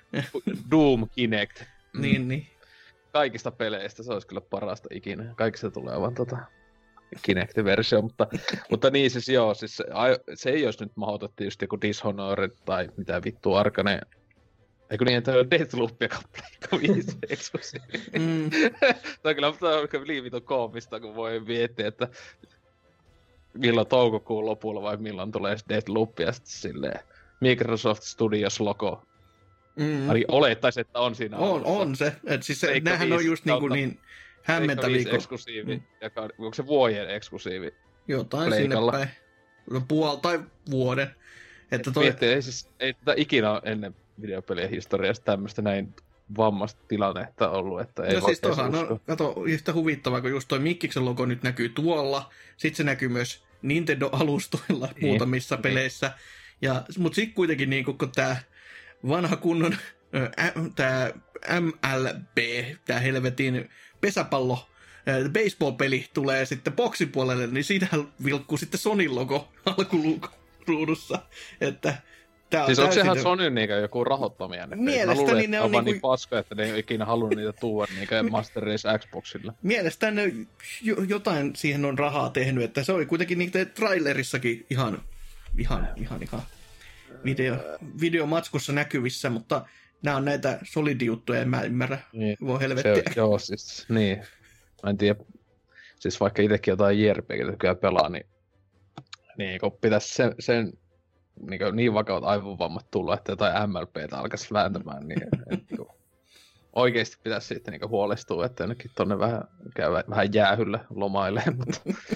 Doom Kinect. Mm. Niin, niin. Kaikista peleistä se olisi kyllä parasta ikinä. Kaikista tulee vaan tota Kinect-versio, mutta, mutta niin siis joo, siis se, se ei olisi nyt mahdotettu just joku Dishonored tai mitä vittu Arkane. Eikö niin, että Deathloopia kappaleikka viisi eksklusiivi. Mm. Tämä on kyllä mutta liivitun koomista, kun voi miettiä, että milloin toukokuun lopulla vai milloin tulee Deathloopia sitten silleen Microsoft Studios logo. Mm. Eli olettaisin, että on siinä On, alussa. On se. Et siis se nämähän on just niinku niin hämmentäviä. Eksklusiivi, mm. joka, onko se vuoden eksklusiivi? Jotain pleikalla. Sinne päin. Puol tai vuoden. Että toi... Miettii, ei siis ei tätä ikinä ole ennen videopelien historiasta tämmöistä näin vammasta tilannetta ollut, että ei no voi siis tohan on, kato, yhtä huvittavaa, kun just toi Mikkiksen logo nyt näkyy tuolla, sit se näkyy myös Nintendo-alustoilla niin, muutamissa niin. peleissä, ja, mut sit kuitenkin niin kun tää vanha kunnon ä, tää M L B, tää helvetin pesäpallo, ä, baseball-peli tulee sitten boksin puolelle, niin siinähän vilkkuu sitten Sonyn logo alkuluudussa, että tää on siis onko sehän de... Sonyn niinkö joku rahoittamia ne? Mielestäni luulen, ne on on vaan niinku... niin paskoja, että ne ei ole ikinä halunnut niitä tuoda niinkö Master Race Xboxille. Mielestäni ne jotain siihen on rahaa tehnyt, että se oli kuitenkin niitä trailerissakin ihan, ihan, ihan, ihan video, videomatskussa näkyvissä, mutta nämä on näitä solid-juttuja, en mä ymmärrä. Niin. Voi helvettiä. Se, joo, siis niin. Mä en tiedä. Siis vaikka itsekin jotain J R P G:tä kyllä pelaa, niin, niin kun pitäisi sen, sen niin, niin vakavat aivovammat tulla, että jotain M L P:tä alkaisi vääntämään, niin et, niin oikeasti pitäisi siitä niin huolestua, että jonnekin tonne vähän, käy vähän jäähylle lomailemaan. Mutta,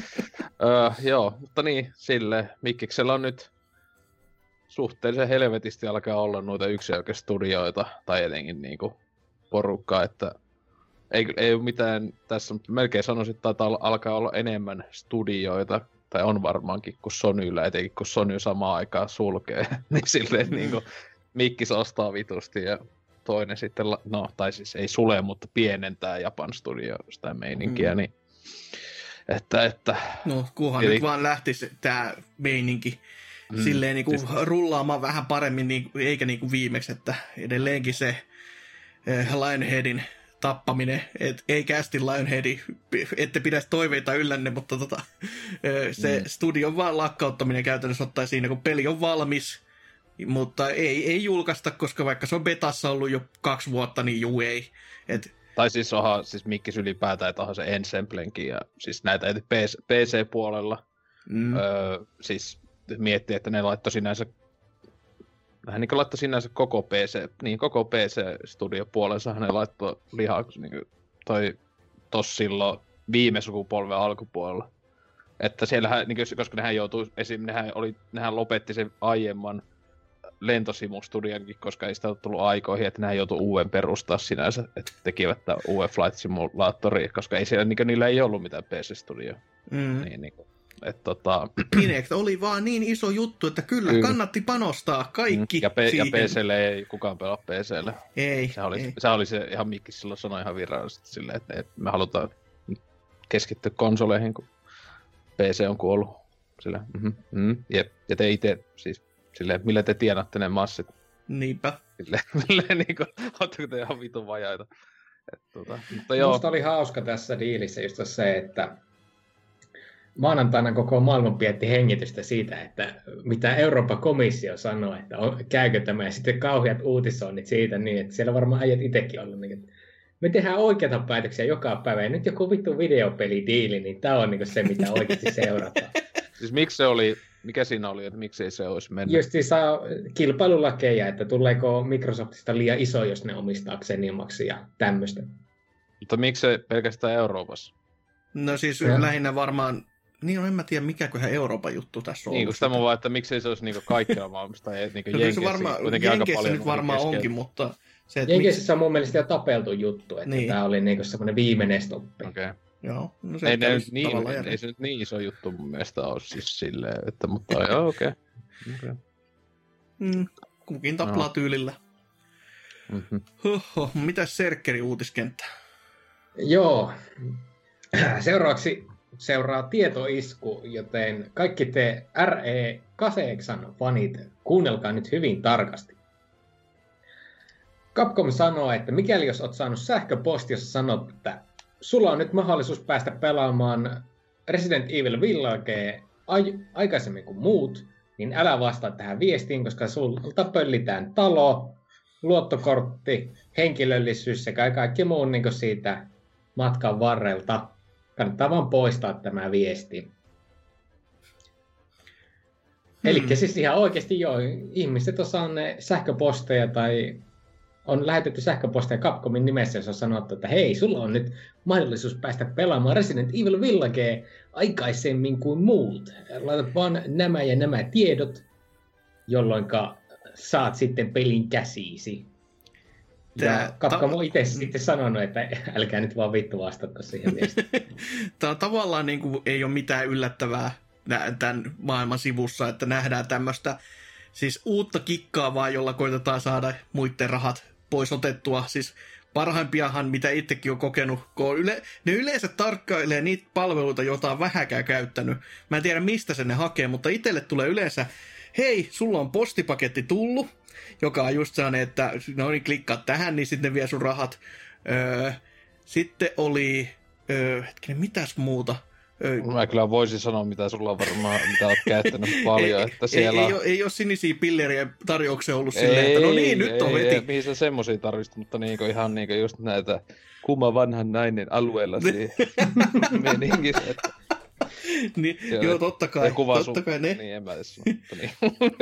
öö, joo, mutta niin, silleen. Mikkiksellä on nyt suhteellisen helvetisti alkaa olla noita yksioikeustudioita, tai etenkin niin kuin porukkaa, että ei, ei ole mitään tässä, mutta melkein sanoisin, että taitaa alkaa olla enemmän studioita, tai on varmaankin kuin Sonyllä, etenkin kun Sony samaan aikaan sulkee, niin silleen mm. niin kuin Mikkis ostaa vitusti ja toinen sitten, no tai siis ei sule, mutta pienentää Japan Studio sitä meininkiä, mm. niin että, että... No kunhan eli... nyt vaan lähtisi tää meininki mm. silleen niin kuin siis... rullaamaan vähän paremmin, niin, eikä niin kuin viimeksi, että edelleenkin se eh, Lionheadin tappaminen, et ei kästi Lionheadi, ette pidä toiveita yllänne, mutta tota, se mm. studion vaan lakkauttaminen käytännössä ottaa siinä, kun peli on valmis, mutta ei, ei julkaista, koska vaikka se on betassa ollut jo kaksi vuotta, niin juu ei. Et... Tai siis onhan siis Mikkis ylipäätään, että onhan se Ensemblenkin, ja siis näitä P C-puolella, mm. öö, siis miettii, että ne laittoi sinänsä vähän niin kuin laittoi sinänsä koko P C, niin koko P C-studiopuolensa ne laittoi lihaksi, niin kuin toi tossa silloin viime sukupolven alkupuolella. Että siellähän, niin koska nehän joutuu esim. Nehän, oli, nehän lopetti sen aiemman lentosimustudiankin, koska ei sitä ole tullut aikoihin, että nehän joutuu uuden perustaa sinänsä, että tekivät tämän uuden Flight Simulaattorin, koska ei siellä, niin niillä ei ollut mitään P C-studioa. Mm. Niin, niin, et, tota... Kinect oli vaan niin iso juttu, että kyllä, kyllä. kannatti panostaa kaikki ja, pe- siihen. ja P C:lle ei kukaan pelaa P C:lle. Ei, se oli, ei. Se oli se ihan Mikki silloin sanoi ihan virallisesti silleen, että, että me halutaan keskittyä konsoleihin, kun P C on kuollut. Silleen, mm-hmm, mm, jep. Ja te itse, siis silleen, millä te tienatte ne massit? Niinpä. Silleen, silleen niin kuin, ootteko te ihan vitun vajaita? Et, tota, mutta joo. Musta oli hauska tässä diilissä just se, että maanantaina koko maailman pietti hengitystä siitä, että mitä Euroopan komissio sanoo, että on, käykö tämä, ja sitten kauheat uutisoinnit siitä niin, että siellä varmaan äijät itsekin ollut niin, että me tehdään oikeita päätöksiä joka päivä, ja nyt joku vittu videopelidiili, niin tämä on niin se, mitä oikeasti seurataan. Siis miksi se oli, mikä siinä oli, että miksei se olisi mennyt? Just saa kilpailulakeja, että tuleeko Microsoftista liian iso, jos ne omistaa Xenimaxia ja tämmöistä. Mutta miksi se pelkästään Euroopassa? No siis ja. lähinnä varmaan, niin on, en mä tiedä mikäköhän Euroopan juttu tässä on. Niin, kun sitä mä vaan, että miksei se olisi niinku kaikkialla maailmassa, tai niinku no, Jenkeissä, varma, kuitenkin aika paljon. nyt varmaan kesken. Onkin, mutta... Se, että Jenkeissä miksi... on mun mielestä jo tapeltu juttu, että niin. Tämä oli niinku semmoinen viimeinen stoppi. Okei. Okay. Joo, no se ei, ne niin, ei se nyt niin iso juttu mun mielestä ole siis silleen, että mutta joo, okei. Okay. Okay. Mm, kukin taplaa no. tyylillä. Mm-hmm. Hoho, mitäs Serkkeri uutiskenttä? Joo, seuraavaksi seuraa tietoisku, joten kaikki te R E kahdeksan fanit, kuunnelkaa nyt hyvin tarkasti. Capcom sanoo, että mikäli jos oot saanut sähköposti, jossa sanot, että sulla on nyt mahdollisuus päästä pelaamaan Resident Evil Village ai- aikaisemmin kuin muut, niin älä vastaa tähän viestiin, koska sulta pöllitään talo, luottokortti, henkilöllisyys sekä kaikki muu niin siitä matkan varrelta. Kannattaa vaan poistaa tämä viesti. Hmm. Eli siis ihan oikeasti joo, ihmiset on saaneet sähköposteja tai on lähetetty sähköposteja Capcomin nimessä, jos on sanottu, että hei, sulla on nyt mahdollisuus päästä pelaamaan Resident Evil Village aikaisemmin kuin muut. Laitat vaan nämä ja nämä tiedot, jolloin saat sitten pelin käsiisi. Ja Capcom on itse sitten sanonut, että älkää nyt vaan vittu vastata siihen viestiin. Tämä on tavallaan niin kuin, ei ole mitään yllättävää tämän maailman sivussa, että nähdään tämmöistä siis uutta kikkaavaa, jolla koitetaan saada muiden rahat pois otettua. Siis parhaimpiahan, mitä itsekin on kokenut, kun yle, ne yleensä tarkkailee niitä palveluita, joita on vähäkään käyttänyt. Mä en tiedä, mistä se ne hakee, mutta itselle tulee yleensä, hei, sulla on postipaketti tullut, joka on just sellainen, että no niin, klikkaa tähän, niin sitten ne vie sun rahat. Öö, sitten oli, öö, hetkinen, mitäs muuta? Öö, Mä kyllä voisin sanoa, mitä sulla on varmaan, mitä oot käyttänyt paljon, ei, että siellä... Ei, ei, ole, ei ole sinisiä pilleriä tarjouksia ollut silleen, että no niin, nyt on ei, heti. Ei, mihin sä semmosia tarvitset, mutta niinku ihan niinku just näitä kumma vanhan nainen alueella siihen meninkissä, että... Niin, joo, totta kai. Totta sun... kai ne. Niin, en mä edes mutta niin.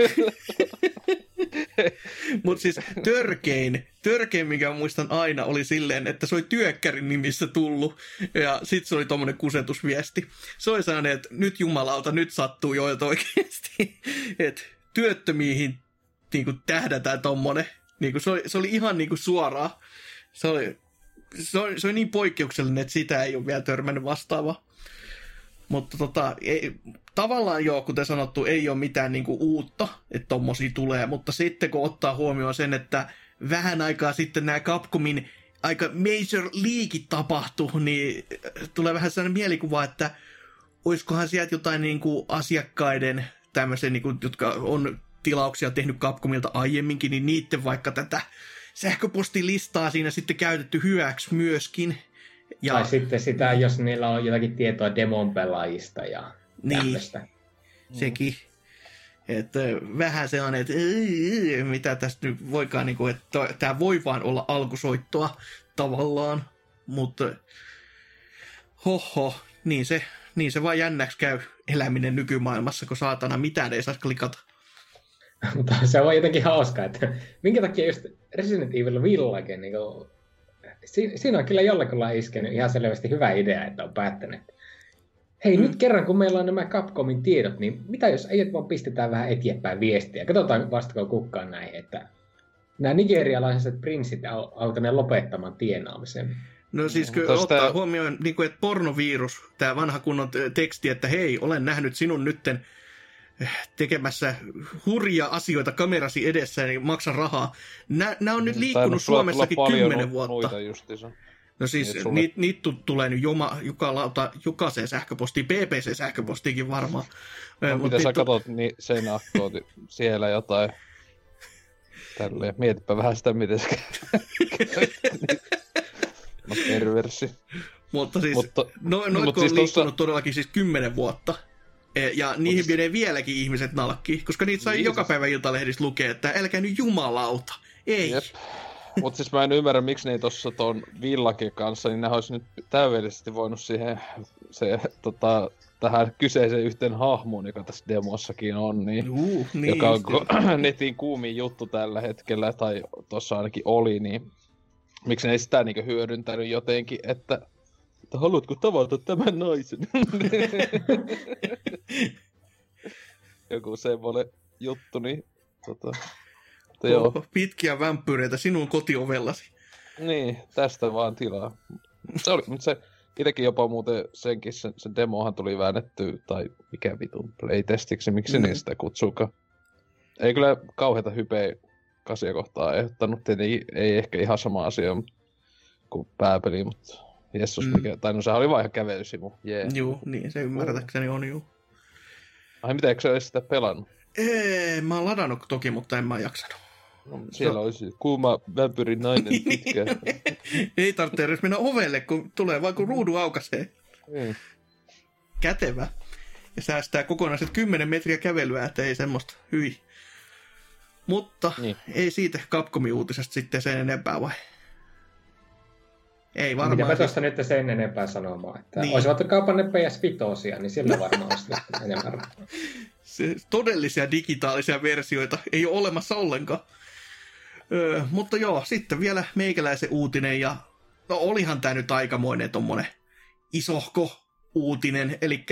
Mutta siis törkein, törkein, mikä muistan aina, oli silleen, että se oli työkkärin nimissä tullut, ja sit se oli tommonen kusetusviesti. Se oli sellainen, että nyt jumalauta, nyt sattuu jo oikeesti, että työttömiin niin tähdätään tommonen. Niin se, oli, se oli ihan niin suoraan. Se oli, se, oli, se oli niin poikkeuksellinen, että sitä ei ole vielä törmännyt vastaavaa. Mutta tota, ei, tavallaan joo, kuten sanottu, ei ole mitään niinku uutta, että tommosia tulee, mutta sitten kun ottaa huomioon sen, että vähän aikaa sitten nämä Capcomin aika major leakit tapahtuu, niin tulee vähän sellainen mielikuva, että olisikohan sieltä jotain niinku asiakkaiden tämmöisiä, niinku, jotka on tilauksia tehnyt Capcomilta aiemminkin, niin niiden vaikka tätä sähköpostilistaa siinä sitten käytetty hyväksi myöskin. Ja... Tai sitten sitä, jos niillä on jotakin tietoa demon pelaajista ja niin, tämmöistä. Sekin. Että vähän se on, että mitä tästä nyt voikaan, niin kuin, että tämä voi vaan olla alkusoittoa tavallaan, mutta hoho, niin se, niin se vaan jännäksi käy eläminen nykymaailmassa, kun saatana mitään ei saa klikata. Mutta se on jotenkin hauskaa, että minkä takia just Resident Evil Village, niin kuin, siinä on kyllä jollakulla iskenyt ihan selvästi hyvä idea, että on päättänyt, hei, mm. nyt kerran kun meillä on nämä Capcomin tiedot, niin mitä jos äijät vaan pistetään vähän eteenpäin viestiä? Katsotaan vastako kukaan näihin, että nämä nigerialaiset prinssit alkaneet lopettamaan tienaamisen. No siis kyllä Tosta... ottaa huomioon, niin kuin, että pornovirus, tämä vanha kunnon teksti, että hei, olen nähnyt sinun nytten tekemässä hurjia asioita kamerasi edessä, niin maksa rahaa. Nämä on nyt liikkunut Suomessakin kymmenen vuotta. No siis sulle... niitä niit tulee nyt joma, jukalauta, jokaiseen sähköpostiin, P P C-sähköpostiinkin varmaan. No, mitä sä katsot niin seinäakkoon siellä jotain, tälleen, mietipä vähän sitä, miten se no perversi. Mutta siis, Mutta, no, noitko on siis liikkunut tossa... todellakin siis kymmenen vuotta. Ja niihin menee vieläkin ihmiset nalkkiin, koska niitä sai niin, joka päivä Iltalehdistä lukea, että älkää nyt jumalauta. Ei. Jep. Mutta siis mä en ymmärrä, miksi ne tuossa ton Villakin kanssa, niin ne olisi nyt täydellisesti voinut siihen se, tota, tähän kyseiseen yhteen hahmoon, joka tässä demossakin on, niin, uh, niin joka on ko- netin kuumin juttu tällä hetkellä, tai tuossa ainakin oli, niin miksi ne ei sitä niinku hyödyntänyt jotenkin, että, että haluatko tavata tämän naisen? Joku semmoinen juttu, niin tota... Joo. Pitkiä vämpyreitä sinun kotiovellasi. Niin, tästä vaan tilaa. Se oli, mutta se itsekin jopa muuten senkin, se, se demohan tuli väännetty, tai mikä vitun playtestiksi, miksi mm. niin sitä kutsuukaan. Ei kyllä kauheata hypeä kasia kohtaa ehdottanut, ei, ei ehkä ihan sama asia kuin pääpeli, mutta jessus mm. mikä, tai no sehän oli vaan ihan kävelysimu, jee. Yeah. Juu, niin se ymmärtäkseni on juu. Ai mitä, eikö sä olisi sitä pelannut? Ei, mä oon ladannut toki, mutta en mä jaksanut. No, siellä no. olisi kuuma vämpyrin nainen pitkä. Ei tarvitse edes mennä ovelle, kun tulee vaan kun ruudu aukaisee. Mm. Kätevä. Ja säästää kokonaiset kymmenen metriä kävelyä, että ei semmoista hyi. Mutta niin. Ei siitä Capcomin uutisesta sitten sen enempää vai? Ei varmaan. Mitäpä tuosta nyt sen enempää sanomaan. Että niin. Olisivat kaupanneet P S viisi, niin sillä varmaan olisi enemmän rahaa. Se, todellisia digitaalisia versioita ei ole olemassa ollenkaan. Öö, mutta joo, sitten vielä meikäläisen uutinen, ja no olihan tämä nyt aikamoinen tommonen isohko uutinen, eli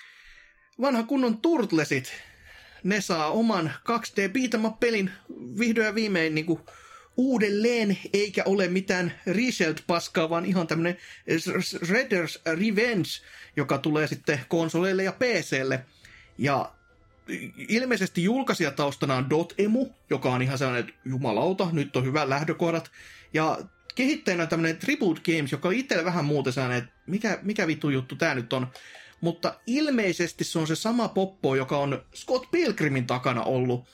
vanha kunnon Turtlesit, ne saa oman kaksi D beat'em up pelin vihdoin ja viimein niinku uudelleen, eikä ole mitään Reshelled-paskaa, vaan ihan tämmönen Shredder's Revenge, joka tulee sitten konsoleille ja P C:lle. Ja ilmeisesti julkaisijataustana on Dotemu, joka on ihan sellainen, että jumalauta, nyt on hyvä lähdökohdat. Ja kehittäjänä tämmöinen Tribute Games, joka on itselle vähän muuten sellainen, että mikä, mikä vittu juttu tää nyt on. Mutta ilmeisesti se on se sama poppo, joka on Scott Pilgrimin takana ollut.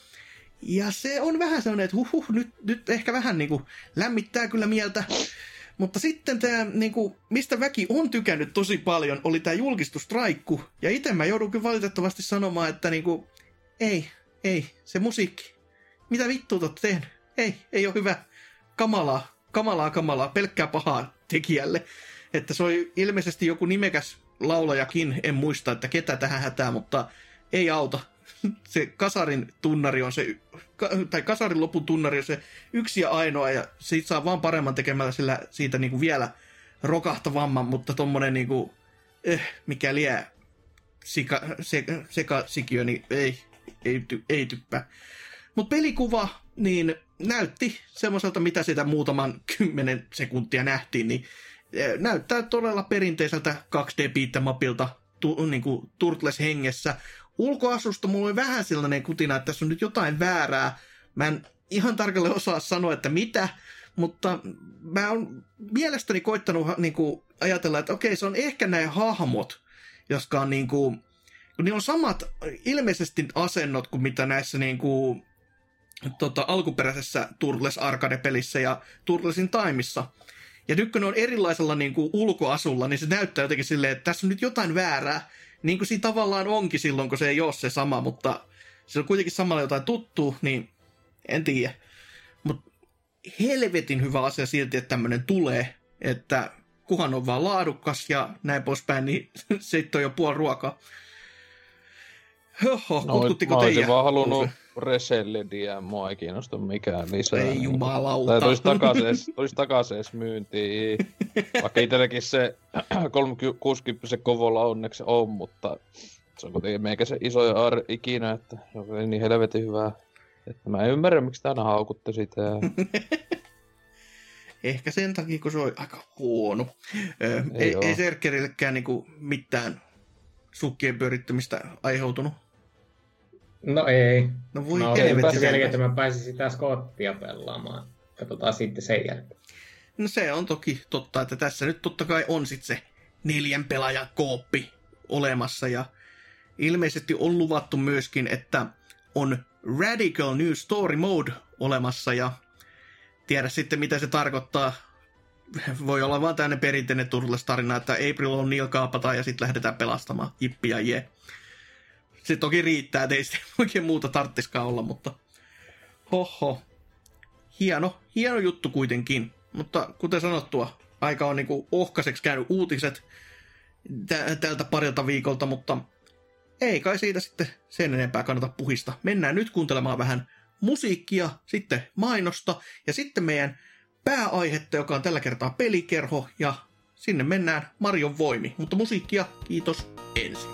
Ja se on vähän sellainen, että huh, huh nyt, nyt ehkä vähän niinku lämmittää kyllä mieltä. Mutta sitten tämä, niinku, mistä väki on tykännyt tosi paljon, oli tämä julkistustraikku. Ja itse mä joudun kyllä valitettavasti sanomaan, että niinku, ei, ei, se musiikki. Mitä vittua te olette tehnyt? Ei, ei ole hyvä. Kamalaa, kamalaa, kamalaa, pelkkää pahaa tekijälle. Että se oli ilmeisesti joku nimekäs laulajakin, en muista, että ketä tähän hätää, mutta ei auta. Se kasarin tunnari on se, tai kasarin lopun tunnari on se yksi ja ainoa, ja siitä saa vaan paremman tekemällä sillä siitä niinku vielä rokahtavamman, mutta tommonen niinku, eh, mikä liää sika, se, sekasikiö, niin ei, ei, ty, ei typpää. Mutta pelikuva, niin näytti semmoiselta, mitä sitä muutaman kymmenen sekuntia nähtiin, niin näyttää todella perinteiseltä kaksi D beat'em upilta, tu, niinku Turtles hengessä. Ulkoasusta mulla oli vähän sellainen kutina, että tässä on nyt jotain väärää. Mä en ihan tarkalleen osaa sanoa, että mitä, mutta mä oon mielestäni koittanut niin kuin, ajatella, että okei, se on ehkä nämä hahmot, jotka on niin kuin, kun niillä on samat ilmeisesti asennot kuin mitä näissä niin kuin, tota, alkuperäisessä Turtles Arcade-pelissä ja Turtlesin Timeissa. Ja nyt kun ne on erilaisella niin kuin, ulkoasulla, niin se näyttää jotenkin silleen, että tässä on nyt jotain väärää. Niin kuin siinä tavallaan onkin silloin, kun se ei ole se sama, mutta se on kuitenkin samalla jotain tuttua, niin en tiedä. Mutta helvetin hyvä asia silti, että tämmöinen tulee, että kuhan on vaan laadukas ja näin poispäin, niin sitten on jo puoli ruokaa. Hoho, No, kutkuttiko mä olisin teidän? vaan halunnut Resellediä, mua ei kiinnosta mikään lisää. Ei niin. jumalauta. Tai tulisi takaisin edes, tulisi takaisin edes myyntiin. Vaikka itselläkin se kolmesataakuusikymmentä se kovolla onneksi on, mutta se on kuitenkin meikäisen isoja aarre ikinä, että joka oli niin helvetin hyvää. Että mä en ymmärrä, miksi tänä haukutte sitä. Ehkä sen takia, kun se on aika huono. Öö, ei ei, ei Serkkerillekään niinku mitään sukkien pyörittämistä aiheutunut. No ei. No voi no, helvetti. Sen että mä pääsin sitä Scottia pelaamaan. Katsotaan sitten sen jälkeen. No se on toki totta, että tässä nyt totta kai on sitten se neljän pelaajan kooppi olemassa. Ja ilmeisesti on luvattu myöskin, että on Radical New Story Mode olemassa. Ja tiedä sitten, mitä se tarkoittaa. Voi olla vaan tämmöinen perinteinen Turtles-tarina, että April on Neil kaapataan ja sitten lähdetään pelastamaan. Jippi ja jee. Se toki riittää, että ei sitten oikein muuta tarttiskaan olla, mutta hoho. Hieno, hieno juttu kuitenkin. Mutta kuten sanottua, aika on niinku ohkaiseksi käynyt uutiset tä- tältä parilta viikolta, mutta ei kai siitä sitten sen enempää kannata puhista. Mennään nyt kuuntelemaan vähän musiikkia, sitten mainosta ja sitten meidän pääaihetta, joka on tällä kertaa pelikerho, ja sinne mennään Marion voimi. Mutta musiikkia, kiitos, ensin.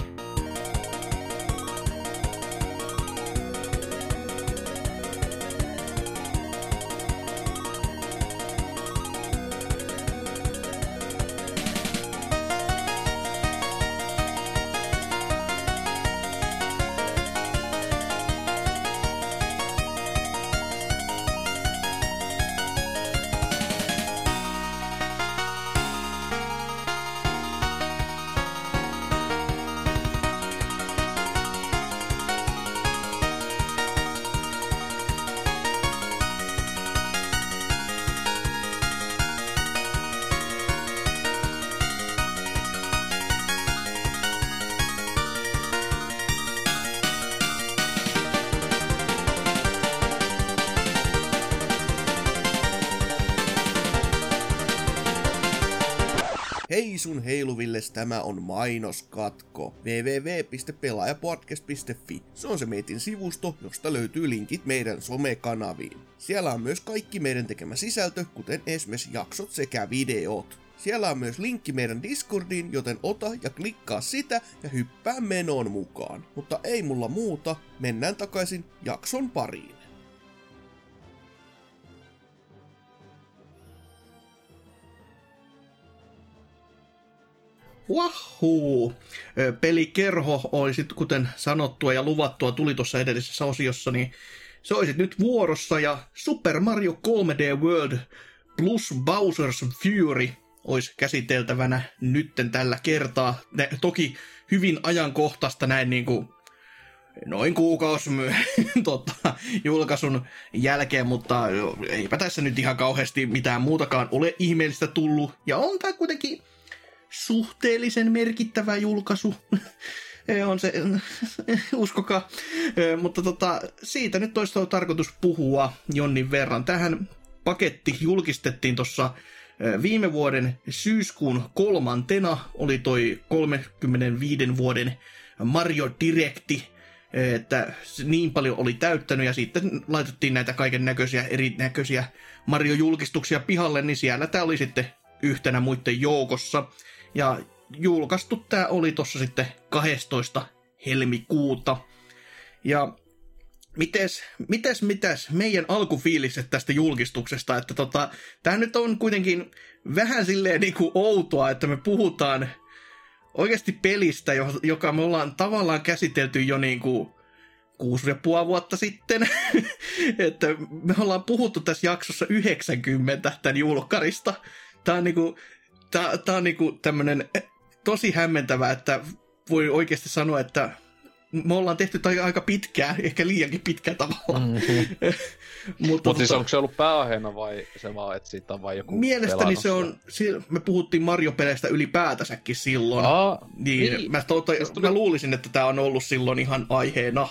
Hei sun heiluvilles, tämä on mainoskatko. double-u double-u double-u piste pelaajapodcast piste fi. Se on se meitin sivusto, josta löytyy linkit meidän somekanaviin. Siellä on myös kaikki meidän tekemä sisältö, kuten esimerkiksi jaksot sekä videot. Siellä on myös linkki meidän Discordiin, joten ota ja klikkaa sitä ja hyppää menoon mukaan. Mutta ei mulla muuta, mennään takaisin jakson pariin. Wahuu! Pelikerho olisi, kuten sanottua ja luvattua tuli tuossa edellisessä osiossa, niin se olisi nyt vuorossa, ja Super Mario kolme D World plus Bowser's Fury olisi käsiteltävänä nytten tällä kertaa. Ne, toki hyvin ajankohtaista näin niin kuin noin kuukausi myöhemmin tota, julkaisun jälkeen, mutta eipä tässä nyt ihan kauheasti mitään muutakaan ole ihmeellistä tullut, ja on tämä kuitenkin suhteellisen merkittävä julkaisu. On se, uskokaa. Mutta tota, siitä nyt toista on tarkoitus puhua jonnin verran. Tähän paketti julkistettiin tuossa viime vuoden syyskuun kolmantena. Oli toi kolmekymmentäviisi vuoden Mario Directi, että niin paljon oli täyttänyt, ja sitten laitettiin näitä kaiken näköisiä erinäköisiä Mario-julkistuksia pihalle, niin siellä tämä oli sitten yhtenä muiden joukossa. Ja julkaistu tää oli tossa sitten kahdestoista helmikuuta. Ja mites, mites, mitäs meidän alkufiiliset tästä julkistuksesta, että tota, tää nyt on kuitenkin vähän silleen niinku outoa, että me puhutaan oikeasti pelistä, joka me ollaan tavallaan käsitelty jo niinku kuusi ja puoli vuotta sitten. Että me ollaan puhuttu tässä jaksossa yhdeksänkymmentä tämän julkkarista. Tää on niinku Tää, tää on niinku tämmönen tosi hämmentävää, että voi oikeasti sanoa, että me ollaan tehty tai aika pitkää, ehkä liiankin pitkää tavalla. Mm-hmm. Mutta Mut siis onko se ollut pääaiheena vai se vaan, että siitä on vain joku mielestäni se on, me puhuttiin Mario-peleistä ylipäätänsäkin silloin. Aa, niin, niin. Mä, tota, mä luulisin, että tää on ollut silloin ihan aiheena.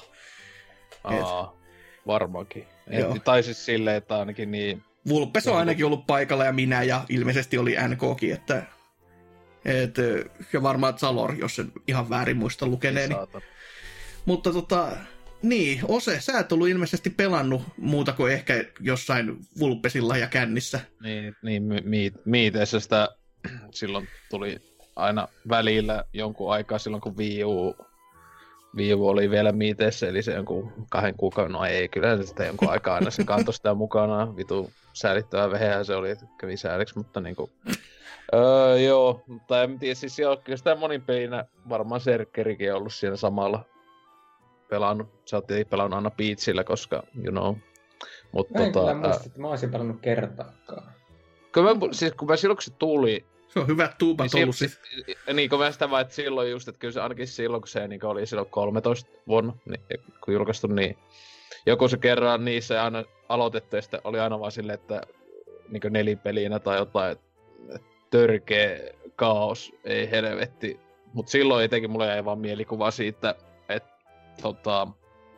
Aa, Et, varmaankin. Et, tai siis silleen, että ainakin niin... Vulpes on ainakin ollut paikalla ja minä ja ilmeisesti oli N K:kin, että et, ja varmaan Zalor, jos en ihan väärin muista lukeneeni. Mutta tota, niin, Ose, sä et ollut ilmeisesti pelannut muuta kuin ehkä jossain Vulpesilla ja kännissä. Niin, niin mi- miiteissä sitä silloin tuli aina välillä jonkun aikaa silloin, kun Wii U, Wii U oli vielä miiteissä, eli se jonkun kahden kuukauden, no ei, kyllä se sitä jonkun aikaa aina se kantoi sitä mukanaan, vitu säälittävää vehehän se oli, että kävi sääliksi, mutta niinku... Öö, joo, mutta en tiedä, siis joo, kyllä sitä monin pelinä varmaan Serkkerikin on ollut siinä samalla pelannut. Sä oot tietenkin pelannut aina Beatsillä, koska, you know. Mut Mä en tota, kyllä muista, että mä olisin pelannut kertaakaan. Kyllä mä, siis kun mä silloin kun se tuli... Se on hyvät tuupat niin ollut sit. Niin kun mä sitä vaan, että silloin just, että kyllä se ainakin silloin, kun se niin oli silloin kolmetoista vuonna, niin, kun julkaistu, niin joku se kerran niissä aina aloitettu, ja sitten oli aina vaan silleen, että niin nelipelinä tai jotain, törkeä kaos, ei helvetti. Mut silloin etenkin mulle jäi vaan mielikuva siitä, että tota...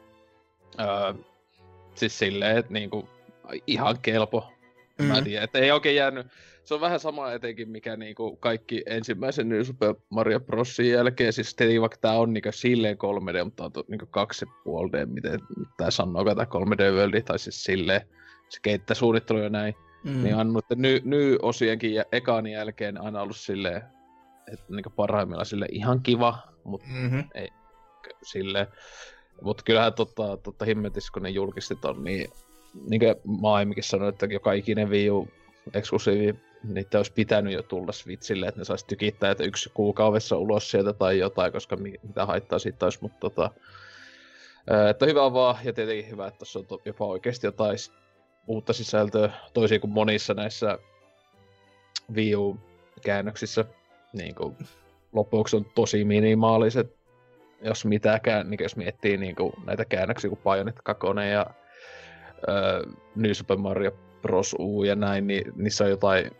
Öö, siis silleen, että niinku ihan kelpo. Mm. Mä en tiedä, että ei oikein jäänyt... Se on vähän sama etenkin, mikä niinku kaikki ensimmäisen New Super Mario Brosin jälkeen, siis tietenkin vaikka tää on niinku silleen kolme D, mutta on to, niinku kaksi pilkku viisi D, miten tää sanoo, tää kolme D World, tai siis silleen se kenttäsuunnittelu ja näin. Mm. Niin on noitten ny, ny-osienkin ja ekan jälkeen aina ollut silleen, että niinku parhaimmillaan silleen ihan kiva, mutta mm-hmm. ei silleen. Mut kyllähän totta, totta himmetis, kun ne julkisti ton, niin niinku mä aiemminkin sanoin, että joka ikinen Wii U eksklusiivi, niitä olisi pitänyt jo tulla Switchille, että ne saisi tykittää, että yksi kuukaudessa ulos sieltä tai jotain, koska mitä haittaa siitä olisi, mutta tota, että hyvä vaan, ja tietenkin hyvä, että tuossa on to, jopa oikeasti jotain uutta sisältöä, toisin kuin monissa näissä Wii U-käännöksissä, niin kuin lopuksi on tosi minimaaliset, jos mitäkään, niin jos miettii niin kuin näitä käännöksiä kuin Bayonetta kaksi ja äh, New Super Mario Bros. U ja näin, niin niissä on jotain,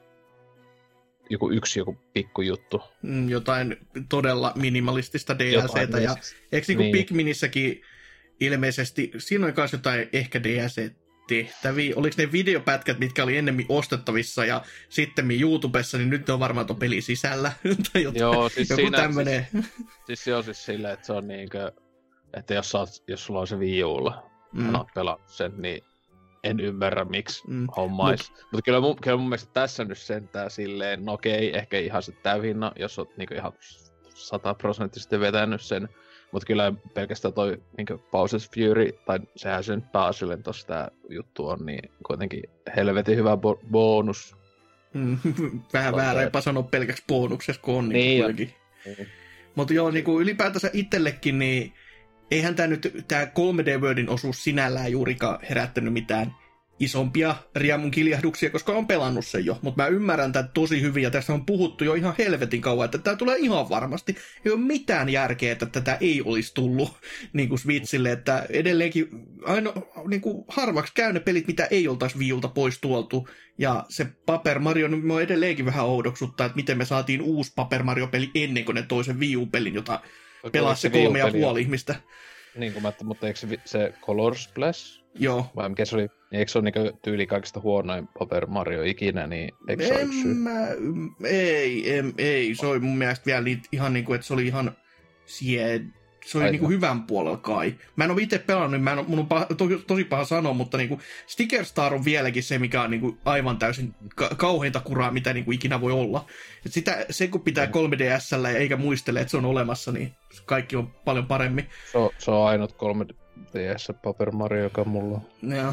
joku yksi joku pikkujuttu. Mm, jotain todella minimalistista D L C:tä, ja eikö niin kuin Pikminissäkin ilmeisesti, siinä on myös jotain ehkä D L C-tehtäviä, oliko ne videopätkät, mitkä oli ennemmin ostettavissa ja sitten YouTubessa, niin nyt ne on varmaan tuon peli sisällä, tai jotain, joo, siis joku siinä, tämmönen. Siis, siis se on siis silleen, että se on niinkö, että jos, saat, jos sulla on se Wii Ulla, mm. olet pelannut sen, niin en ymmärrä, miksi mm. hommais. Mutta Mut kyllä, mun, kyllä mun mielestä tässä nyt sentään silleen, no okei, ehkä ihan se täyhinna, jos oot niinku ihan sataprosenttisesti vetänyt sen. Mutta kyllä pelkästään toi niinku Bowser's Fury, tai sehän sen pääasiallinen tossa tää juttu on, niin kuitenkin helvetin hyvä bo- bonus. Mm, vähän väärempää sanoa pelkäksi bonuksessa, kun on niin kuitenkin. Mm. Mutta joo, niinku ylipäätänsä itsellekin, niin eihän tää nyt, tää kolme D Worldin osuus sinällään juurikaan herättänyt mitään isompia riemun kiljahduksia, koska on pelannut sen jo. Mutta mä ymmärrän tämän tosi hyvin, ja tässä on puhuttu jo ihan helvetin kauan, että tää tulee ihan varmasti. Ei ole mitään järkeä, että tätä ei olisi tullut niin kuin Switchille, että edelleenkin aino, niin kuin harvaksi käy ne pelit, mitä ei oltaisi Wii Ulta pois tuoltu. Ja se Paper Mario, niin mä edelleenkin vähän oudoksuttaa, että miten me saatiin uusi Paper Mario-peli ennen kuin ne toisen Wii U-pelin, jota pelasi se kolme ja puoli ihmistä. Niin kuin mä, mutta eikö se, se Color Splash? Joo. Vai mikä se oli? Eikö se ole niinku tyyli kaikista huonoin Paper Mario ikinä, niin eikö se ole yksi syy? Mä, ei, em, ei, se oli mun mielestä vielä ihan niinku, että se oli ihan sie, se oli Ai niinku hyvän puolella kai. Mä en ole itse pelannut, niin mä en ole, mun on paha, to, tosi paha sanoa, mutta niinku Sticker Star on vieläkin se, mikä on niinku aivan täysin ka- kauheinta kuraa, mitä niinku ikinä voi olla. Et sitä, se kun pitää kolme D S:llä eikä muistele, että se on olemassa, niin kaikki on paljon paremmin. Se on, se on ainut kolme D S Paper Mario, joka mulla on. Joo.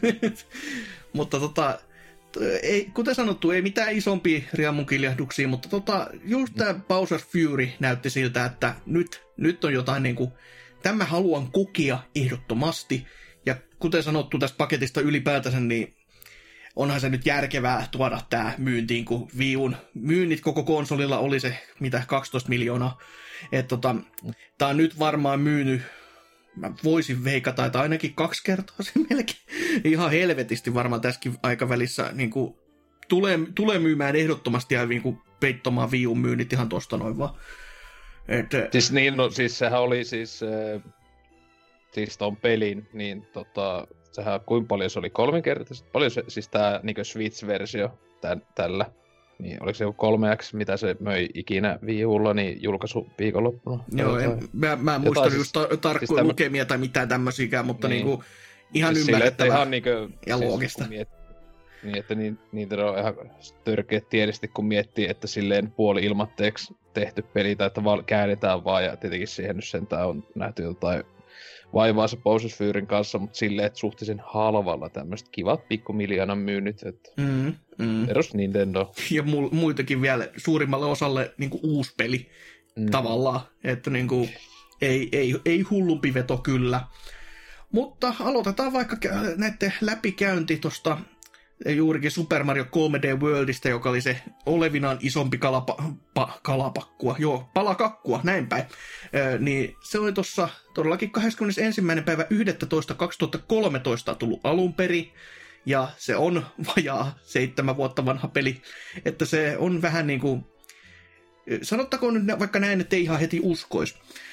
Mutta tota, ei, kuten sanottu, ei mitään isompia riemunkiljahduksia, mutta tota, just tää Bowser's Fury näytti siltä, että nyt, nyt on jotain niinku, tämä haluan kokea ehdottomasti. Ja kuten sanottu tästä paketista ylipäätänsä, niin onhan se nyt järkevää tuoda tää myyntiin, kun Wii U:n myynnit koko konsolilla oli se, mitä, kaksitoista miljoonaa. Että tota, tää on nyt varmaan myynyt, mä voisin veikata, että ainakin kaksi kertaa se melkein. Ihan helvetisti varmaan tässäkin aikavälissä niin kuin, tulee, tulee myymään ehdottomasti ja niin kuin, peittomaan Wii U:n myynnit ihan tosta noin vaan. Et, siis niin, no siis sehän oli siis, äh, siis ton pelin, niin tota, sehän kuinka paljon se oli kolminkertaisesti, paljon se, siis tää niinku Switch-versio tän, tällä, niin oliko se joku kolme X, mitä se möi ikinä Wii Ulla, niin julkaisu viikonloppuna? Joo, en, mä, mä en muista just ta- tarkkoja siis tämän... lukemia tai mitään tämmöisiäkään, mutta niin. Niinku, ihan siis ymmärrettävää ihan niinku, ja siis, loogista. Miet... Niin, että niin, niitä on ihan törkeät tiedesti, kun miettii, että silleen puoli ilmatteeksi tehty peli, tai että val- käännetään vaan, ja tietenkin siihen nyt sentään on nähty jotain vaivaa se Bowser's Furyn kanssa, mutta silleen, että suhteellisen halvalla tämmöiset kivat pikkumiljoonan myynnit, että mm, mm. perus Nintendo. Ja mu- muitakin vielä suurimmalle osalle niinku uusi peli mm. tavallaan, että niinku, ei, ei, ei hullumpi veto kyllä. Mutta aloitetaan vaikka näiden läpikäynti tuosta juurikin Super Mario kolme D Worldista, joka oli se olevinaan isompi kalapa, pa, kalapakkua, joo, palakakkua, näin päin. Ö, niin se oli tuossa todellakin kahdeskymmenesensimmäinen päivä yhdestoista kaksituhattakolmetoista tullut alun perin, ja se on vajaa seitsemän vuotta vanha peli, että se on vähän niin kuin, sanottakoon nyt vaikka näin, että ei ihan heti uskoisi.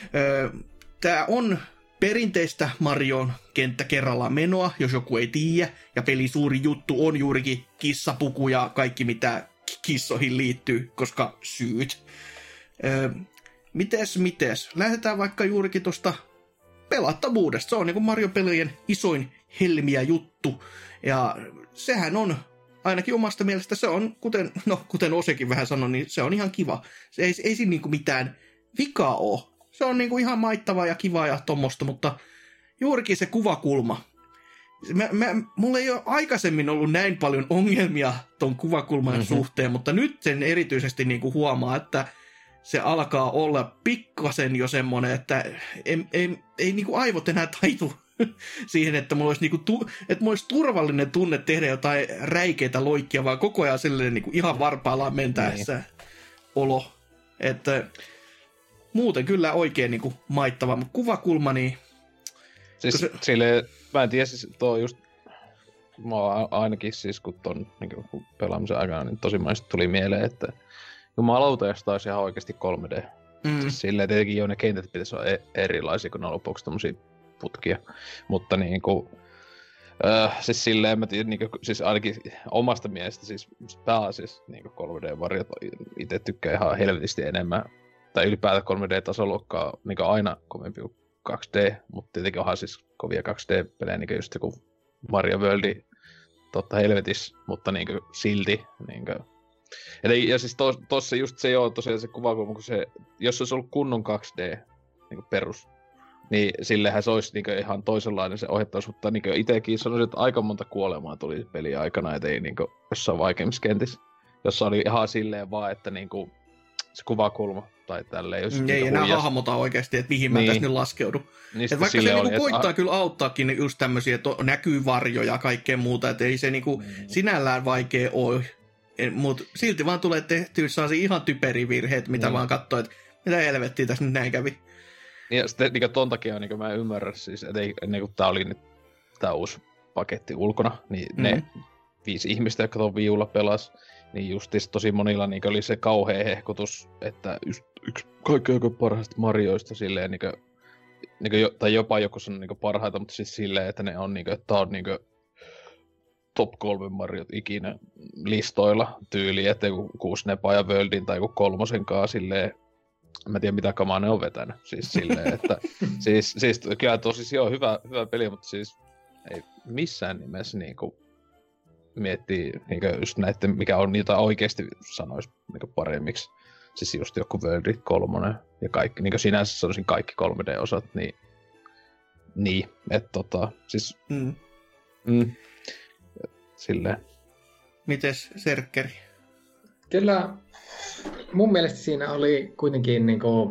Tämä on perinteistä Marion kenttä kerrallaan menoa, jos joku ei tiedä, ja pelin suuri juttu on juurikin kissapuku ja kaikki mitä kissoihin liittyy, koska syyt. Öö, mites, mites? Lähdetään vaikka juurikin tuosta pelattavuudesta. Se on niin kuin Mario-pelien isoin helmiä juttu, ja sehän on, ainakin omasta mielestä se on, kuten, no, kuten Osekin vähän sanoi, niin se on ihan kiva. Se ei, ei siinä niin kuin mitään vikaa ole. Se on niinku ihan maittavaa ja kivaa ja tommosta, mutta juurikin se kuvakulma. Mä, mä, mulla ei ole aikaisemmin ollut näin paljon ongelmia ton kuvakulman mm-hmm. suhteen, mutta nyt sen erityisesti niinku huomaa, että se alkaa olla pikkasen jo semmonen, että ei, ei, ei niinku aivot enää taitu siihen, että mulla olisi, niinku tu, että mulla olisi turvallinen tunne tehdä jotain räikeitä loikkia, vaan koko ajan silleen niinku ihan varpaillaan mentäessä niin. olo. Että muuten kyllä oikein niinku maittava, mutta kuvakulma niin... Siis se... silleen, mä en tiedä, siis tuo just... Mä ainakin siis, kun ton niin kun pelaamisen aikana, niin tosi monesti tuli mieleen, että jumalauta, jos taisi ihan oikeasti kolme D. Mm. Siis silleen tietenkin jo ne kentät pitäisi olla erilaisia, kun ne on lopuksi tommosia putkia. Mutta niinku... Öö, siis silleen mä tiedän, niinku, siis ainakin omasta mielestä siis pääasiassa niinku kolme D-varjot itse tykkää ihan helvetisti enemmän. Tai ylipäätään kolme D-tasoluokkaa niin aina kovempi kuin kaksi D, mutta tietenkin onhan siis kovia kaksi D-pelejä, niin just joku Mario World, totta helvetis, mutta niin silti. Niin Eli, ja siis tos, tossa just se joo, tosiaan se kuvakulma, kun se, jos se olisi ollut kunnon kaksi D niin perus, niin sillehän se olisi niin ihan toisenlainen se ohjattaus, mutta niin itsekin sanoisin, että aika monta kuolemaa tuli peli aikana, et ei niin jossain vaikeimmissa kentissä, jossa oli ihan silleen vaan, että niin kuin, se kuvakulma tai tälleen. Jos ei enää huijas... hahmota oikeasti, että mihin niin. mä tässä nyt laskeudu. Niin vaikka se niinku oli, koittaa et... kyllä auttaakin just tämmöisiä, että näkyy varjoja ja kaikkea muuta, että ei se niinku mm. sinällään vaikea ole. Mutta silti vaan tulee tehtyä sellaisia ihan typeriä virheitä, mitä mm. vaan katsoo, että mitä helvettiä tässä nyt näin kävi. Ja sitten niin ton takia niin mä ymmärrän siis, että ei, ennen kuin tää oli nyt tää uusi paketti ulkona, niin mm. ne viisi ihmistä, jotka tuon viulla pelas, niin justis tosi monilla niin oli se kauhea hehkutus, että just yksi kaikkein parhaista Marioista silleen, niin kuin, niin kuin, tai jopa joku on niin parhaita, mutta siis silleen, että ne on niin kuin, että tää on niin kuin, top kolme Mariot ikinä listoilla tyyliin, että joku kuusi Nepa ja Worldin tai joku kolmosenkaan silleen, mä en tiedä mitä kamaa ne on vetänyt, siis silleen, että siis, siis kyllä tosi joo, hyvä, hyvä peli, mutta siis ei missään nimessä niinku miettii niinku just näitten, mikä on niitä oikeesti sanois niinku paremmiksi. Siis just joku World kolmonen ja kaikki, niinku sinänsä sanoisin kaikki kolme D-osat, niin niin, että tota, siis mm. Mm, silleen. Mites Serkkeri? Kyllä mun mielestä siinä oli kuitenkin niinku,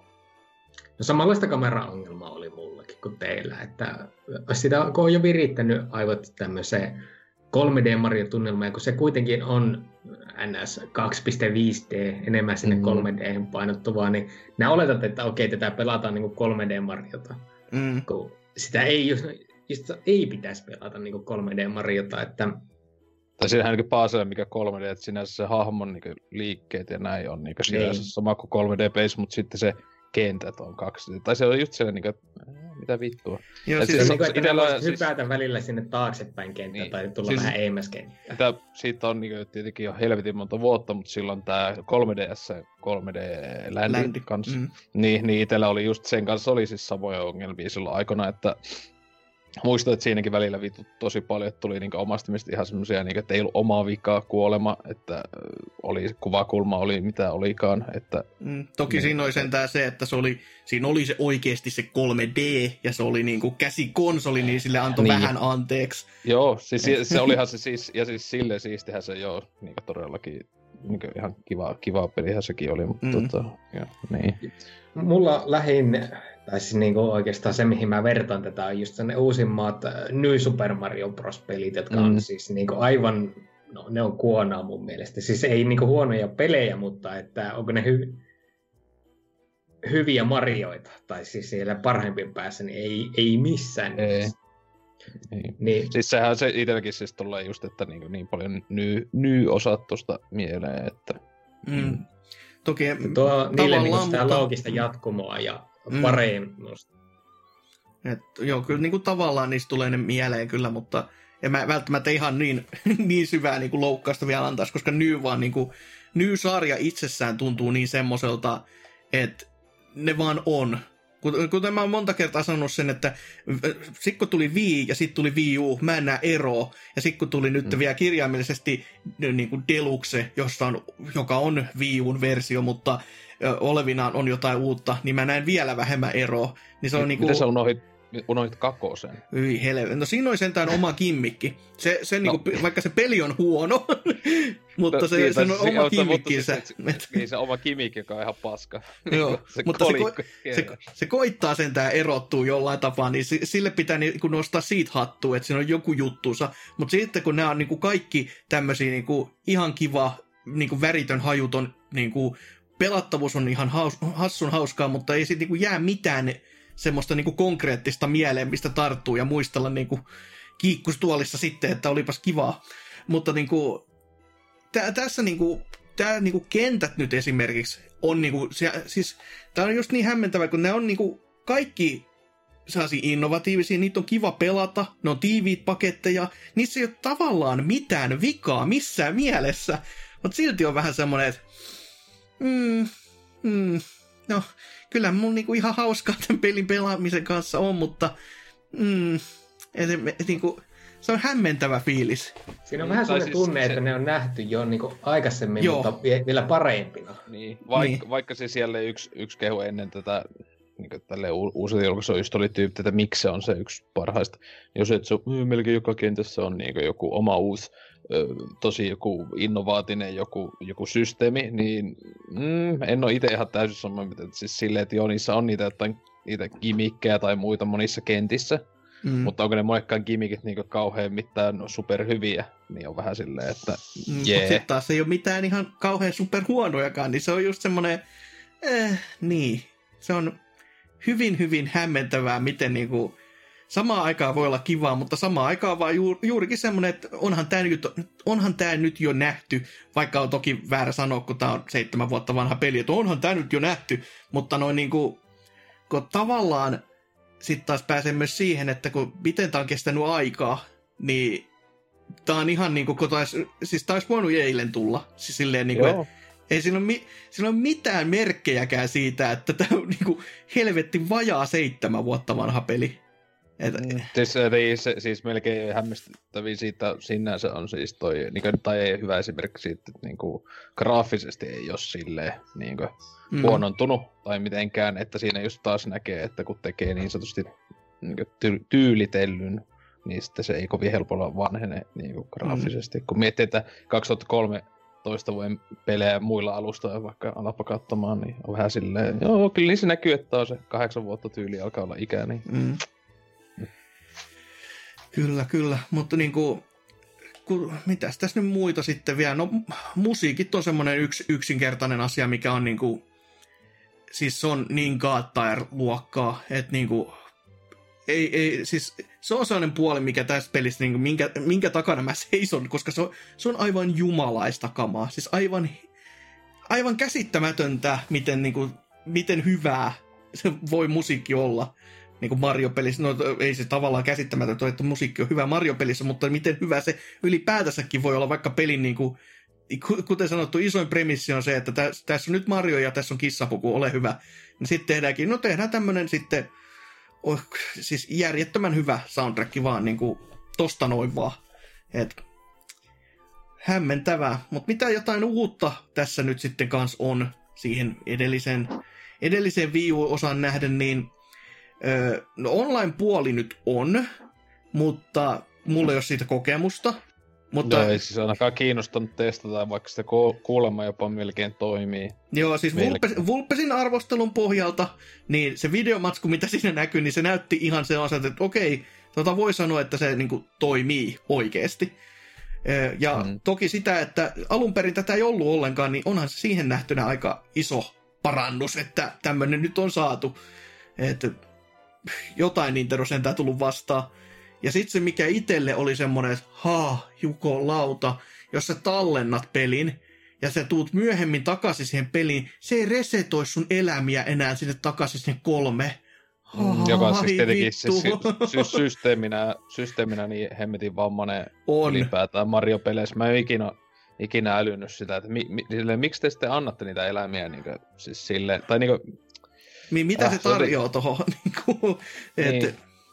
no samanlaista kameraongelmaa oli mullakin kuin teillä, että sitä on jo virittänyt aivot tämmöiseen kolme D-Mario-tunnelmaan, kun se kuitenkin on N S kaksi pilkku viisi D, enemmän sinne mm. kolme D:hen painottuvaa, niin nää oletat, että okei, tätä pelataan niinku kolme D-Mariota, mm. kun sitä ei, just, just ei pitäisi pelata niinku kolme D-Mariota, että tai siinähän niin paasella mikä kolme D, että sinänsä se hahmon niin liikkeet ja näin on niin sinänsä sama kuin kolme D-peissä, mutta sitten se kentät on kaksi. Tai se on just sellainen, niin kuin, mitä vittua. Joo, siis, siis, se, niin kuin, että itellä, voisi siis, hypätä välillä sinne taaksepäin kenttään niin, tai tulla siis, vähän eimäs kenttään. Sitä, siitä on niin kuin, tietenkin jo helvetin monta vuotta, mutta silloin tää kolme D S, kolme D-ländi kanssa. Mm. Niin, niin itellä oli just sen kanssa oli siis samoja ongelmia silloin aikana, että muistan, että siinäkin välillä vittu tosi paljon, että tuli niinku omasta mielestä ihan semmosia, niinku, että ei ollut omaa vikaa kuolema, että oli, kuvakulma oli mitä olikaan. Että, mm, toki niin, siinä oli sentään se, että se oli, siinä oli se oikeasti se kolme D, ja se oli niinku käsikonsoli, niin sille antoi niin. vähän anteeksi. Joo, siis se, se olihan se siis, ja siis silleen siistihän se joo, niinku todellakin niinku ihan kiva, kiva pelihän sekin oli, mutta mm. tota, joo, niin. Mulla lähin, tai siis niinku oikeastaan se, mihin mä vertaan tätä, on just ne uusimmat New Super Mario Bros. -pelit, jotka mm. on siis niinku aivan, no ne on kuonaa mun mielestä. Siis ei niinku huonoja pelejä, mutta että onko ne hy- hyviä Marioita, tai siis siellä parhaimpien päässä, niin ei, ei missään. Ei. Niin. Niin. Siis sehän se itselläkin siis tulee just, että niin, niin paljon ny, ny-osat tosta mieleen, että... Mm. Toki tuo niille niin sitä mutta... loogista jatkumoa ja mm. paremmusta. Et, joo, kyllä niin kuin tavallaan niistä tulee ne mieleen kyllä, mutta en mä välttämättä ihan niin, niin syvää niin kuin loukkausta vielä antaisi, koska Ny vaan niin kuin, Ny-sarja itsessään tuntuu niin semmoiselta, että ne vaan on. Kuten mä oon monta kertaa sanonut sen, että sit kun tuli Wii ja sit tuli Wii U, mä en näe eroa. Ja sit kun tuli nyt mm. vielä kirjaimellisesti niin kuin Deluxe, jossa on, joka on Wii U:n versio, mutta olevinaan on jotain uutta, niin mä näen vielä vähemmän eroa. Niin se on niin kuin... Miten sä unohdit, unohdit kakosen? Hyi helvetti. No siinä oli sentään oma kimmikki. Se, se no. niinku, vaikka se peli on huono, mutta no, se, niin, se on se, oma kimmikkinsä. Se, se, niin se oma kimmikki, joka on ihan paska. Joo, se mutta se, ko, se, se koittaa sentään erottua jollain tapaa, niin sille pitää niinku nostaa siitä hattua, että siinä on joku juttuunsa. Mutta sitten kun nämä on niinku kaikki tämmöisiä niinku ihan kiva, niinku väritön hajuton, niinku, pelattavuus on ihan haus, hassun hauskaa, mutta ei siitä niinku jää mitään semmoista niinku konkreettista mieleen, mistä tarttuu ja muistella niinku kiikkustuolissa sitten, että olipas kivaa. Mutta niinku, tä, tässä niinku, tää niinku kentät nyt esimerkiksi on niinku, se, siis tää on just niin hämmentävä, kun ne on niinku kaikki sellaisia innovatiivisia, niitä on kiva pelata, ne on tiiviit paketteja, niissä ei ole tavallaan mitään vikaa missään mielessä, mutta silti on vähän semmoinen, että mm, mm, no, kyllä mun niinku ihan hauskaa tämän pelin pelaamisen kanssa on, mutta mm, et, et, niinku, se on hämmentävä fiilis. Siinä on vähän sellainen siis tunne, se... että ne on nähty jo niinku aikaisemmin, Joo. mutta vielä parempina. Niin, vaik, niin. Vaikka se siellä yksi, yksi kehu ennen tätä niin tälle u- uusi julkaisu just oli tyyppi, että miksi se on se yksi parhaista. Jos et se on, melkein joka kentässä on niin joku oma uusi, tosi joku innovaatinen joku, joku systeemi, niin mm, en ole itse ihan täysin samaa, että siis silleen, että joo, niissä on niitä jotain niitä gimmikkejä tai muita monissa kentissä, mm. mutta onko ne monekkaan gimmickit niin kauhean mitään no, superhyviä, niin on vähän silleen, että mm, jee. Mutta sitten taas ei ole mitään ihan kauhean superhuonojakaan, niin se on just semmoinen, eh, niin, se on hyvin, hyvin hämmentävää, miten niinku samaan aikaan voi olla kivaa, mutta samaan aikaan vaan juur, juurikin semmoinen, että onhan tämä nyt, onhan tää nyt jo nähty, vaikka on toki väärä sanoa, kun tämä on seitsemän vuotta vanha peli, että onhan tämä nyt jo nähty, mutta noin niinku, kun tavallaan sitten taas pääsee myös siihen, että kun miten tämä on kestänyt aikaa, niin tämä on ihan niinku, kun taisi, siis tämä olisi voinut eilen tulla, siis silleen niinku, että ei siinä ole, mi- siinä ole mitään merkkejäkään siitä, että tämä on niinku helvetti vajaa seitsemän vuotta vanha peli. Et... Mm, siis, eli, se, siis melkein hämmästyttäviä siitä sinänsä on siis toi, niin kuin, tai ei hyvä esimerkki siitä, että niin kuin, graafisesti ei ole silleen niin kuin, mm. huonontunut tai mitenkään, että siinä just taas näkee, että kun tekee niin sanotusti niin kuin, ty- tyylitellyn, niin sitten se ei kovin helpolla vanhene niin kuin, graafisesti. Mm. Kun miettii, että kaksituhattakolme toista vuoden pelejä muilla alustoilla vaikka alapa katsomaan, niin on vähän silleen, joo, kyllä niin se näkyy, että on se kahdeksan vuotta tyyli alkaa olla ikä, niin... Mm. Kyllä, kyllä, mutta niinku, ku, mitäs tässä nyt muita sitten vielä, no musiikit on semmoinen yks, yksinkertainen asia, mikä on niinku, siis se on niin God-tier-luokkaa, että niinku, ei, ei, siis se on sellainen puoli, mikä tässä pelissä, niinku, minkä, minkä takana mä seison, koska se on, se on aivan jumalaista kamaa, siis aivan, aivan käsittämätöntä, miten niinku, miten hyvää se voi musiikki olla. Niin kuin Mario-pelissä, no ei se tavallaan käsittämätöntä, että musiikki on hyvä Mario-pelissä, mutta miten hyvä se ylipäätänsäkin voi olla, vaikka pelin, niin kuin, kuten sanottu, isoin premissi on se, että tässä, tässä on nyt Mario ja tässä on kissapuku, ole hyvä. Niin sitten tehdäänkin, no tehdään tämmönen sitten, oh, siis järjettömän hyvä soundtrack vaan niin kuin tosta noin vaan. Et, hämmentävää, mutta mitä jotain uutta tässä nyt sitten kanssa on siihen edelliseen, edelliseen Wii U-osaan nähden, niin no online-puoli nyt on, mutta mulla ei ole siitä kokemusta. Mutta... No ei siis ainakaan kiinnostanut testata, vaikka sitä kuulemma jopa melkein toimii. Joo, siis Vulpes, Vulpesin arvostelun pohjalta, niin se videomatsku, mitä siinä näkyy, niin se näytti ihan sellaiselta, että okei, tota voi sanoa, että se niin kuin, toimii oikeasti. Ja mm. toki sitä, että alun perin tätä ei ollut ollenkaan, niin onhan se siihen nähtynä aika iso parannus, että tämmöinen nyt on saatu. Että jotain Nintendo sentään tullut vastaan. Ja sitten se, mikä itselle oli semmoinen, että haa, Juko lauta, jos sä tallennat pelin, ja sä tuut myöhemmin takaisin siihen peliin, se ei resetoi sun elämiä enää sinne takaisin sinne kolme. Mm, joka siis tietenkin se, sy- systeeminä, systeeminä niin hemmetin vammainen on. Ylipäätään Mario-peleissä. Mä en ole ikinä, ikinä älynyt sitä, että mi, mi, silleen, miksi te sitten annatte niitä elämiä niin kuin, siis silleen, tai niin kuin, mitä äh, se tarjoaa se tuohon? Niin.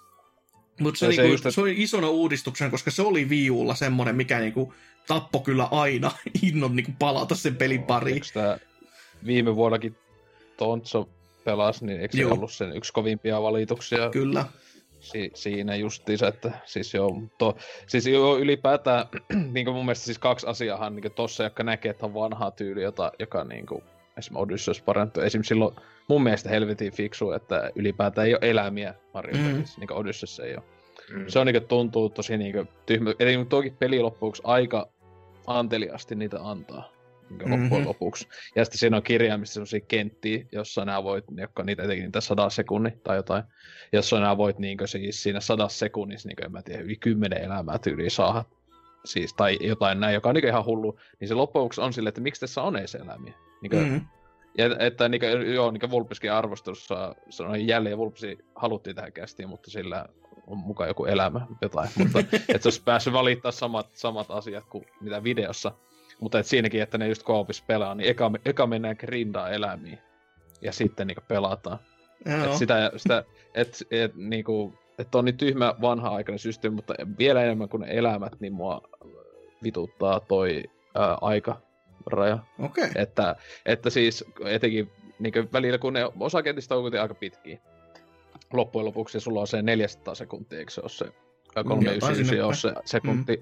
Mutta se, se, niinku, just, se oli isona uudistuksena, koska se oli Wii Ulla semmoinen, mikä niinku tappoi kyllä aina innon niinku palata sen pelin pariin. Eikö tää viime vuonnakin Tontso pelasi, niin eikö se joo. ollut sen yksi kovimpia valituksia? Kyllä. Si- siinä justiinsa, että siis joo, to, siis joo, ylipäätään niin mun mielestä siis kaksi asiaa niin tossa, jotka näkee, että on vanhaa tyyli, jota, joka niin kuin, esimerkiksi Odysseus parantuu. Esimerkiksi silloin mun mielestä helvetin fiksu, että ylipäätään ei ole elämiä Mario-pelissä, mm. niin kuin Odysseus ei ole. Mm. Se on niin kuin, tuntuu tosi niin kuin, tyhmä. Eli toki peli loppuksi aika anteliasti niitä antaa niin kuin, mm-hmm. loppujen lopuksi. Ja sitten siinä on kirjaimista sellaisia kenttiä, jossa nää voit, jotka niitä etenkin niitä sadan sekunnin tai jotain, jossa nää voit niin kuin, siis siinä sadassa sekunnissa, niin kuin, en mä tiedä, yli kymmenen elämää tyyliä saada. Siis, tai jotain näin, joka on niin ihan hullu, niin se loppujen on silleen, että miksi tässä on edes elämiä. Niin kuin, mm-hmm. Ja että niin kuin, joo, niin kuin Vulpeskin arvostelussa sanoi jälleen, Vulpesi haluttiin tähän kästiin, mutta sillä on mukaan joku elämä, jotain. Mutta että se olisi päässyt valittaa samat, samat asiat kuin mitä videossa. Mutta et siinäkin, että ne just koopissa pelaa, niin eka, eka mennään grindaa elämiä. Ja sitten niin kuin pelataan. Että sitä, sitä että et, niin kuin, että on niin tyhmä vanha-aikainen systeemi, mutta vielä enemmän kuin ne elämät, niin mua vituttaa toi ää, aikaraja. Okay. Että, että siis etenkin niin välillä, kun ne osakentistä on kuitenkin aika pitkiä. Loppujen lopuksi sulla on se neljäsataa sekuntia, eikö se ole se kolmesataayhdeksänkymmentäyhdeksän on se sekunti. Mm.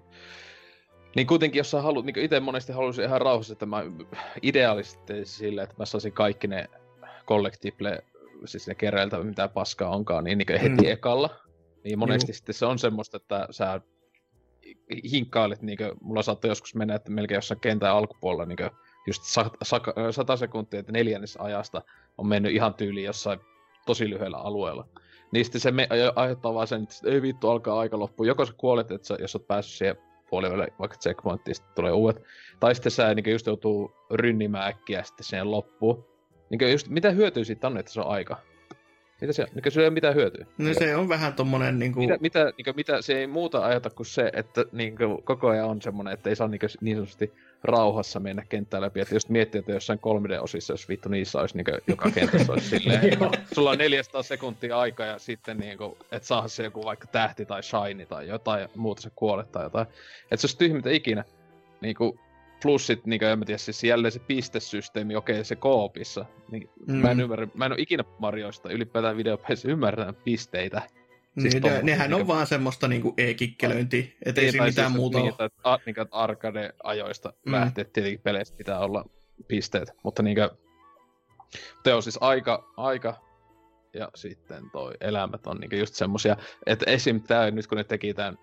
Niin kuitenkin, jos sä haluat, niin itse monesti haluaisin ihan rauhassa, että mä ideaalisesti sille, että mä saisin kaikki ne collectible, siis ne keräiltä, mitä paskaa onkaan, niin, niin heti mm. ekalla. Niin monesti Juh. sitten se on semmoista, että sä hinkkailet, niin kuin, mulla saattaa joskus mennä, että melkein jossain kentän alkupuolella, niin just sata sekuntia, että neljännes ajasta on mennyt ihan tyyliin jossain tosi lyhyellä alueella. Niin sitten se me- aiheuttaa vaan sen, että ei vittu, alkaa aika loppu. Joko sä kuolet, että sä, jos oot päässyt siihen puolivälille vaikka checkpointtiin, sitten tulee uudet. Tai sitten sä niin just joutuu rynnimään äkkiä sitten siihen loppuun. Niin just, mitä hyötyä siitä on, että se on aika? Mitä se, niin se ei ole mitään hyötyä. No se on vähän tommonen niinku... Mitä, mitä, niin mitä se ei muuta ajata kuin se, että niin koko ajan on semmonen, että ei saa niin, niin sanotusti rauhassa mennä kenttään läpi. Että just miettii, että jossain kolme D-osissa, jos vittu niissä olisi niin joka kentässä olisi silleen, sulla on neljäsataa sekuntia aikaa ja sitten niin kuin, että saa se joku vaikka tähti tai shiny tai jotain muuta se kuolet tai jotain. Että se olisi tyhmitä ikinä. Niin kuin, plus sit, niin kuin, en mä tiedä, siis jälleen se pistesysteemi, okei se koopissa. Niin mm. Mä en ymmärrä, mä en ole ikinä Marioista ylipäätään videopelissä ymmärrän pisteitä. Siis niin, ne, nehän niin, on vaan semmoista niinku e-kikkelöintiä, ettei siinä mitään siis, muuta niin, ole. Että, niin, että arcade-ajoista mm. lähtee, että tietenkin peleissä pitää olla pisteet, mutta niinkö... Te on siis aika, aika ja sitten toi elämät on niinkö just semmosia, että esim. Tää nyt kun ne teki tän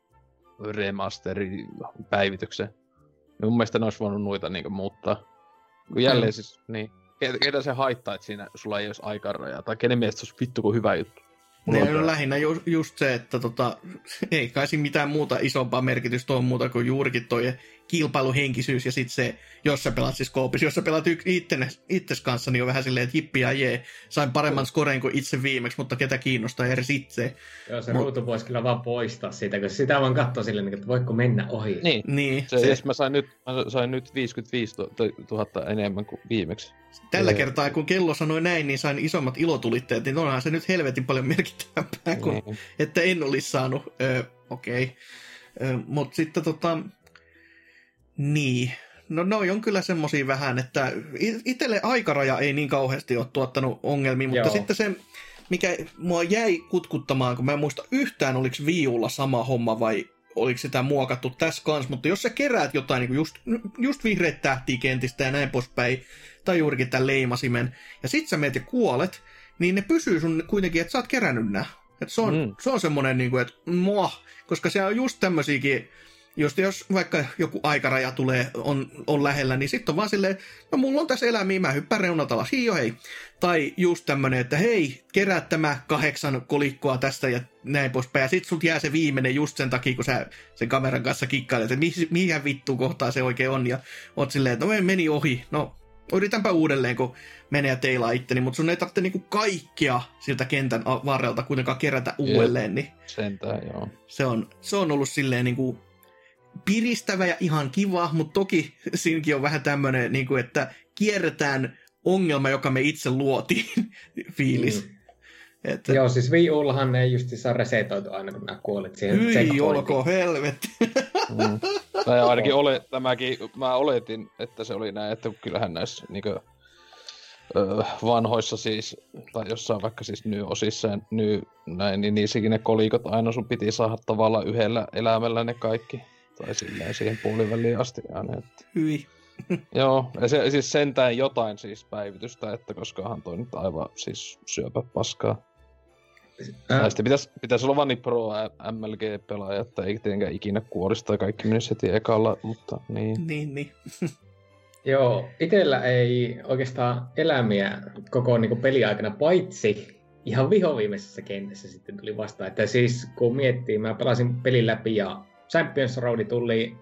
remasteri-päivityksen, niin mun mielestä ne olisi voinut noita niinkö muuttaa. Kun jälleen mm. siis, niin, ketä se haittaa, että siinä sulla ei olisi aikarajaa, tai kenen mielestä se olisi vittu kuin hyvä juttu. Ne on lähinnä ju, just se, että tota, ei kai siinä mitään muuta isompaa merkitystä ole muuta kuin juurikin toi kilpailuhenkisyys ja sitten se, jos sä pelaat siis koopissa, jos sä pelaat itses, itses kanssa, niin on vähän silleen, että jippi ja jee, sain paremman skoreen kuin itse viimeksi, mutta ketä kiinnostaa edes itse. Joo, se Mut... ruutu voisi kyllä vaan poistaa siitä, koska sitä vaan katsoo silleen, että voiko mennä ohi. Niin, niin se, se... mä sain nyt, mä sain nyt viisikymmentäviisituhatta enemmän kuin viimeksi. Tällä kertaa, kun kello sanoi näin, niin sain isommat ilotulitteet, niin onhan se nyt helvetin paljon merkittävämpää kuin, mm. että en olisi saanut. Öö, Okei. Okay. Mutta sitten tota, niin. No noi on kyllä semmosia vähän, että itselle aikaraja ei niin kauheasti ole tuottanut ongelmia, mutta Joo. sitten se, mikä mua jäi kutkuttamaan, kun mä en muista yhtään, oliko Wii Ulla sama homma vai oliko sitä muokattu tässä kanssa, mutta jos sä keräät jotain niin just, just vihreät tähtiä kentistä ja näin poispäin, tai juurikin tämän leimasimen, ja sit sä meet ja kuolet, niin ne pysyy sun kuitenkin, että sä oot kerännyt nää. Että se on, mm. se on semmonen niinku, että muah, koska se on just tämmösiäkin, just jos vaikka joku aikaraja tulee, on, on lähellä, niin sitten on vaan silleen, no mulla on tässä elämiä, mä hyppään reunalta alas, hiio hei. Tai just tämmönen, että hei, kerää tämä kahdeksan kolikkoa tästä ja näin poispäin. Ja sit sut jää se viimeinen just sen takia, kun sä sen kameran kanssa kikkailet, että mihin, mihin vittu kohtaa se oikein on. Ja oot silleen, että no meni ohi, no yritänpä uudelleen, kun menee ja teilaa itteni, mutta sun ei tarvitse niinku kaikkia siltä kentän varrelta kuitenkaan kerätä uudelleen. Niin sentään, joo. Se on, se on ollut silleen niinku piristävä ja ihan kiva, mutta toki siinäkin on vähän tämmöinen, niin kuin, että kierretään ongelma, joka me itse luotiin, fiilis. Mm. Että... Joo, siis Wii Ullahan ei just saa resetoitu aina, kun nämä kuolit siihen. Hyi, olkoon helvetti. Mm. Tai ainakin ole, tämäkin, mä oletin, että se oli näin, että kyllähän näissä niin kuin, öö, vanhoissa siis, tai jossain vaikka siis ny-osissa ja ny, näin, niin niissäkin ne kolikot aina sun piti saada tavallaan yhdellä elämällä ne kaikki. Tai silleen siihen puoliväliin asti aina. Että... Hyi. Joo, ja se, siis sentään jotain siis päivitystä, että koskahan toi nyt aivan siis syöpä paskaa. Äh. Ja sitten pitäis, pitäis olla vaan niin pro M L G-pelaaja, että ei tietenkään ikinä kuorista tai kaikki menisi heti ekalla, mutta niin. Niin, niin. Joo, itellä ei oikeastaan elämiä koko niin kuin peliaikana, paitsi ihan vihoviimeisessä kentässä sitten tuli vastaan. Että siis kun miettii, mä pelasin pelin läpi ja Champions Road tuli,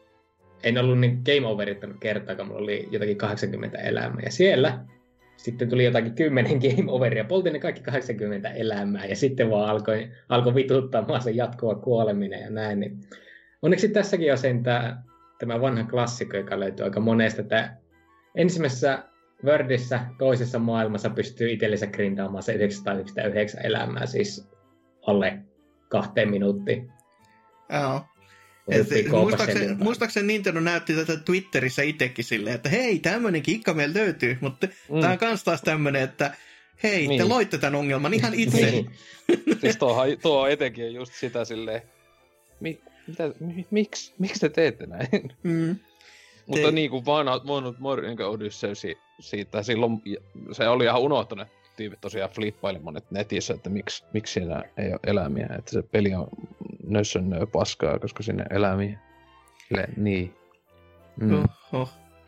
en ollut niin game overittanut kertaakaan, mulla oli jotakin kahdeksankymmentä elämää. Ja siellä sitten tuli jotakin kymmenen game overia, poltin ne kaikki kahdeksankymmentä elämää. Ja sitten vaan alkoi, alkoi vituttamaan se jatkuva kuoleminen ja näin. Niin onneksi tässäkin on sentään tämä vanha klassikko, joka löytyy aika monesta. Että ensimmäisessä Wordissä, toisessa maailmassa pystyy itsellensä grindaamaan se yhdeksänsataayhdeksänkymmentäyhdeksän elämää, siis alle kahteen minuuttiin. Joo. Muistaakseni, muistaakseni Nintendo näytti tätä Twitterissä itsekin silleen, että hei, tämmöinen kikka meillä löytyy, mutta mm. tämä on kans taas tämmöinen, että hei, niin. te loitte tämän ongelman ihan itse. Niin. Siis tuo, tuo etenkin on just sitä silleen, mi, mitä, mi, miksi, miksi te teette näin? Mm. Mutta te... niin kuin vanhat Morning Odyssey siitä, silloin se oli ihan unohtunut, tyypit tosiaan flippaili monet netissä, että miksi, miksi siinä ei ole elämiä, että se peli on nössönnöö paskaa, koska sinne elämiä. Le, niin. Mm. Oho.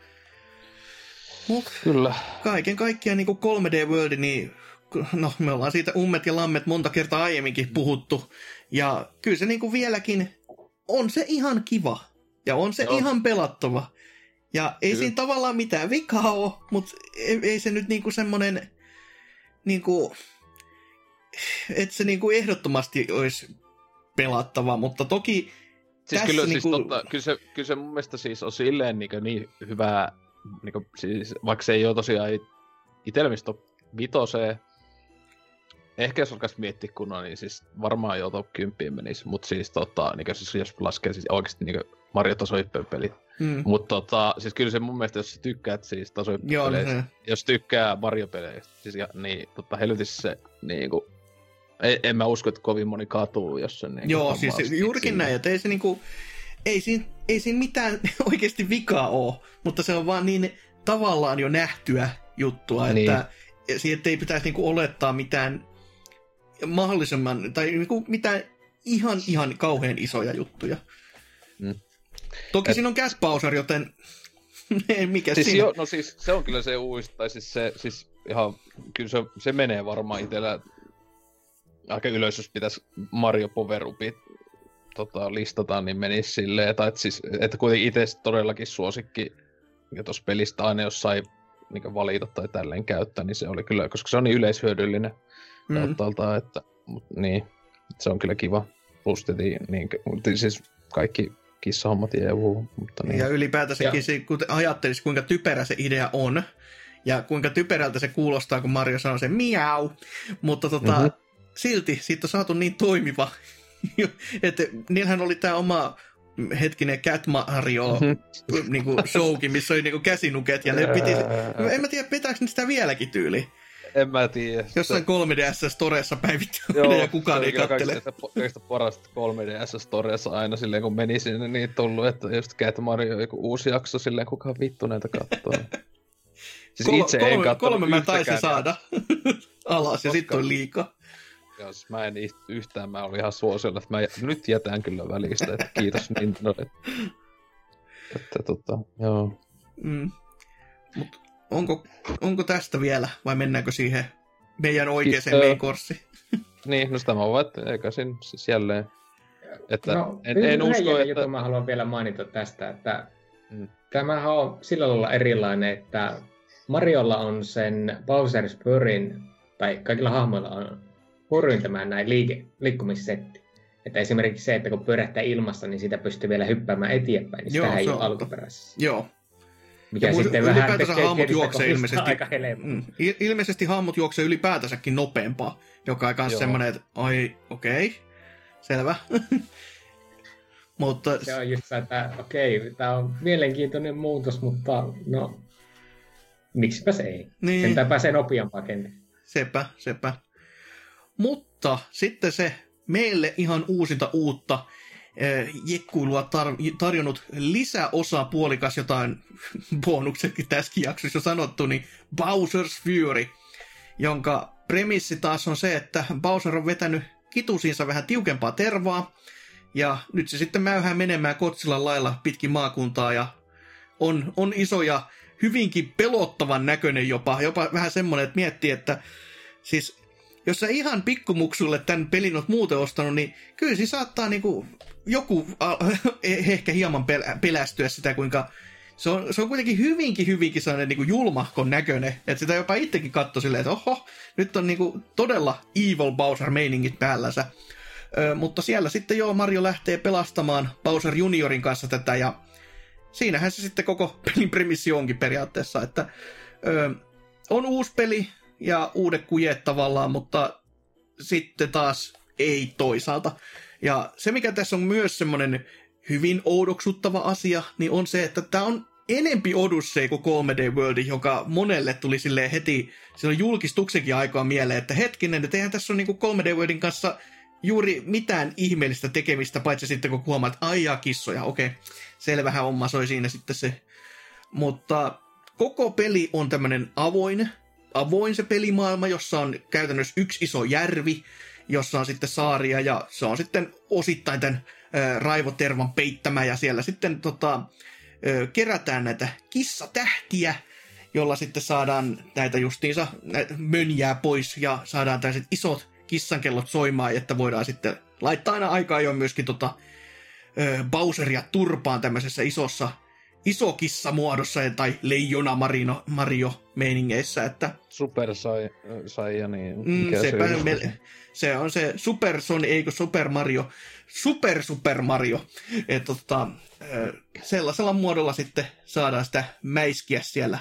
Mut kyllä. Kaiken kaikkiaan niin kuin kolme D World, niin no me ollaan siitä ummet ja lammet monta kertaa aiemminkin puhuttu. Ja kyllä se niin kuin vieläkin on se ihan kiva. Ja on se Joo. ihan pelattava. Ja ei kyllä. siinä tavallaan mitään vikaa ole, mutta ei, ei se nyt niinku semmonen niinku, että se niinku ehdottomasti olisi pelattava, mutta toki siis tässä kyllä, niinku... siis totta, kyllä, se, kyllä se mun mielestä siis on silleen niin, niin hyvää, niin siis, vaikka se ei ole tosiaan itelmistä vitoseen, ehkä jos alkaisi miettiä kunnolla, niin siis varmaan jo top kymmenen menisi, mutta siis tota, niin siis jos laskee siis oikeasti niin Mario tasohyppelypelit. Mm. Mutta tota, siis kyllä se mun mielestä, jos sä tykkäät siis tasohyppelypeleistä, no jos tykkää Mario-peleistä, siis ja, niin totta helvetissä se niinku, ei, en mä usko, että kovin moni katuu, jos se niinku. Joo, siis juurikin siinä. Näin, että ei se niinku, ei siinä, ei siinä mitään oikeasti vikaa ole, mutta se on vaan niin tavallaan jo nähtyä juttua, niin. Että siitä ei pitäisi niinku olettaa mitään mahdollisimman, tai niinku mitään ihan ihan kauhean isoja juttuja. Mm. Toki Et... siinä on Gas Bowser, joten ei mikä siis siinä. Jo, no siis se on kyllä se uusi, tai siis se, siis ihan, kyllä se, se menee varmaan itsellä aika ylös, jos pitäisi Mario Power-upit tota, listata, niin menisi silleen, tai että, siis, että kuitenkin itse todellakin suosikki, ja tuossa pelistä aina jos sai niin valita tai tälleen käyttää, niin se oli kyllä, koska se on niin yleishyödyllinen mm. tauttalta, että mut, niin, se on kyllä kiva. Plus tietenkin, niin, siis kaikki kissahommat ja juu, mutta niin. Ja ylipäätänsäkin, se, kun ajattelisi, kuinka typerä se idea on, ja kuinka typerältä se kuulostaa, kun Mario sanoo sen miau, mutta tota, mm-hmm. silti siitä on saatu niin toimiva, että niillähän oli tämä oma hetkinen Cat Mario mm-hmm. niinku showkin, missä oli niinku käsinuket, ja ne piti, en mä tiedä, pitääkö ne sitä vieläkin tyyliin. En mä tiedä. Jossain kolme D S-storessa päivittää ja kukaan ei kattele. Kaikista parasta kolme D S-storessa aina silleen, kun meni sinne, niin tullut, että just Cat Mario joku uusi jakso silleen, kukaan vittu näitä kattoo. Siis Kol- itse kolme, en kattonut kolme mä taisin saada alas ja sitten on liikaa. Jos mä en yhtään, mä olin ihan suosiolla, että mä nyt jätän kyllä välistä, että kiitos Nintendo. Että, että tota, joo. Mm. Mut onko, onko tästä vielä, vai mennäänkö siihen meidän oikeaan main coursiin? Niin, no sitä mä voin, että eikä siinä siis jälleen. Että no, en, en usko, että... Jutun mä haluan vielä mainita tästä, että mm. tämähän on sillä lailla erilainen, että Mariolla on sen Bowser's Furin, tai kaikilla hahmoilla on Furin tämä näin liike, liikkumissetti. Että esimerkiksi se, että kun pyörähtää ilmassa, niin sitä pystyy vielä hyppäämään eteenpäin, niin sitä ei ole alkuperäisessä. Joo. Mikä ja sitten vähän tekee hahmot juoksee ilmeisesti, aika mm, ilmeisesti hahmot juoksee ylipäätänsäkin nopeampaa, joka on myös semmoinen, että ai, okei, okay, selvä. Mutta... Se on just se, että okei, okay, tämä on mielenkiintoinen muutos, mutta no, miksipä se ei. Niin. Sentään pääsee nopeampaa kenties. Sepä, sepä. Mutta sitten se meille ihan uusinta uutta jekkuilua tar- tarjonnut lisäosa puolikas jotain bonuksetkin tässäkin jaksossa sanottu, niin Bowser's Fury, jonka premissi taas on se, että Bowser on vetänyt kitusiinsa vähän tiukempaa tervaa, ja nyt se sitten mäyhää menemään Godzillan lailla pitkin maakuntaa, ja on, on iso ja hyvinkin pelottavan näköinen jopa, jopa vähän semmoinen, että miettii, että siis jos sä ihan pikkumuksulle tämän pelin oot muuten ostanut, niin kyllä se saattaa niinku joku äh, ehkä hieman pel- pelästyä sitä, kuinka se on, se on kuitenkin hyvinkin, hyvinkin sellainen niinku julmahkon näköinen, että sitä jopa itsekin katsoi silleen, että oho, nyt on niinku todella evil Bowser-meiningit päällänsä. Ö, mutta siellä sitten joo, Mario lähtee pelastamaan Bowser Juniorin kanssa tätä, ja siinähän se sitten koko pelin premissi onkin periaatteessa, että ö, on uusi peli, ja uudet kujet tavallaan, mutta sitten taas ei toisaalta. Ja se, mikä tässä on myös semmoinen hyvin oudoksuttava asia, niin on se, että tämä on enempi Odyssey kuin kolme D World, joka monelle tuli silleen heti silloin julkistuksenkin aikaa mieleen, että hetkinen, että eihän tässä ole niin kuin kolme D Worldin kanssa juuri mitään ihmeellistä tekemistä, paitsi sitten kun huomaa, että aijaa kissoja, okei, selvähän homma soi siinä sitten se. Mutta koko peli on tämmöinen avoin, avoin se pelimaailma, jossa on käytännössä yksi iso järvi, jossa on sitten saaria, ja se on sitten osittain tämän ä, raivotervan peittämä, ja siellä sitten tota, ä, kerätään näitä kissatähtiä, jolla sitten saadaan näitä justiinsa näitä mönjää pois, ja saadaan tällaiset isot kissankellot soimaan, että voidaan sitten laittaa aina aikaa jo myöskin tota, ä, Bowseria turpaan tämmöisessä isossa isokissamuodossa tai leijona Marino, Mario-meiningeissä, että Super sai, sai niin mm, se, se, me, se on se Super Sonic, eikö Super Mario, Super Super Mario, että tota, sellaisella muodolla sitten saadaan sitä mäiskiä siellä,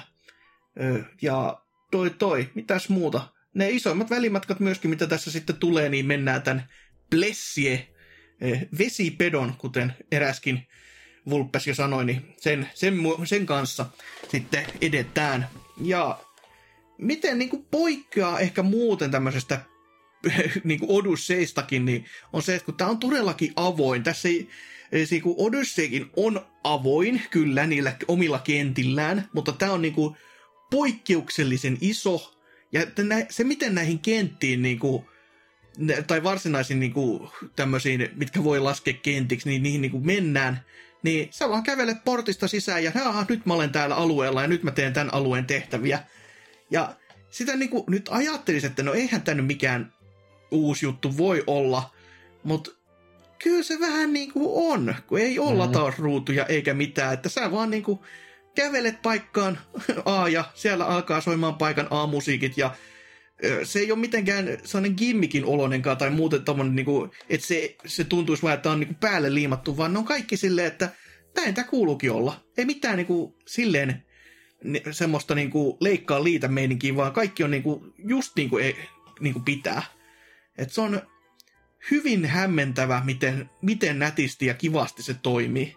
ja toi toi, mitäs muuta, ne isoimmat välimatkat myöskin, mitä tässä sitten tulee, niin mennään tämän Blessie vesipedon, kuten eräskin Vulpes jo sanoi, niin sen, sen, sen kanssa sitten edetään. Ja miten niin kuin poikkeaa ehkä muuten tämmöisestä niin kuin Odysseistakin, niin on se, että kun tämä on todellakin avoin. Tässä ei, niin kuin Odysseykin on avoin, kyllä, niillä omilla kentillään, mutta tämä on niin kuin poikkeuksellisen iso. Ja se, miten näihin kenttiin, niin kuin, tai varsinaisiin niin kuin, tämmöisiin, mitkä voi laskea kentiksi, niin niihin niin kuin mennään, niin sä vaan kävelet portista sisään ja aha, nyt mä olen täällä alueella ja nyt mä teen tämän alueen tehtäviä. Ja sitä niin kuin nyt ajattelisin, että no eihän tämä nyt mikään uusi juttu voi olla, mutta kyllä se vähän niin kuin on, kun ei ole mm. latausruutuja eikä mitään, että sä vaan niin kuin kävelet paikkaan A ja siellä alkaa soimaan paikan A-musiikit ja se ei ole mitenkään sellainen gimmikin olonenkaan tai muuten tommonen, niin kuin, että se, se tuntuisi vaan, että on niin kuin päälle liimattu, vaan ne on kaikki silleen, että näin tää kuuluukin olla. Ei mitään niin kuin, silleen semmoista niin kuin, leikkaa liitä meininkiä, vaan kaikki on niin kuin, just niin kuin, niin kuin pitää. Että se on hyvin hämmentävä, miten, miten nätisti ja kivasti se toimii.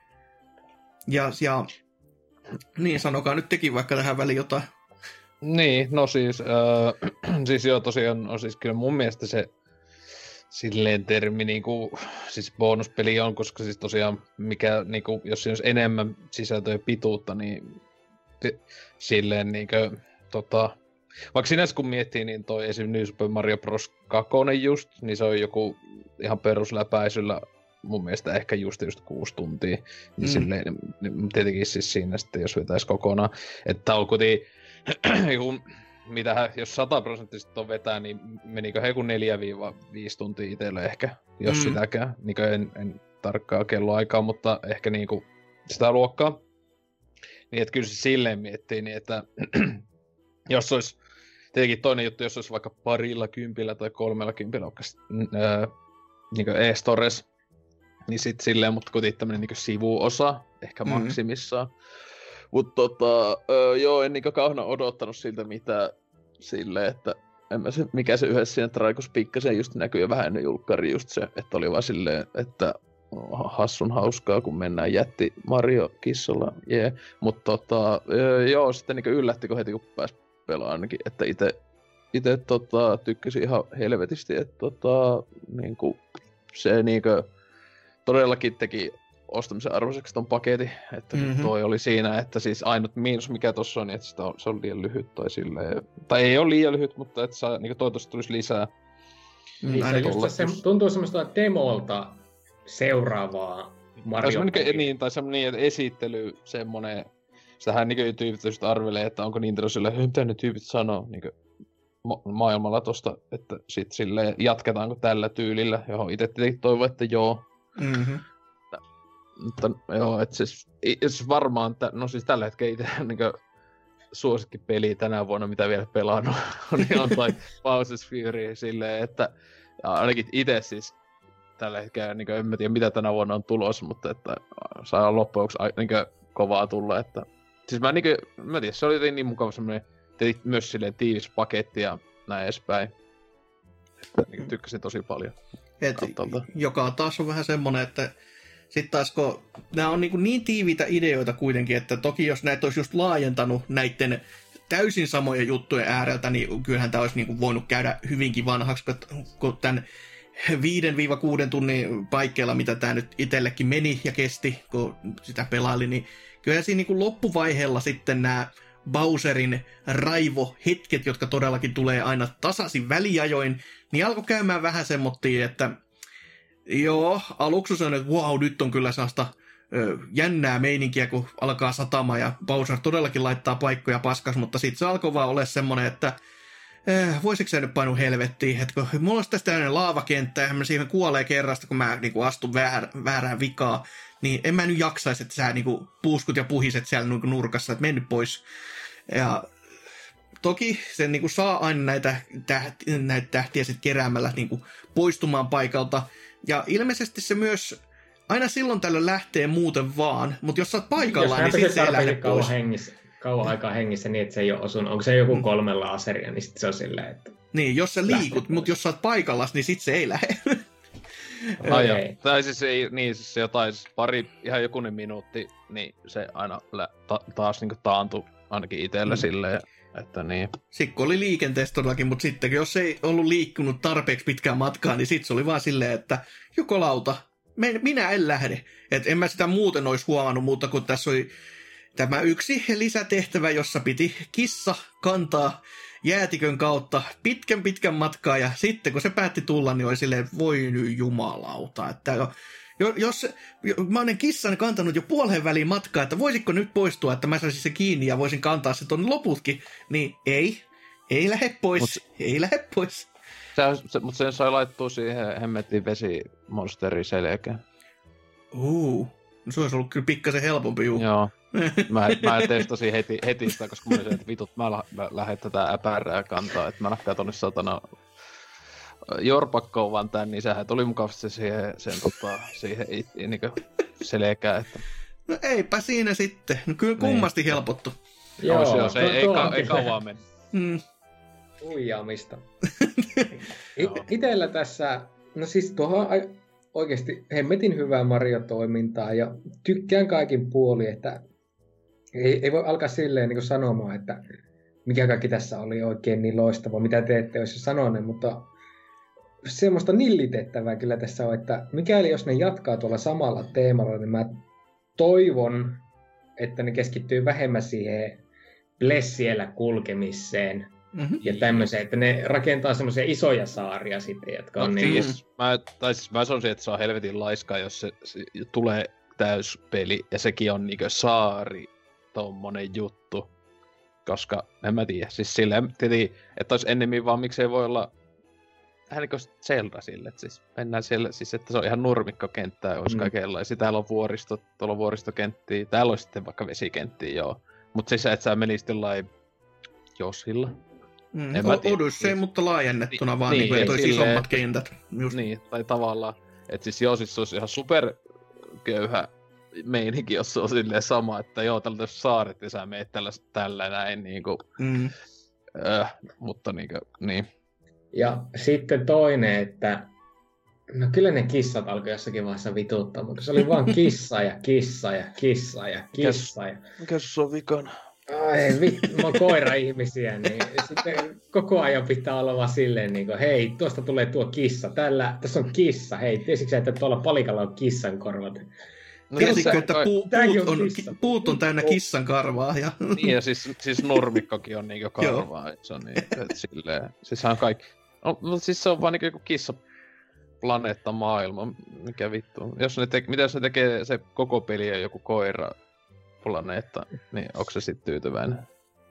Ja, ja niin, sanokaa nyt tekin vaikka tähän väliin jotain. Niin, no siis, äh, siis joo tosiaan, no siis kyllä mun mielestä se silleen termi niinku, siis bonuspeli on, koska siis tosiaan mikä niinku, jos siinä olisi enemmän sisältöä ja pituutta, niin t- silleen niinku, tota, vaikka sinänsä kun miettii, niin toi esim. New Super Mario Bros. kaksi just, niin se on joku ihan perusläpäisyllä mun mielestä ehkä just just kuusi tuntia, mm. silleen, niin tietenkin siis siinä sitten, jos vetäisi kokonaan, että on kuitenkin mitähän, jos sataprosenttisesti on vetää, niin menikö he kun neljä viisi tuntia itselle ehkä, jos mm. sitäkään. Niin en, en tarkkaa kelloaikaa, mutta ehkä niinku sitä luokkaa. Niin että kyllä se silleen miettii, niin että jos olisi, tietenkin toinen juttu, jos olisi vaikka parilla kympillä tai kolmella kympillä vaikka öö, niinku e-stores, niin sit silleen, mutta kuitenkin tämmönen niinku sivuosa, ehkä mm. maksimissaan. Mut tota, öö, joo, en niinkö kauheena odottanut siltä mitään silleen, että en mä se, mikä se yhdessä siinä traikus pikkasen just näkyy ja vähän ennen julkkari just se, että oli vaan silleen, että hassun hauskaa, kun mennään jätti Mario kissalla, jee. Yeah. Mut tota, öö, joo, sitten niinkö yllätti, kun heti kun pääsi pelaamaan ainakin, että ite, ite tota, tykkäsin ihan helvetisti, että tota, niinku, se niinkö todellakin teki ostamisen arvoiseksi ton paketin, että mm-hmm. toi oli siinä, että siis ainut miinus mikä tossa on, niin että sitä on, se on liian lyhyt tai silleen, tai ei ole liian lyhyt, mutta että saa, niin toivottavasti tulisi lisää. Niin, se, just se tuntuu semmoista demolta seuraavaa Mario tai niin, tai semmoinen niin, että esittely semmonen, sitähän niin tyypit just arvelee, että onko Nintendo silleen, mitä ne tyypit sanoo niin ma- maailmalla tosta, että sit silleen jatketaanko tällä tyylillä, johon itse tietenkin toivon, että joo. Mm-hmm. Mutta joo, että siis, siis varmaan, t- no siis tällä hetkellä itse niin suosikkipeli tänä vuonna, mitä vielä pelannut, niin on toi Bowser's Fury silleen, että ainakin itse siis tällä hetkellä, niin en mä tiedä mitä tänä vuonna on tulossa, mutta että saa loppujen lopuksi niin kovaa tulla, että siis mä niin mä tiedän, se oli jotenkin niin mukava semmoinen, myös silleen tiivis paketti ja näin edespäin, että niin tykkäsin tosi paljon. Et, joka taas on vähän semmoinen, että sitten taas kun nämä on niin, niin tiiviitä ideoita kuitenkin, että toki jos näitä olisi just laajentanut näiden täysin samoja juttujen ääreltä, niin kyllähän tämä olisi niin voinut käydä hyvinkin vanhaksi, kun tämän viidestä kuuteen tunnin paikkeilla, mitä tämä nyt itsellekin meni ja kesti, kun sitä pelaili, niin kyllä siinä niin loppuvaiheella sitten nämä Bowserin raivohetket, jotka todellakin tulee aina tasaisin väliajoin, niin alkoi käymään vähän semmottiin, että joo, aluksi sanoin, että wow, nyt on kyllä sellaista ö, jännää meininkiä, kun alkaa satamaan ja Bowser todellakin laittaa paikkoja paskas, mutta sitten se alkoi vaan olla semmoinen, että äh, voisiko se nyt painu helvettiin, että kun mulla olisi tästä tämmöinen laavakenttä ja mä siihen kuolee kerrasta, kun mä niin kuin, astun väär, väärään vikaa, niin en mä nyt jaksaisi, että sä niin kuin, puuskut ja puhiset siellä niin kuin, nurkassa, että mennyt pois. Ja toki se niin kuin, saa aina näitä, tähti, näitä tähtiä sit keräämällä niin kuin, poistumaan paikalta. Ja ilmeisesti se myös aina silloin tällöin lähtee muuten vaan, mutta jos sä oot paikallaan, niin sit se ei lähde pois. Hengissä, kauan aikaa hengissä niin, että se ei ole osunut. Onko se joku kolme laaseria, niin sit se on silleen, että niin, jos sä liikut, mutta jos sä oot paikallaan, niin sit se ei lähde. Ai okay. Tai siis ei, niin siis se jotain, siis pari, ihan jokunen minuutti, niin se aina lä, ta, taas niinku taantui ainakin itsellä mm. silleen. Että niin. Sikko oli liikenteessä todellakin, mutta sitten jos ei ollut liikkunut tarpeeksi pitkään matkaa, niin sitten se oli vaan silleen, että joko lauta, minä en lähde. Et en mä sitä muuten olisi huomannut, mutta kun tässä oli tämä yksi lisätehtävä, jossa piti kissa kantaa jäätikön kautta pitkän pitkän matkaa, ja sitten kun se päätti tulla, niin oli silleen, voi nyt jumalauta, että jos mä olen kissan kantanut jo puoleen väliin matkaa, että voisitko nyt poistua, että mä saisin se kiinni ja voisin kantaa se tuonne loputkin, niin ei, ei lähde pois, Mut, ei lähde pois. Se, se, mutta sen sai laittua siihen hemmettiin vesimonsterin selkään. Uh, no se olisi ollut kyllä pikkasen helpompi juu. Joo. Mä, mä testasin heti, heti sitä, koska mä olin että vitut, mä, lä- mä lähden tätä äpärää kantaa, että mä lähdin tonne satana jorpakkoon vaan tän, niin sehän tuli mukavasti siihen, sen, tota, siihen niin selkään, että... No eipä siinä sitten. No kyllä kummasti niin. Helpottu. Joo, no, joo se ei, ei, ka- ei kauan mennä. Mm. Uijaamista. Itellä tässä, no siis tuohon a- oikeasti hemmetin hyvää Mario-toimintaa ja tykkään kaikin puoli, että ei, ei voi alkaa silleen niin kuin sanomaan, että mikä kaikki tässä oli oikein niin loistavaa, mitä te ette olisi sanoneet, mutta semmoista nillitettävää kyllä tässä on, että mikäli jos ne jatkaa tuolla samalla teemalla, niin mä toivon, että ne keskittyy vähemmän siihen blessiellä kulkemiseen mm-hmm. ja tämmöiseen, että ne rakentaa semmoisia isoja saaria sitten, jotka on no, niin siis, mä, tai siis mä sanoisin, että se on helvetin laiskaa, jos se, se tulee täyspeli ja sekin on niinkö saari tommonen juttu, koska en mä tiedä, siis silleen tietenkin, että olisi ennemmin vaan miksei voi olla vähän niin kuin Zelda sille, että siis mennään siellä, siis että se on ihan nurmikkokenttää, olisi mm. kaikenlaisia. Täällä on vuoristo, tuolla on vuoristokenttiä, täällä on sitten vaikka vesikenttiä, joo. Mutta siis että sä menisit jollain Josilla. Mm, o- Odyssey, niin, mutta laajennettuna niin, vaan, niin, niin kuin silleen, isommat kentät. Just. Niin, tai tavallaan, että siis joo, siis se olisi ihan superköyhä meininki, jos se on silleen sama, että joo, tällä on saaret ja sä meet tällä, tällä näin niinku. Mm. Äh, mutta niinkö, niin. Ja sitten toinen, että no kyllä ne kissat alkoi jossakin vaiheessa vituttaa, mutta se oli vaan kissa ja kissa ja kissa ja kissa. Ja... Mikä se on vikana? Ai vittu, mä oon koira-ihmisiä, niin sitten koko ajan pitää olla vaan silleen niin kuin, hei, tuosta tulee tuo kissa, tällä, tässä on kissa, hei, tiesitkö sä, että tuolla palikalla on kissan korvat? No, tiesitkö, että puu, puut, on, on puut on täynnä kissan karvaa? Ja... Niin, ja siis, siis nurmikkokin on niinku karvaa, se on niin, että silleen, siis on kaikki, no, mutta siis se on vaan niinku kissa planeetta maailma, mikä vittu. Jos ne te, mitä jos ne tekee se koko peli ja joku koira planeetta, niin onko se sitten tyytyväinen?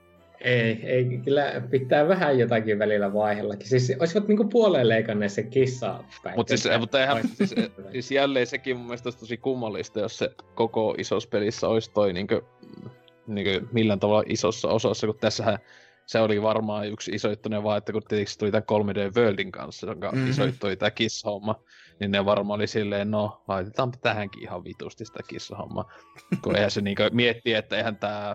Ei, ei, kyllä pitää vähän jotakin välillä vaihellakin. Siis olisivat niinku puoleen leikanneet se kissa päin. Mut siis, mutta eihän, siis, siis jälleen sekin mun mielestä olisi tosi kummallista, jos se koko isossa pelissä olisi toi niinkö, niinkö millään tavalla isossa osassa, kun tässähän se oli varmaan yksi iso juttuinen vaan, että kun tietysti tuli tämän kolme D Worldin kanssa, jonka mm-hmm. iso juttu oli tää kissa-homma, niin ne varmaan oli silleen, no laitetaanpa tähänkin ihan vitusti sitä kissa-hommaa. Kun eihän se niinkö miettii, että eihän tää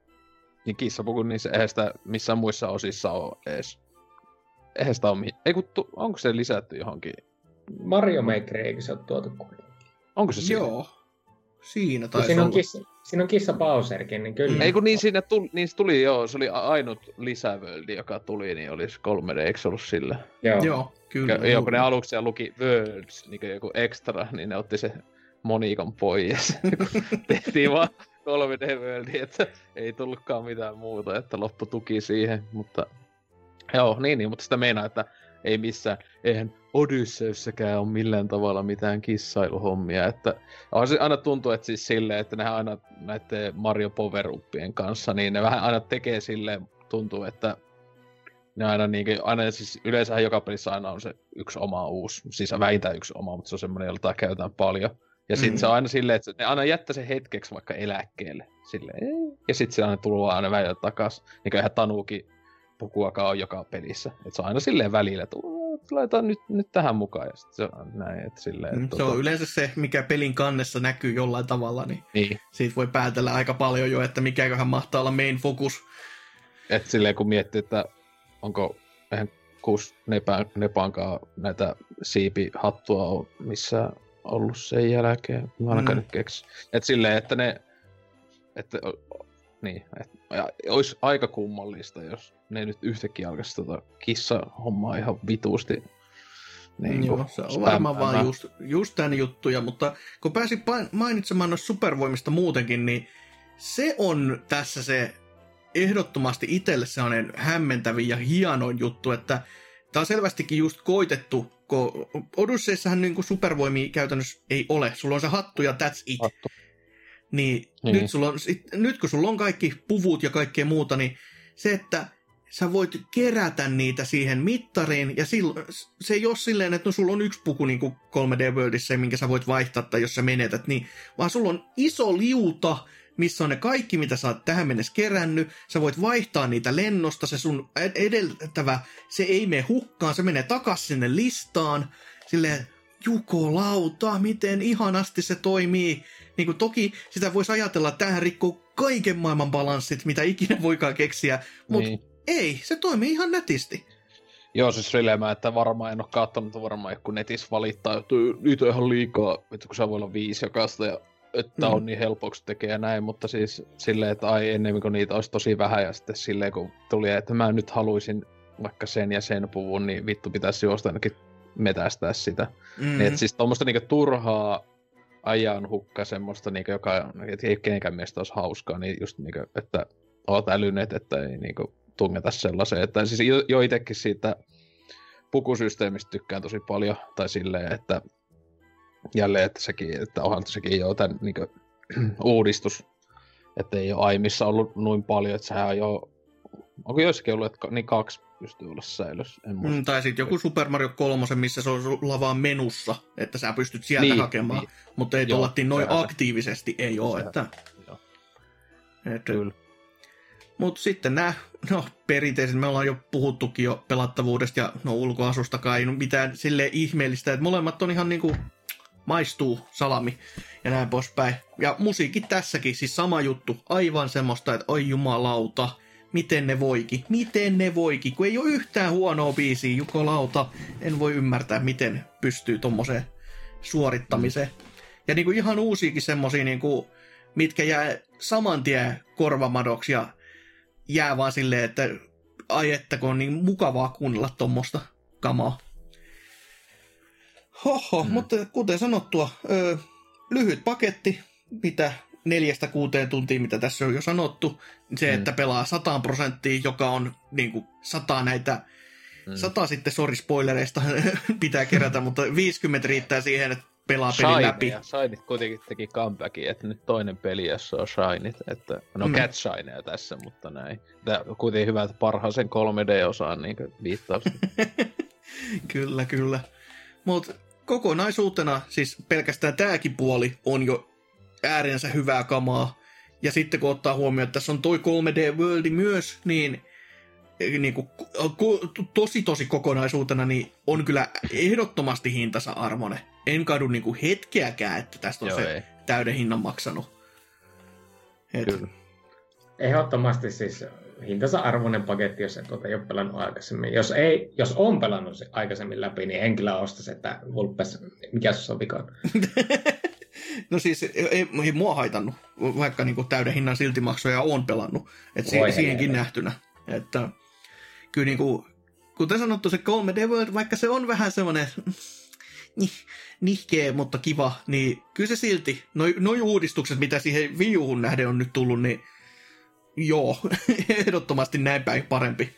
niin kissapuku, niin se eihän sitä missään muissa osissa ole edes. Eihän sitä ole mihin. Ei kun, tu- onko se lisätty johonkin? Mario Maker, eikö se ole tuotu kuitenkin? Onko se siinä? Joo. Siinä taisi siinä on olla. Kissa, siinä on kissa Bowserkin, niin kyllä. Ei kun niin siinä tuli, niin se tuli joo, se oli ainut lisävöldi, joka tuli, niin olisi kolme D, eikö se ollut sillä? Joo, joo kyllä. Ja, joo, kun ne aluksi luki Worlds, niin joku extra, niin ne otti se Monikon pois. Tehtiin vaan kolme D Worldi, että ei tullutkaan mitään muuta, että loppu tuki siihen, mutta joo, niin, niin, mutta sitä meinaa, että ei missään, eihän Odysseyssäkään ole millään tavalla mitään kissailuhommia, että aina tuntuu, että siis silleen, että nehän aina näiden Mario Power-uppien kanssa, niin ne vähän aina tekee silleen, tuntuu, että ne aina niinkin, aina siis yleensähän joka pelissä aina on se yksi oma uusi, siis vähintään yksi oma, mutta se on semmoinen, jolta käytetään paljon. Ja sit mm. se on aina silleen, että ne aina jättää sen hetkeksi vaikka eläkkeelle, silleen, ja sit se aina tulee aina välillä takas, niin kuin eihän Tanuki pukuakaan on joka pelissä, että se on aina silleen välillä, että laitetaan nyt, nyt tähän mukaan, ja sit se on näin, että silleen... Mm, että se tota... on yleensä se, mikä pelin kannessa näkyy jollain tavalla, niin, niin. Siitä voi päätellä aika paljon jo, että mikäköhän mahtaa olla main focus. Että silleen kun miettii, että onko eihän kuusi nepään, nepaankaan näitä siipihattua ole missään ollut sen jälkeen, mä ainakaan mm. nyt keksin. Että silleen, että ne... Että, niin, että ja olisi aika kummallista, jos ne nyt yhtäkkiä alkaisi tota kissa-hommaa ihan vituusti. Niin joo, se on varmaan vaan just, just tän juttuja, mutta kun pääsin mainitsemaan noista supervoimista muutenkin, niin se on tässä se ehdottomasti itselle sellainen hämmentävin ja hienoin juttu, että tää on selvästikin just koitettu, kun Odysseissahan niin kuin supervoimia käytännössä ei ole. Sulla on se hattu ja that's it. Hattu. Niin, niin. Nyt, sulla on, sit, nyt kun sulla on kaikki puvut ja kaikkea muuta, niin se, että sä voit kerätä niitä siihen mittariin, ja silloin, se ei ole silleen, että no sulla on yksi puku niin kuin kolme D-Worldissa, minkä sä voit vaihtaa, tai jos sä menetät, niin, vaan sulla on iso liuta, missä on ne kaikki, mitä sä oot tähän mennessä kerännyt. Sä voit vaihtaa niitä lennosta, se sun edeltävä, se ei mene hukkaan, se menee takas sinne listaan. Silleen, jukolauta, miten ihanasti se toimii. Niin kuin toki sitä voisi ajatella, että tämähän rikkoo kaiken maailman balanssit, mitä ikinä voikaan keksiä, mutta niin. Ei, se toimii ihan nätisti. Joo, siis silleen, että varmaan en ole katsonut varmaan, kun netissä valittaa, että niitä on ihan liikaa, että kun sä voi olla viisi jokaista ja että mm. on niin helpoksi tekee ja näin, mutta siis silleen, että ai ennen kuin niitä olisi tosi vähän ja sitten silleen kun tuli, että mä nyt haluaisin vaikka sen ja sen puvun, niin vittu pitäisi juosta ainakin metästää sitä. Mm. Niin, että siis tommoista niinku turhaa ajan hukka semmoista, niinku, joka ei kenenkään mielestä olisi hauskaa, niin just niinku, että oot älyneet, että ei niinku tungeta sellaiseen. Että siis jo, jo itekin siitä pukusysteemistä tykkään tosi paljon, tai silleen, että jälleen, että sekin, että onhan sekin jo tämän niinku, uudistus, että ei ole aiemmissa ollut noin paljon, että sehän on jo, onko joissakin ollut, että niin kaksi pystyy olla säilössä, en muista. Mm, tai sitten joku Super Mario kolme, missä se on sulla vaan menussa, että sä pystyt sieltä niin, hakemaan, niin. Mutta ei tuollattiin noin aktiivisesti, ei ole, että... että... Kyllä. Mutta sitten nämä, no perinteiset, me ollaan jo puhuttukin jo pelattavuudesta ja no ulkoasustakaan, ei mitään silleen ihmeellistä, että molemmat on ihan niinku maistuu salami ja näin poispäin. Ja musiikki tässäkin, siis sama juttu, aivan semmoista, että oi jumalauta, miten ne voikin, miten ne voikin, kun ei ole yhtään huonoa biisiä, jukolauta, en voi ymmärtää, miten pystyy tommoseen suorittamiseen. Mm. Ja niinku ihan uusiakin semmosia, niinku, mitkä jää saman tien korvamadoksi ja jää vaan silleen, että ai että kun on niin mukavaa kuunnella tommosta kamaa. Hoho, mm. mutta kuten sanottua, ö, lyhyt paketti, mitä neljästä kuuteen tuntia, mitä tässä on jo sanottu. Se, mm. että pelaa sataan prosenttia, joka on niin kuin sata näitä, mm. sata sitten, sori spoilereista pitää kerätä, mutta viisikymmentä riittää siihen, että pelaa pelin Shine, läpi. Shineit kuitenkin teki comebackin, että nyt toinen peli, jossa on Shineit, että no mm. Cat Shineja tässä, mutta näin. Tämä on kuitenkin hyvä, että parhaaseen kolme D-osaan niin viittaus. Kyllä, kyllä. Mutta kokonaisuutena, siis pelkästään tämäkin puoli on jo äärensä hyvää kamaa. Ja sitten kun ottaa huomioon, että tässä on toi kolme D-worldi myös, niin, niin kuin, tosi tosi kokonaisuutena niin on kyllä ehdottomasti hintansa armoinen. En kadu niin kuin hetkeäkään, että tästä on Joo, se ei. täyden hinnan maksanut. Et... Kyllä. Ehdottomasti siis hintansa arvoinen paketti, jos et ole pelannut aikaisemmin. Jos, ei, jos on pelannut se aikaisemmin läpi, niin en kyllä ostaisi, että Vulpes, mikä se on vikaan. No siis ei, ei mua haitannut, vaikka niin kuin täyden hinnan silti maksoja on pelannut. Et si- siihenkin nähtynä. Että kyllä niin kuin, kuten sanottu, se kolme D-World, vaikka se on vähän semmoinen nihkeä, mutta kiva, niin kyllä se silti, noi, noi uudistukset, mitä siihen Wii U:hun nähden on nyt tullut, niin joo, ehdottomasti näin päin parempi.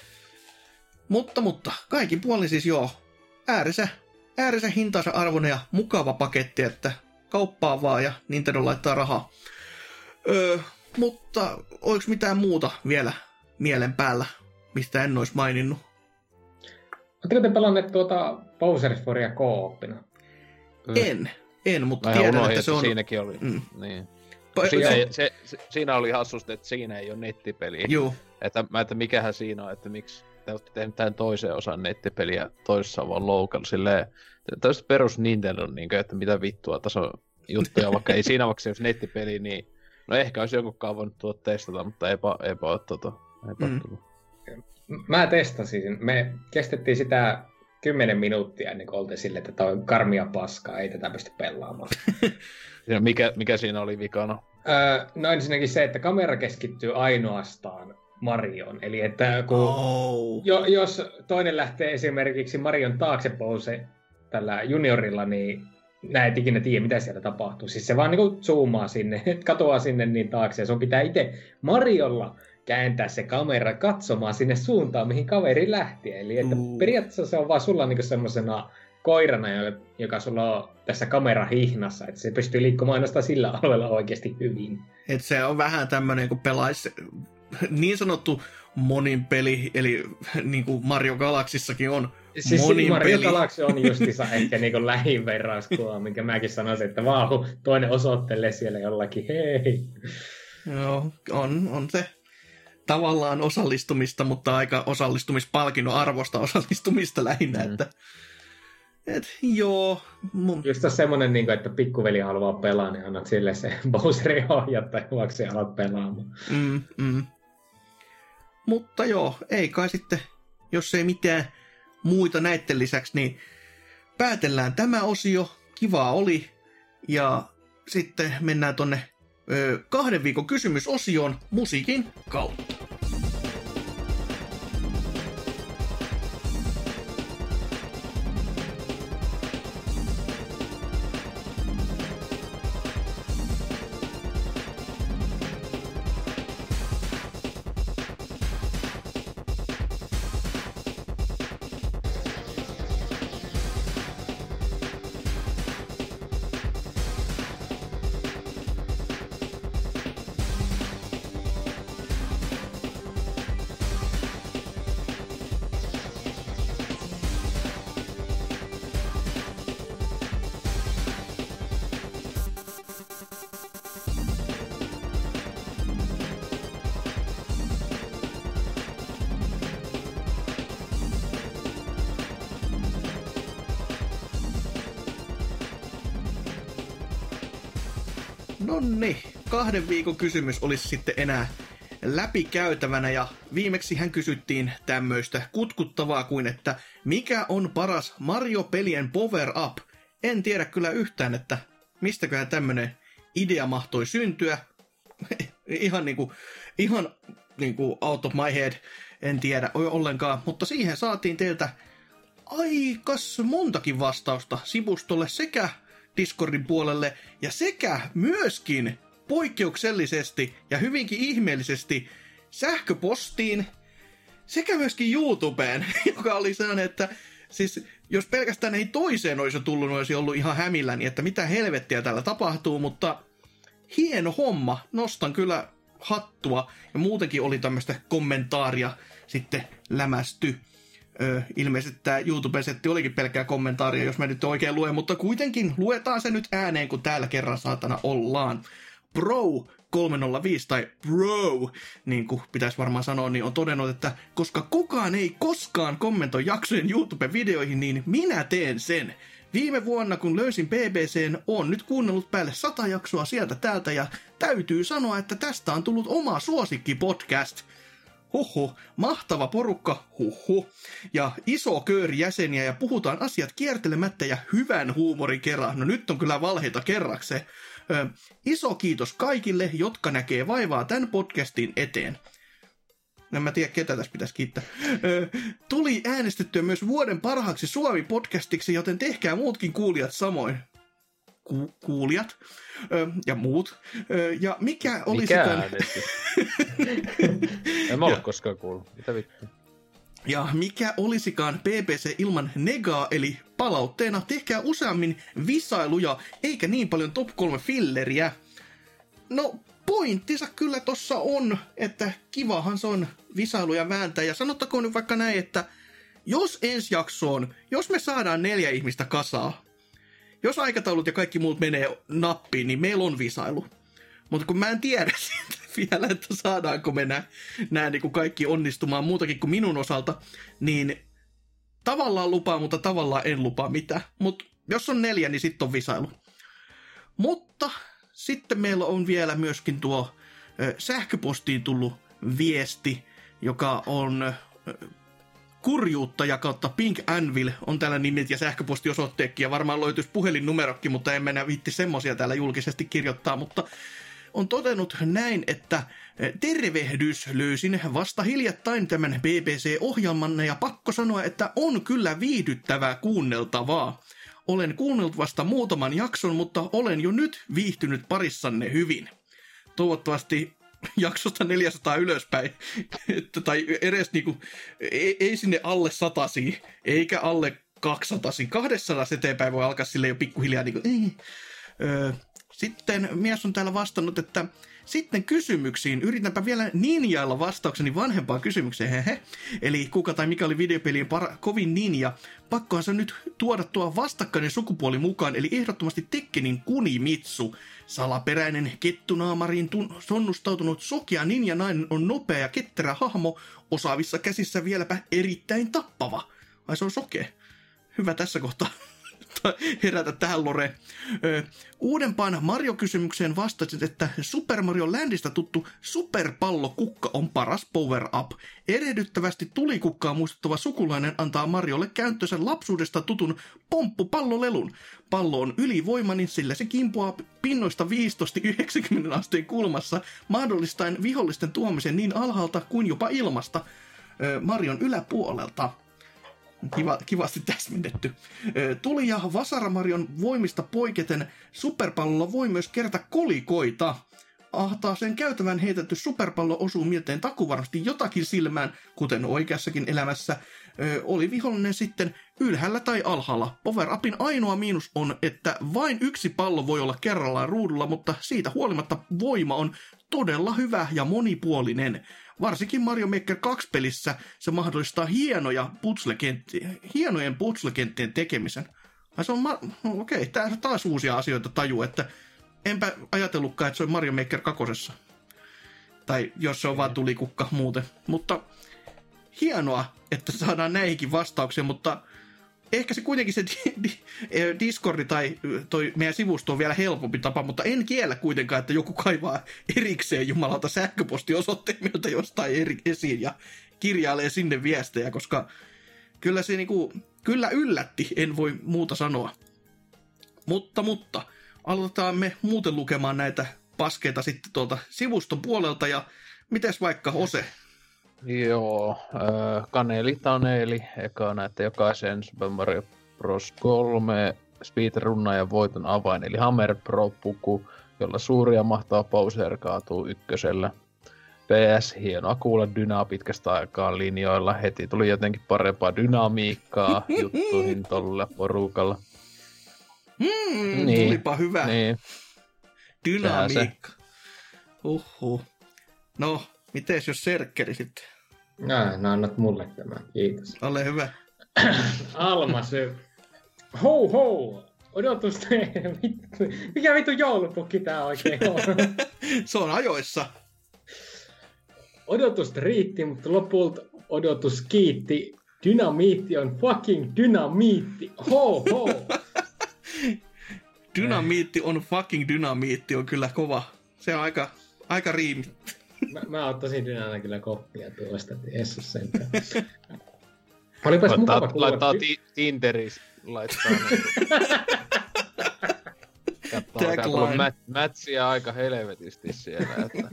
Mutta, mutta, kaikin puolin siis joo, äärisä, äärisä hintansa arvoinen ja mukava paketti, että kauppaa vaan ja Nintendo laittaa rahaa. Öö, mutta oliko mitään muuta vielä mielen päällä, mistä en olisi maininnut? Oletteko te pelanneet tuota Bowser's Furia co-opina? En, en, mutta Mä tiedän, unohdin, että se on... Siinäkin oli, mm. niin. Pa- siinä, se... ei, se, se, siinä oli hassusti, että siinä ei ole nettipeliä. Juu. Että, että mikähän siinä on, että miksi te olette tehneet tämän toisen osan nettipeliä, toisessa on vaan local, silleen, tämmöistä perus Nintendo, niin, että mitä vittua taso juttuja, vaikka ei siinä vaikka se olisi nettipeli, niin no ehkä olisi jonkunkaan voinut tuota testata, mutta eipä, eipä ole tuota, eipä mm. Mä testasin, me kestettiin sitä kymmenen minuuttia ennen kuin oltiin silleen, että tämä on karmia paskaa, ei tätä pysty pelaamaan. mikä, mikä siinä oli vikana? Öö, no ensinnäkin se, että kamera keskittyy ainoastaan Marioon. Eli että kun, oh. jo, jos toinen lähtee esimerkiksi Marion taakse Bowser tällä juniorilla, niin nää et ikinä tiedä, mitä siellä tapahtuu. Siis se vaan niinku zoomaa sinne, katoaa sinne niin taakse, ja sun pitää itse Mariolla kääntää se kamera katsomaan sinne suuntaan, mihin kaveri lähti. Eli että uh. periaatteessa se on vaan sulla niinku semmosena koirana, joka sulla on tässä kamerahihnassa, että se pystyy liikkumaan ainoastaan sillä alueella oikeasti hyvin. Et se on vähän tämmönen, kun pelaisi niin sanottu monin peli, eli niin kuin Mario Galaxissakin on siis monin Mario peli. Galaxy on justiinsa ehkä niin lähiverrauskuva, minkä mäkin sanoisin, että vau, toinen osoittelee siellä jollakin, hei. Joo, on, on se tavallaan osallistumista, mutta aika osallistumispalkinnon arvosta osallistumista lähinnä, mm. että et, joo. Mun... Just on semmoinen, niin kuin, että pikkuveli haluaa pelaa, niin annat sille se Bowserin ohjata ja juoksi ja alat pelaamaan. Mm, mm. Mutta joo, ei kai sitten, jos ei mitään muita näitten lisäksi, niin päätellään tämä osio. Kivaa oli. Ja sitten mennään tonne ö, kahden viikon kysymysosioon musiikin kautta. Nonni, kahden viikon kysymys olisi sitten enää läpikäytävänä ja viimeksi hän kysyttiin tämmöistä kutkuttavaa kuin, että mikä on paras Mario-pelien power up? En tiedä kyllä yhtään, että mistäköhän tämmönen idea mahtoi syntyä. ihan niinku, ihan niinku out of my head, en tiedä ollenkaan, mutta siihen saatiin teiltä aikas montakin vastausta sivustolle sekä Discordin puolelle ja sekä myöskin poikkeuksellisesti ja hyvinkin ihmeellisesti sähköpostiin sekä myöskin YouTubeen, joka oli sellainen, että siis jos pelkästään ei toiseen olisi tullut, niin olisi ollut ihan hämilläni, että mitä helvettiä täällä tapahtuu, mutta hieno homma, nostan kyllä hattua ja muutenkin oli tämmöistä kommentaaria sitten lämästy. Öö, ilmeisesti tämä YouTube-setti olikin pelkkää kommentaaria, jos mä nyt oikein luen, mutta kuitenkin luetaan se nyt ääneen, kun täällä kerran saatana ollaan. Pro kolme nolla viisi tai Bro, niin kuin pitäisi varmaan sanoa, niin on todennut, että koska kukaan ei koskaan kommentoi jaksojen YouTube-videoihin, niin minä teen sen. Viime vuonna, kun löysin B B C:n, oon nyt kuunnellut päälle sata jaksoa sieltä täältä ja täytyy sanoa, että tästä on tullut oma suosikkipodcast. Huhhuh, mahtava porukka, huhhuh, ja iso kööri jäseniä ja puhutaan asiat kiertelemättä ja hyvän huumorin kerran. No nyt on kyllä valheita kerrakseen. Ö, iso kiitos kaikille, jotka näkee vaivaa tämän podcastin eteen. En mä tiedä, ketä tässä pitäisi kiittää. Ö, tuli äänestettyä myös vuoden parhaaksi Suomi-podcastiksi, joten tehkää muutkin kuulijat samoin. Ku- kuulijat ö, ja muut. Ö, ja mikä olisikaan... Mikä äänestys? En mä ole koskaan kuullut. Mitä vittu? Ja mikä olisikaan B B C ilman negaa, eli palautteena tehkää useammin visailuja, eikä niin paljon top kolme filleriä. No, pointtinsa kyllä tossa on, että kivahan se on visailuja vääntää. Ja sanottakoon nyt vaikka näin, että jos ensi jaksoon, jos me saadaan neljä ihmistä kasaa, jos aikataulut ja kaikki muut menee nappiin, niin meillä on visailu. Mutta kun mä en tiedä siitä vielä, että saadaanko me nää, nää niin kuin kaikki onnistumaan muutakin kuin minun osalta, niin tavallaan lupaa, mutta tavallaan en lupaa mitään. Mutta jos on neljä, niin sitten on visailu. Mutta sitten meillä on vielä myöskin tuo ö, sähköpostiin tullut viesti, joka on ö, kurjuuttaja kautta Pink Anvil on täällä nimet ja sähköpostiosoitteekin ja varmaan löytyisi puhelinnumerokki, mutta en mennä viitti semmosia täällä julkisesti kirjoittaa, mutta on todennut näin, että tervehdys, löysin vasta hiljattain tämän B B C-ohjelmanne ja pakko sanoa, että on kyllä viihdyttävää kuunneltavaa. Olen kuunnellut vasta muutaman jakson, mutta olen jo nyt viihtynyt parissanne hyvin. Toivottavasti jaksosta neljäsataa ylöspäin, että, tai edes niinku, ei, ei sinne alle satasi, eikä alle kaksisataa. kaksisataa eteenpäin voi alkaa sille jo pikkuhiljaa niinku, äh. öö, Sitten mies on täällä vastannut, että sitten kysymyksiin. Yritänpä vielä ninjailla vastaukseni vanhempaan kysymykseen. Hehe. Eli kuka tai mikä oli videopelien para- kovin ninja. Pakkohan se nyt tuoda tuo vastakkainen sukupuoli mukaan, eli ehdottomasti Tekkenin Kunimitsu. Salaperäinen kettunaamariin tun- sonnustautunut sokea ninja nainen on nopea ja ketterä hahmo, osaavissa käsissä vieläpä erittäin tappava. Ai se on sokea. Hyvä tässä kohtaa herätä tähän, Lore. Ö, uudempaan Mario-kysymykseen vastasit, että Super Mario Landista tuttu superpallokukka on paras power-up. Erehdyttävästi tulikukkaa muistuttava sukulainen antaa Mariolle käyttöönsä lapsuudesta tutun pomppupallolelun. Pallo on ylivoimainen, sillä se kimpoaa pinnoista viisitoista yhdeksänkymmentä asteen kulmassa, mahdollistaen vihollisten tuomisen niin alhaalta kuin jopa ilmasta ö, Marion yläpuolelta. Kiva, kivasti täsmennetty. Tuli- ja Vasaramarion voimista poiketen superpallolla voi myös kerätä kolikoita. Ahtaa sen käytävän heitetty superpallo osuu miltei takuvarmasti jotakin silmään, kuten oikeassakin elämässä. Ö, oli vihollinen sitten ylhäällä tai alhaalla. Power-upin ainoa miinus on, että vain yksi pallo voi olla kerrallaan ruudulla, mutta siitä huolimatta voima on todella hyvä ja monipuolinen. Varsinkin Mario Maker kaksi-pelissä se mahdollistaa hienoja hienojen putslekenttien tekemisen. Ai se on ma- no, okei, okay, taas uusia asioita tajuu, että enpä ajatellutkaan, että se on Mario Maker kakosessa. Tai jos se on vaan tulikukka muuten. Mutta hienoa, että saadaan näihinkin vastauksia, mutta ehkä se kuitenkin se di- di- Discordi tai toi meidän sivusto on vielä helpompi tapa, mutta en kiellä kuitenkaan, että joku kaivaa erikseen jumalauta sähköpostiosoitteen meiltä jostain eri esiin ja kirjailee sinne viestejä, koska kyllä se niinku, kyllä yllätti, en voi muuta sanoa. Mutta, mutta, aloitetaan me muuten lukemaan näitä paskeita sitten tuolta sivuston puolelta ja mites vaikka Ose? Joo, äh, Kaneli Taneli, eka näette jokaisen Super Mario Bros. kolme speedrunna ja voiton avain, eli Hammer Pro-puku, jolla suuri ja mahtava Bowser kaatuu ykkösellä. P S, hienoa kuulla Dynaa pitkästä aikaa linjoilla, heti tuli jotenkin parempaa dynamiikkaa juttuihin tolle porukalla. Mm, niin, tulipa hyvä. Niin. Dynamiikka. Uhuh. No, mites jos Serkkeri sitten? No, no annat mulle tämän, kiitos. Ole hyvä. Alma se. Ho ho! Odotus, mikä vittu joulupukki tää oikein on? Se on ajoissa. Odotus riitti, mutta lopulta odotus kiitti. Dynamiitti on fucking dynamiitti. Ho ho! Dynamiitti on fucking dynamiitti on kyllä kova. Se on aika, aika riimi. Mä, mä ottaisin Dynana kyllä koppia tuosta, Jesus sentään. Olipas mukava kuulla. Laittaa ti- Tinderis, laittaa Katsotaan, alkaa tulla mät- mätsiä aika helvetisti siellä. Että...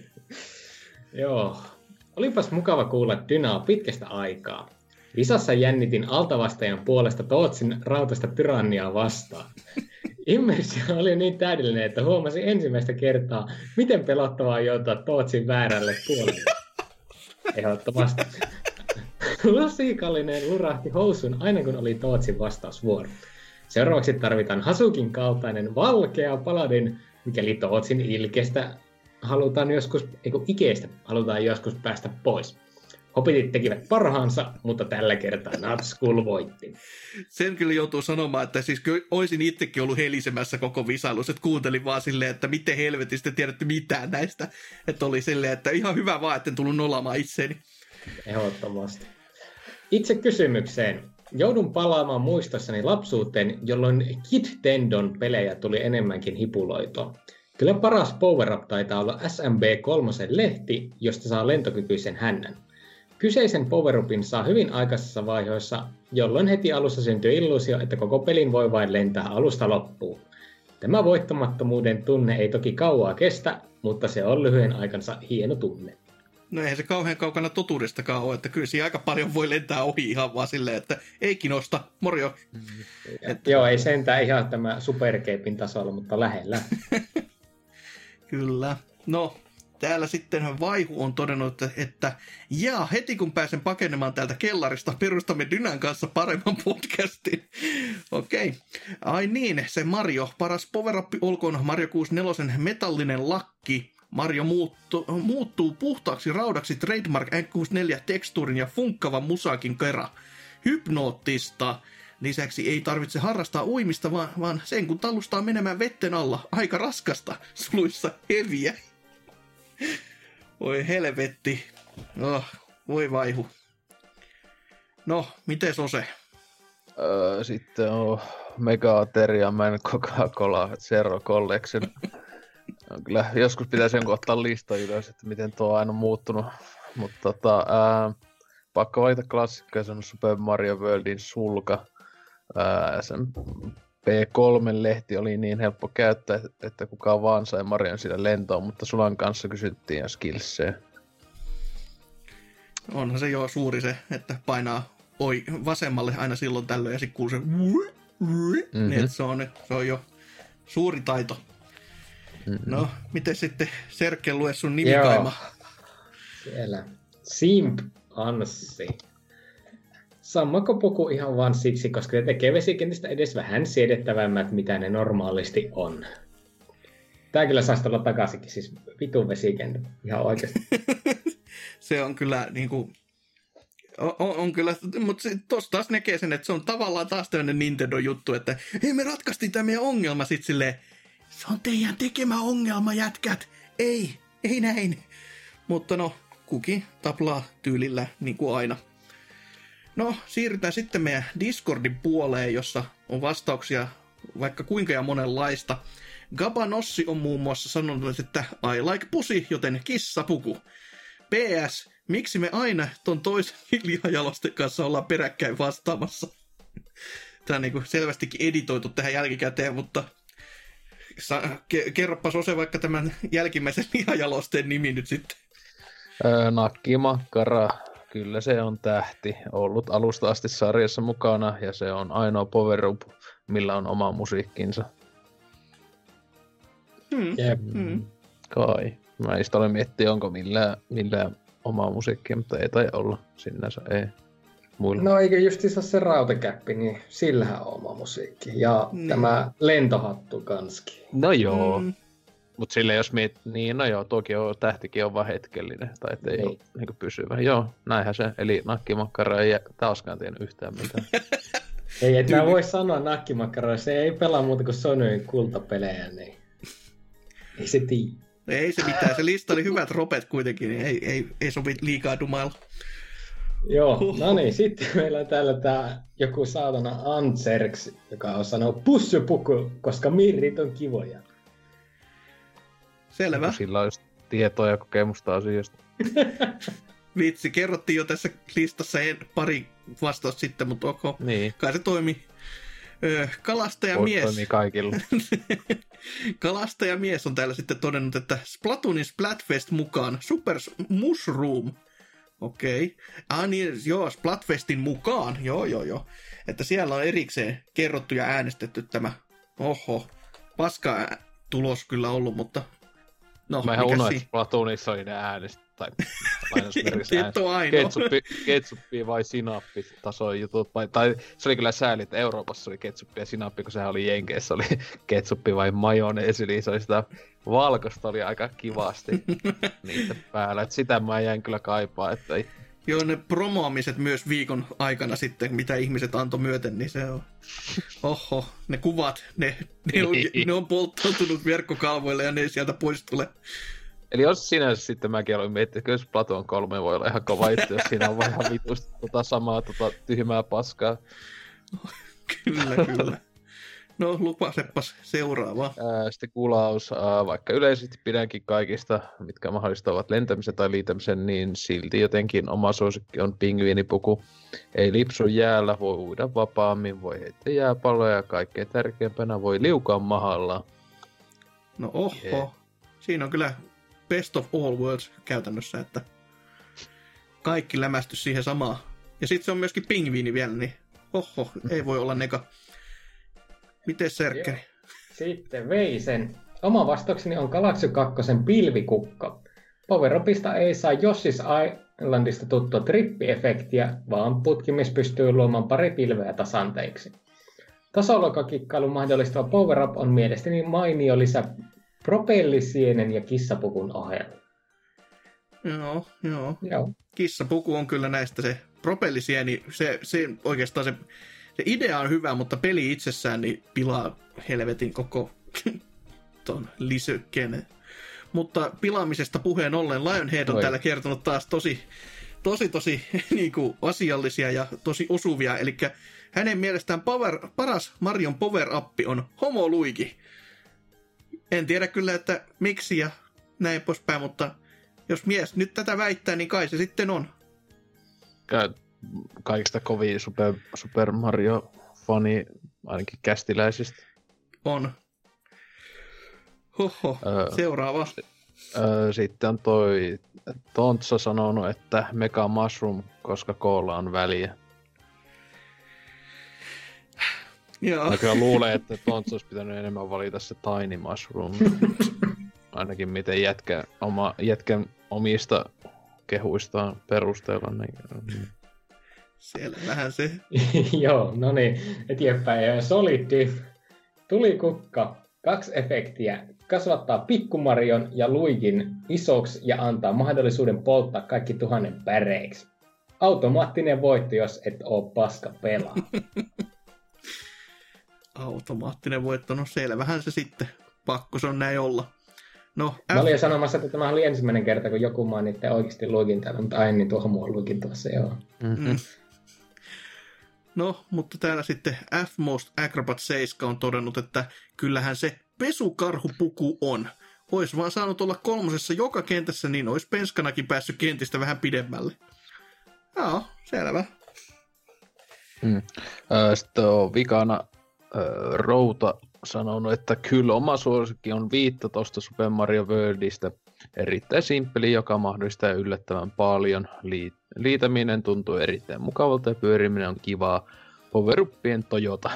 Joo. Olipas mukava kuulla Dynaa pitkästä aikaa. Visassa jännitin altavastajan puolesta Tootsin rautasta tyranniaa vastaan. Immersio oli niin täydellinen, että huomasin ensimmäistä kertaa, miten pelottavaa joutua Tootsin väärälle puolelle. Ehdottomasti. Lusikallinen lurahti housuun aina kun oli Tootsin vastausvuoro. Seuraavaksi tarvitaan Hasukin kaltainen valkea paladin, mikäli Tootsin ilkeestä halutaan joskus, eiku ikeestä halutaan joskus päästä pois. Hobbitit tekivät parhaansa, mutta tällä kertaa Nazgul voitti. Sen kyllä joutuu sanomaan, että siis kyllä olisin itsekin ollut helisemässä koko visailussa, että kuuntelin vaan silleen, että miten helvetistä tiedätte mitään näistä. Että oli silleen, että ihan hyvä vaan, etten tullut nolaamaan itseäni. Ehdottomasti. Itse kysymykseen. Joudun palaamaan muistossani lapsuuteen, jolloin Kid Tendon pelejä tuli enemmänkin hipuloitua. Kyllä paras power-up taitaa olla S M B kolme lehti, josta saa lentokykyisen hännän. Kyseisen power-upin saa hyvin aikaisessa vaiheessa, jolloin heti alussa syntyy illuusio, että koko pelin voi vain lentää alusta loppuun. Tämä voittamattomuuden tunne ei toki kauaa kestä, mutta se on lyhyen aikansa hieno tunne. No eihän se kauhean kaukana totuudestakaan ole, että kyllä siinä aika paljon voi lentää ohi ihan vaan silleen, että ei kiinnosta, morjo. Ja, että... Joo, ei sentään ihan tämä superkeipin tasolla, mutta lähellä. Kyllä. No, täällä sitten Vaihu on todennut, että, että jaa, heti kun pääsen pakenemaan täältä kellarista, perustamme Dynan kanssa paremman podcastin. Okei. Okay. Ai niin, se Mario. Paras power-up olkoon Mario kuusikymmentäneljä metallinen lakki. Mario muuttu, muuttuu puhtaaksi raudaksi trademark N kuusikymmentäneljä-tekstuurin ja funkkavan musaakin kerran. Hypnoottista. Lisäksi ei tarvitse harrastaa uimista, vaan, vaan sen kun tallustaa menemään vetten alla. Aika raskasta, suluissa heviä. Voi helvetti. Oh, voi Vaihu. No, mites Ose? Öö, sitten on Megateria Man Coca-Cola Zero Collection. Kyllä joskus pitäisi jonkun ottaa lista ylös, että miten tuo on aina muuttunut. Mutta tota, ää, pakko valita klassikkoja, se on Super Mario Worldin sulka. Ää, sen P kolme lehti oli niin helppo käyttää, että kukaan vaan sai Marion sillä lentoon, mutta Sulan kanssa kysyttiin ja skillsejä. Onhan se jo suuri se, että painaa oi, vasemmalle aina silloin tällöin ja sitten kuuluu se mm-hmm. niin, se on, se on jo suuri taito. Mm-hmm. No, miten sitten Serkke lue sun nimikaima? Siellä. Simp Anssi. Sammako puku ihan vaan siksi, koska ne tekee vesikentistä edes vähän siedettävämmät, mitä ne normaalisti on. Tää kyllä saisi olla takaisinkin, siis vitun vesikenttä. Ihan oikeasti. Se on kyllä niinku... On, on kyllä, mutta tossa taas näkee sen, että se on tavallaan taas tämmönen Nintendo-juttu, että hei, me ratkaistiin tämä meidän ongelma sit silleen, se on teidän tekemä ongelma, jätkät. Ei, ei näin. Mutta no, kukin taplaa tyylillä niin kuin aina. No, siirrytään sitten meidän Discordin puoleen, jossa on vastauksia vaikka kuinka ja monenlaista. Gabanossi on muun muassa sanonut, että I like pussy, joten kissapuku. P S. Miksi me aina ton toisen lihajalosten kanssa ollaan peräkkäin vastaamassa? Tämä on niin kuin selvästikin editoitu tähän jälkikäteen, mutta sa- ke- kerropas Ose vaikka tämän jälkimmäisen lihajalosteen nimi nyt sitten. Öö, nakkimakkara. Kyllä se on tähti. Ollut alusta asti sarjassa mukana ja se on ainoa power-up, millä on oma musiikkinsa. Hmm. Jep. Hmm. Kai. Mä en sitä ole miettinyt, onko millään, millään omaa musiikkia, mutta ei tai olla. Sinänsä ei. Muilla. No eikö justiinsa se rautakäppi, niin sillähän on oma musiikki. Ja niin. Tämä lentohattu kanskin. No joo. Mm. Mut sille jos miet... Niin, no joo, toki on, tähtikin on vaan hetkellinen. Tai ettei Niin. ole niinku pysyvä. Joo, näinhän se. Eli nakkimakkara ei taaskaan tiennyt yhtään mitään. Ei, et mä voi sanoa nakkimakkara, se ei pelaa muuta kuin Sonyin kultapelejä, niin ei se tiedä. Ei se mitään, se lista oli hyvät ropet kuitenkin, niin ei, ei, ei sovi liikaa dumailla. Joo, no niin, sitten meillä on täällä tää joku saatana Antserks, joka on sanonut pussypuku, koska mirrit on kivoja. Selvä. Sillä on just tietoa ja kokemusta asiasta. Vitsi, kerrottiin jo tässä listassa en, pari vastausta sitten, mutta ok, Niin. kai se toimi. Öö, kalastajamies. Toimii kaikilla. Kalastajamies on täällä sitten todennut, että Splatoonin Splatfest mukaan Super Mushroom. Okei. Okay. Ah niin, joo, Splatfestin mukaan. Joo, joo, joo. Että siellä on erikseen kerrottu ja äänestetty tämä. Oho. Paska tulos kyllä ollut, mutta... No, mä ihan mikä unoin, si- että Splatoonissa oli ne äänestä. Tai lainausmerkissä Et ole ainoa. Ketsuppi, ketsuppi vai sinappi tasoin jutut. Vai, tai se oli kyllä sääli, että Euroopassa oli ketsuppi ja sinappi, kun sehän oli Jenkeissä oli ketsuppi vai majoneesi. Eli se oli sitä valkoista oli aika kivasti niitä päällä. Et sitä mä jäin kyllä kaipaa, että ei... Joo, ne promoamiset myös viikon aikana sitten, mitä ihmiset antoi myöten, niin se on... Oho, ne kuvat, ne, ne, on, ne on polttautunut verkkokalvoille ja ne ei sieltä pois tule. Eli jos sinänsä sitten mäkin aloin miettiä, että kyllä Splatoon kolme voi olla ihan kova itse, jos siinä on vaan ihan vitusti tota samaa tota tyhmää paskaa. Kyllä, kyllä. No, lupaseppas seuraavaa. Ää, sitten kulaus, ää, vaikka yleisesti pidänkin kaikista, mitkä mahdollista ovat lentämisen tai liitämisen, niin silti jotenkin oma suosikki on pingviinipuku. Ei lipsu jäällä, voi uida vapaammin, voi heittää jääpalloja ja kaikkein tärkeimpänä voi liukaa mahalla. No oho, Yeah. siinä on kyllä best of all worlds käytännössä, että kaikki lämästys siihen samaan. Ja sitten se on myöskin pingviini vielä, niin oho, ei voi olla neka. Miten Serkkeri? Joo. Sitten Veisen. Oma vastaukseni on Galaxy kaksi pilvikukka. Power-upista ei saa Yoshi's Islandista tuttua trippi-efektiä, vaan putkimis pystyy luomaan pari pilveä tasanteiksi. Tasolokakikkailun mahdollistava power-up on mielestäni mainio lisä propellisienen ja kissapukun ohella. Joo, joo. Joo. Kissapuku on kyllä näistä se propellisieni, se, se oikeastaan se, se idea on hyvä, mutta peli itsessään niin pilaa helvetin koko ton lisykkeen. Mutta pilaamisesta puheen ollen Lionhead on Oi. täällä kertonut taas tosi, tosi, tosi niin kuin asiallisia ja tosi osuvia. Eli hänen mielestään power, paras Marion power-appi on homoluiki. En tiedä kyllä, että miksi ja näin poispäin, mutta jos mies nyt tätä väittää, niin kai se sitten on. Kaikista kovin Super, Super Mario-fani, ainakin kästiläisistä. On. Hoho, öö, seuraava. Öö, sitten on toi Tontsa sanonut, että Mega Mushroom, koska koolla on väliä. Joo. Mä kyllä luulen, että Tontsa olisi pitänyt enemmän valita se Tiny Mushroom. Ainakin miten jätkä, oma, jätkän omista kehuistaan perusteella. Niin. Siellähän se. Joo, no niin, eteenpäin. Solid tuli kukka. Kaksi efektiä. Kasvattaa Pikkumarion ja Luigin isoksi ja antaa mahdollisuuden polttaa kaikki tuhannen päreiksi. Automaattinen voitto, jos et oo paska pelaa. Automaattinen voitto, no selvähän se sitten. Pakko se on näin olla. No, Mä olin jo sanomassa, että tämä oli ensimmäinen kerta, kun joku mainitte oikeasti Luigin täällä, mutta ai niin tuohon mua Luigin tuossa, joo. Mm. No, mutta täällä sitten F-Most Acrobat seitsemän on todennut, että kyllähän se pesukarhupuku on. Ois vaan saanut olla kolmosessa joka kentässä, niin ois penskanakin päässyt kentistä vähän pidemmälle. Joo, selvä. Mm. Sitten on vikana Routa sanonut, että kyllä oma suosikki on viitta tosta Super Mario Worldista. Erittäin simppeli, joka mahdollistaa yllättävän paljon. Liitäminen tuntuu erittäin mukavalta ja pyöriminen on kivaa. Power-uppien Toyota.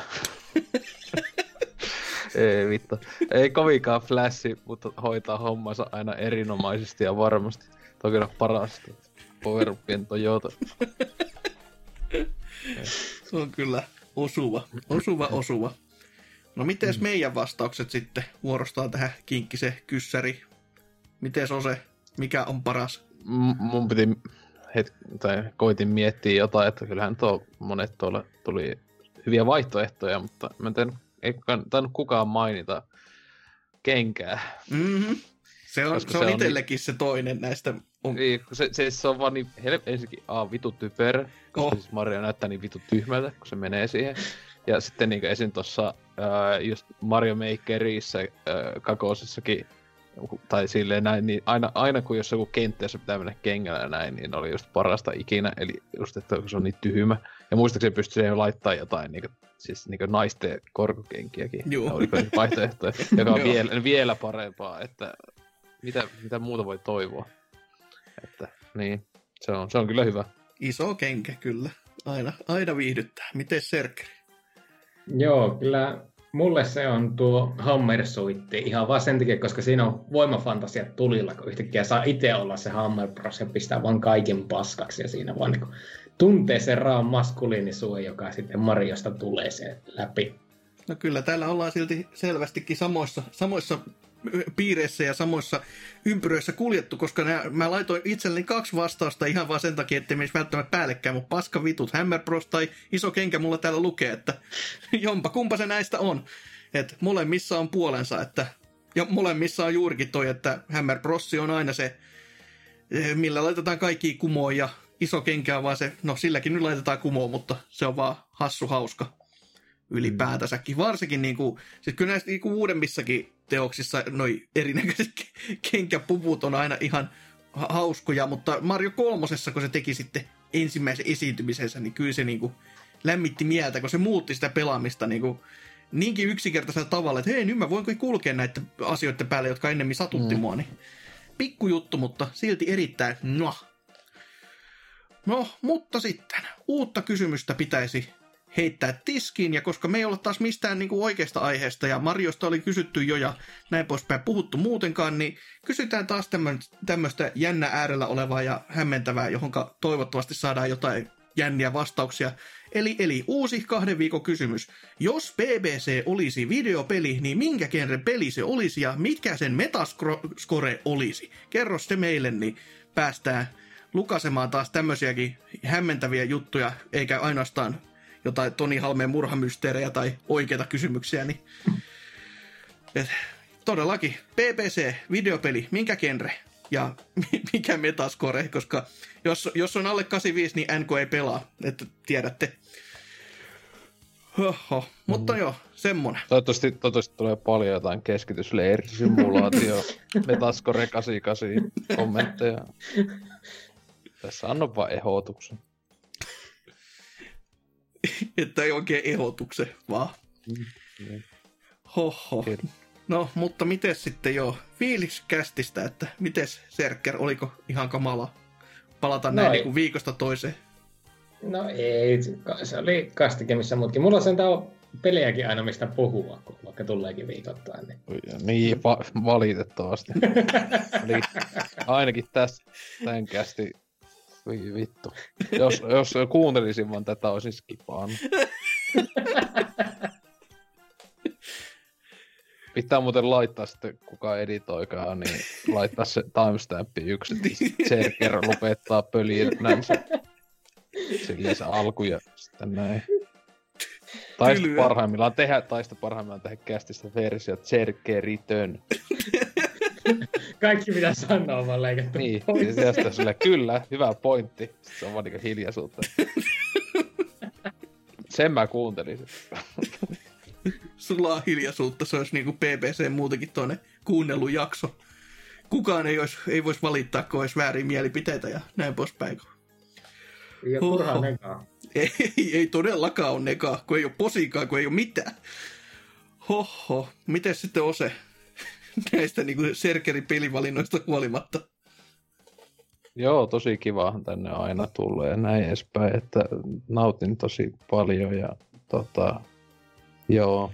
Ei vittu. Ei kovinkaan flashi, mutta hoitaa hommansa aina erinomaisesti ja varmasti. Toki on parasta. Power-uppien Toyota. Se on kyllä osuva. Osuva, osuva. No mites mm. meidän vastaukset sitten vuorostaan tähän kinkkiseen kyssäri? Mites on se? Mikä on paras? M- mun piti, het- tai koitin miettiä jotain, että kyllähän tuo monet tuolla tuli hyviä vaihtoehtoja, mutta mä en tainnut, ei tainnut kukaan mainita kenkää. Mm-hmm. Se on, se on, on itsellekin niin, se toinen näistä. On... Se, se, se on vaan niin hel- ensinnäkin a, vitu typerä, koska oh. siis Mario näyttää niin vitu tyhmältä, kun se menee siihen. Ja sitten niin esim. Tuossa just Mario Makerissä äh, kakosessakin, tai silleen näin, niin aina, aina kun jos joku kenttä, jossa pitää mennä kengällä ja näin, niin oli just parasta ikinä, eli just, että se on niin tyhmä. Ja muistaakseni pystyy jo laittaa jotain niin kuin, siis niin kuin naisten korkokenkiäkin. Joo. Oliko vaihtoehtoja, joka on vielä, vielä parempaa, että mitä, mitä muuta voi toivoa. Että niin, se on, se on kyllä hyvä. Iso kenkä kyllä, aina, aina viihdyttää. Miten Serkkeri? Joo, kyllä mulle se on tuo Hammersuitti ihan vaan sen takia, koska siinä on voimafantasiat tulilla, kun yhtäkkiä saa itse olla se Hammer Bros ja pistää vaan kaiken paskaksi ja siinä vaan niin tuntee sen raan maskuliinisuuden, joka sitten Mariosta tulee se läpi. No kyllä, täällä ollaan silti selvästikin samoissa, samoissa piireissä ja samoissa ympyröissä kuljettu, koska nää, mä laitoin itselleni kaksi vastausta ihan vaan sen takia, ettei menisi välttämättä päällekkäin, mutta paska vitut, Hammer Bros tai iso kenkä mulla täällä lukee, että jompa kumpa se näistä on. Että molemmissa on puolensa, että ja molemmissa on juurikin toi, että Hammer Bros on aina se, millä laitetaan kaikki kumoon ja iso kenkä on vaan se, no silläkin nyt laitetaan kumoon, mutta se on vaan hassu hauska ylipäätänsäkin. Varsinkin niinku, siis kyllä näistä niinku uudemmissakin teoksissa noi erinäköiset kenkäpuvut on aina ihan hauskoja, mutta Mario kolmosessa, kun se teki sitten ensimmäisen esiintymisensä, niin kyllä se niinku lämmitti mieltä, kun se muutti sitä pelaamista niinku niinkin yksinkertaisella tavalla, että hei, nyt mä voin kulkea näiden asioiden päälle, jotka ennemmin satutti mm. mua, niin pikkujuttu, mutta silti erittäin no. No, mutta sitten uutta kysymystä pitäisi heittää tiskiin, ja koska me ei olla taas mistään niin kuin oikeasta aiheesta, ja Mariosta oli kysytty jo, ja näin poispäin puhuttu muutenkaan, niin kysytään taas tämmöistä jännä äärellä olevaa ja hämmentävää, johonka toivottavasti saadaan jotain jänniä vastauksia. Eli, eli uusi kahden viikon kysymys. Jos B B C olisi videopeli, niin minkä genren peli se olisi, ja mitkä sen metascore olisi? Kerro se meille, niin päästään lukasemaan taas tämmöisiäkin hämmentäviä juttuja, eikä ainoastaan jotain Toni Halmeen murhamysteerejä tai oikeita kysymyksiä. Niin... Et, todellakin, B B C, videopeli, minkä genre ja mikä metascore, koska jos, jos on alle kahdeksankymmentäviisi, niin N K ei pelaa, että tiedätte. Oho, mutta joo, semmonen. Toivottavasti, toivottavasti tulee paljon jotain keskitysleirisimulaatio, metascore kahdeksankymmentäkahdeksan kommentteja. Tässä anna vaan ehdotuksen. Että ei oikein ehdotuksen, vaan. Mm, Hoho. No, mutta miten sitten joo, fiilis kästistä, että mites Serker, oliko ihan kamala palata no näin niin kuin viikosta toiseen? No ei, se oli kastikemissa muutkin. Mulla on sentään pelejäkin aina mistä puhua, kun vaikka tuleekin viikoittain. Niin, niin va- valitettavasti. Eli ainakin tässä tämän kästi, voi vittu. Jos, jos kuuntelisin vaan tätä, olisin skipaannut. Pitää muuten laittaa sitten, kuka editoikaan, niin laittaa se timestampi yksi, että Serker lopettaa pölinänsä. Silleen se alku ja sitten näin. Tai sitten parhaimmillaan tehdä, tai sitten parhaimmillaan tehdä kästistä versio Serkeritön. Kaikki mitä sanoo on vaan leikattu. Niin, ja sieltä silleen, kyllä, hyvä pointti. Sitten se on vaan niinku hiljaisuutta. Sen mä kuuntelisin. Sulaa hiljaisuutta, se olisi niinku B B C muutenkin toinen kuunnellut jakso. Kukaan ei, olisi, ei voisi valittaa, kun olisi väärin mielipiteitä ja näin poispäin. Ei ole turhaa nekaa. Ei, ei todellakaan ole nekaa, kun ei ole posiikaan, kun ei ole mitään. Hoho, miten sitten Ose näistä niinku Serkerin pelivalinnoista huolimatta? Joo, tosi kivahan tänne aina tulee ja näin edespäin, että nautin tosi paljon ja tota, joo.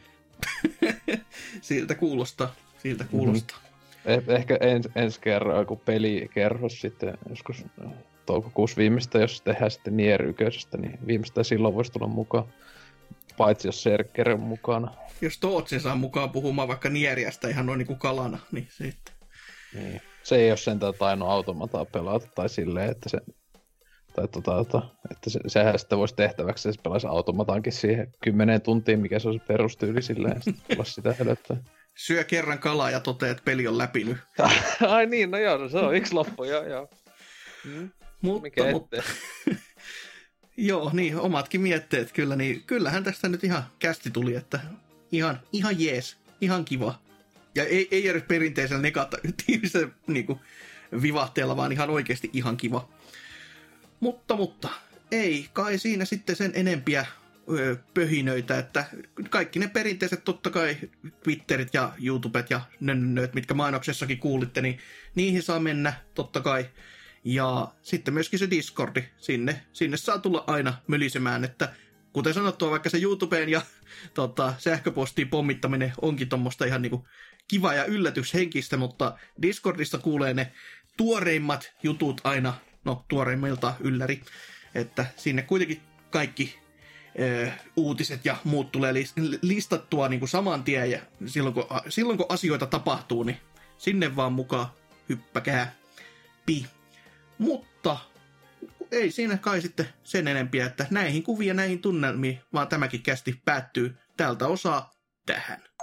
Siltä kuulostaa, siltä kuulostaa. Mm-hmm. Eh- ehkä ens, ensi kerran joku pelikerhos sitten joskus toukokuussa viimeistä, jos tehdään sitten Nier yköisestä, niin viimeistään silloin voisi tulla mukaan. Paitsi jos Serker on mukana. Jos Tootsin saa mukaan puhumaan vaikka Nieriästä ihan noin niin kuin kalana, niin sitten. Niin. Se ei ole sentään tainnut automataa pelata tai silleen, että se... Tai tota, tota, että se, sehän sitten voisi tehtäväksi, että se pelaisi automataankin siihen kymmeneen tuntiin, mikä se on se perustyyli silleen, ja sitten tulla sitä helöttää. Syö kerran kalaa ja toteaa, että peli on läpi nyt. Ai niin, no joo, se on yksi loppu, joo, joo. Mm. Mutta, mutta joo, niin, omatkin mietteet kyllä, niin kyllähän tästä nyt ihan kästi tuli, että ihan, ihan jees, ihan kiva. Ja ei, ei edes perinteisellä negatiivisella niin kuin vivahteella, vaan ihan oikeasti ihan kiva. Mutta, mutta, ei kai siinä sitten sen enempiä öö, pöhinöitä, että kaikki ne perinteiset totta kai Twitterit ja YouTubet ja nönnöt, mitkä mainoksessakin kuulitte, niin niihin saa mennä totta kai. Ja sitten myöskin se Discordi, sinne, sinne saa tulla aina mölisemään, että kuten sanottua, vaikka se YouTubeen ja tota, sähköpostiin pommittaminen onkin tuommoista ihan niinku kiva ja yllätyshenkistä, mutta Discordista kuulee ne tuoreimmat jutut aina, no tuoreimmilta ylläri, että sinne kuitenkin kaikki ö, uutiset ja muut tulee listattua niinku saman tien ja silloin kun, silloin kun asioita tapahtuu, niin sinne vaan mukaan hyppäkää pi. Mutta ei siinä kai sitten sen enempiä, että näihin kuvia, näihin tunnelmiin, vaan tämäkin kästi päättyy tältä osaa tähän.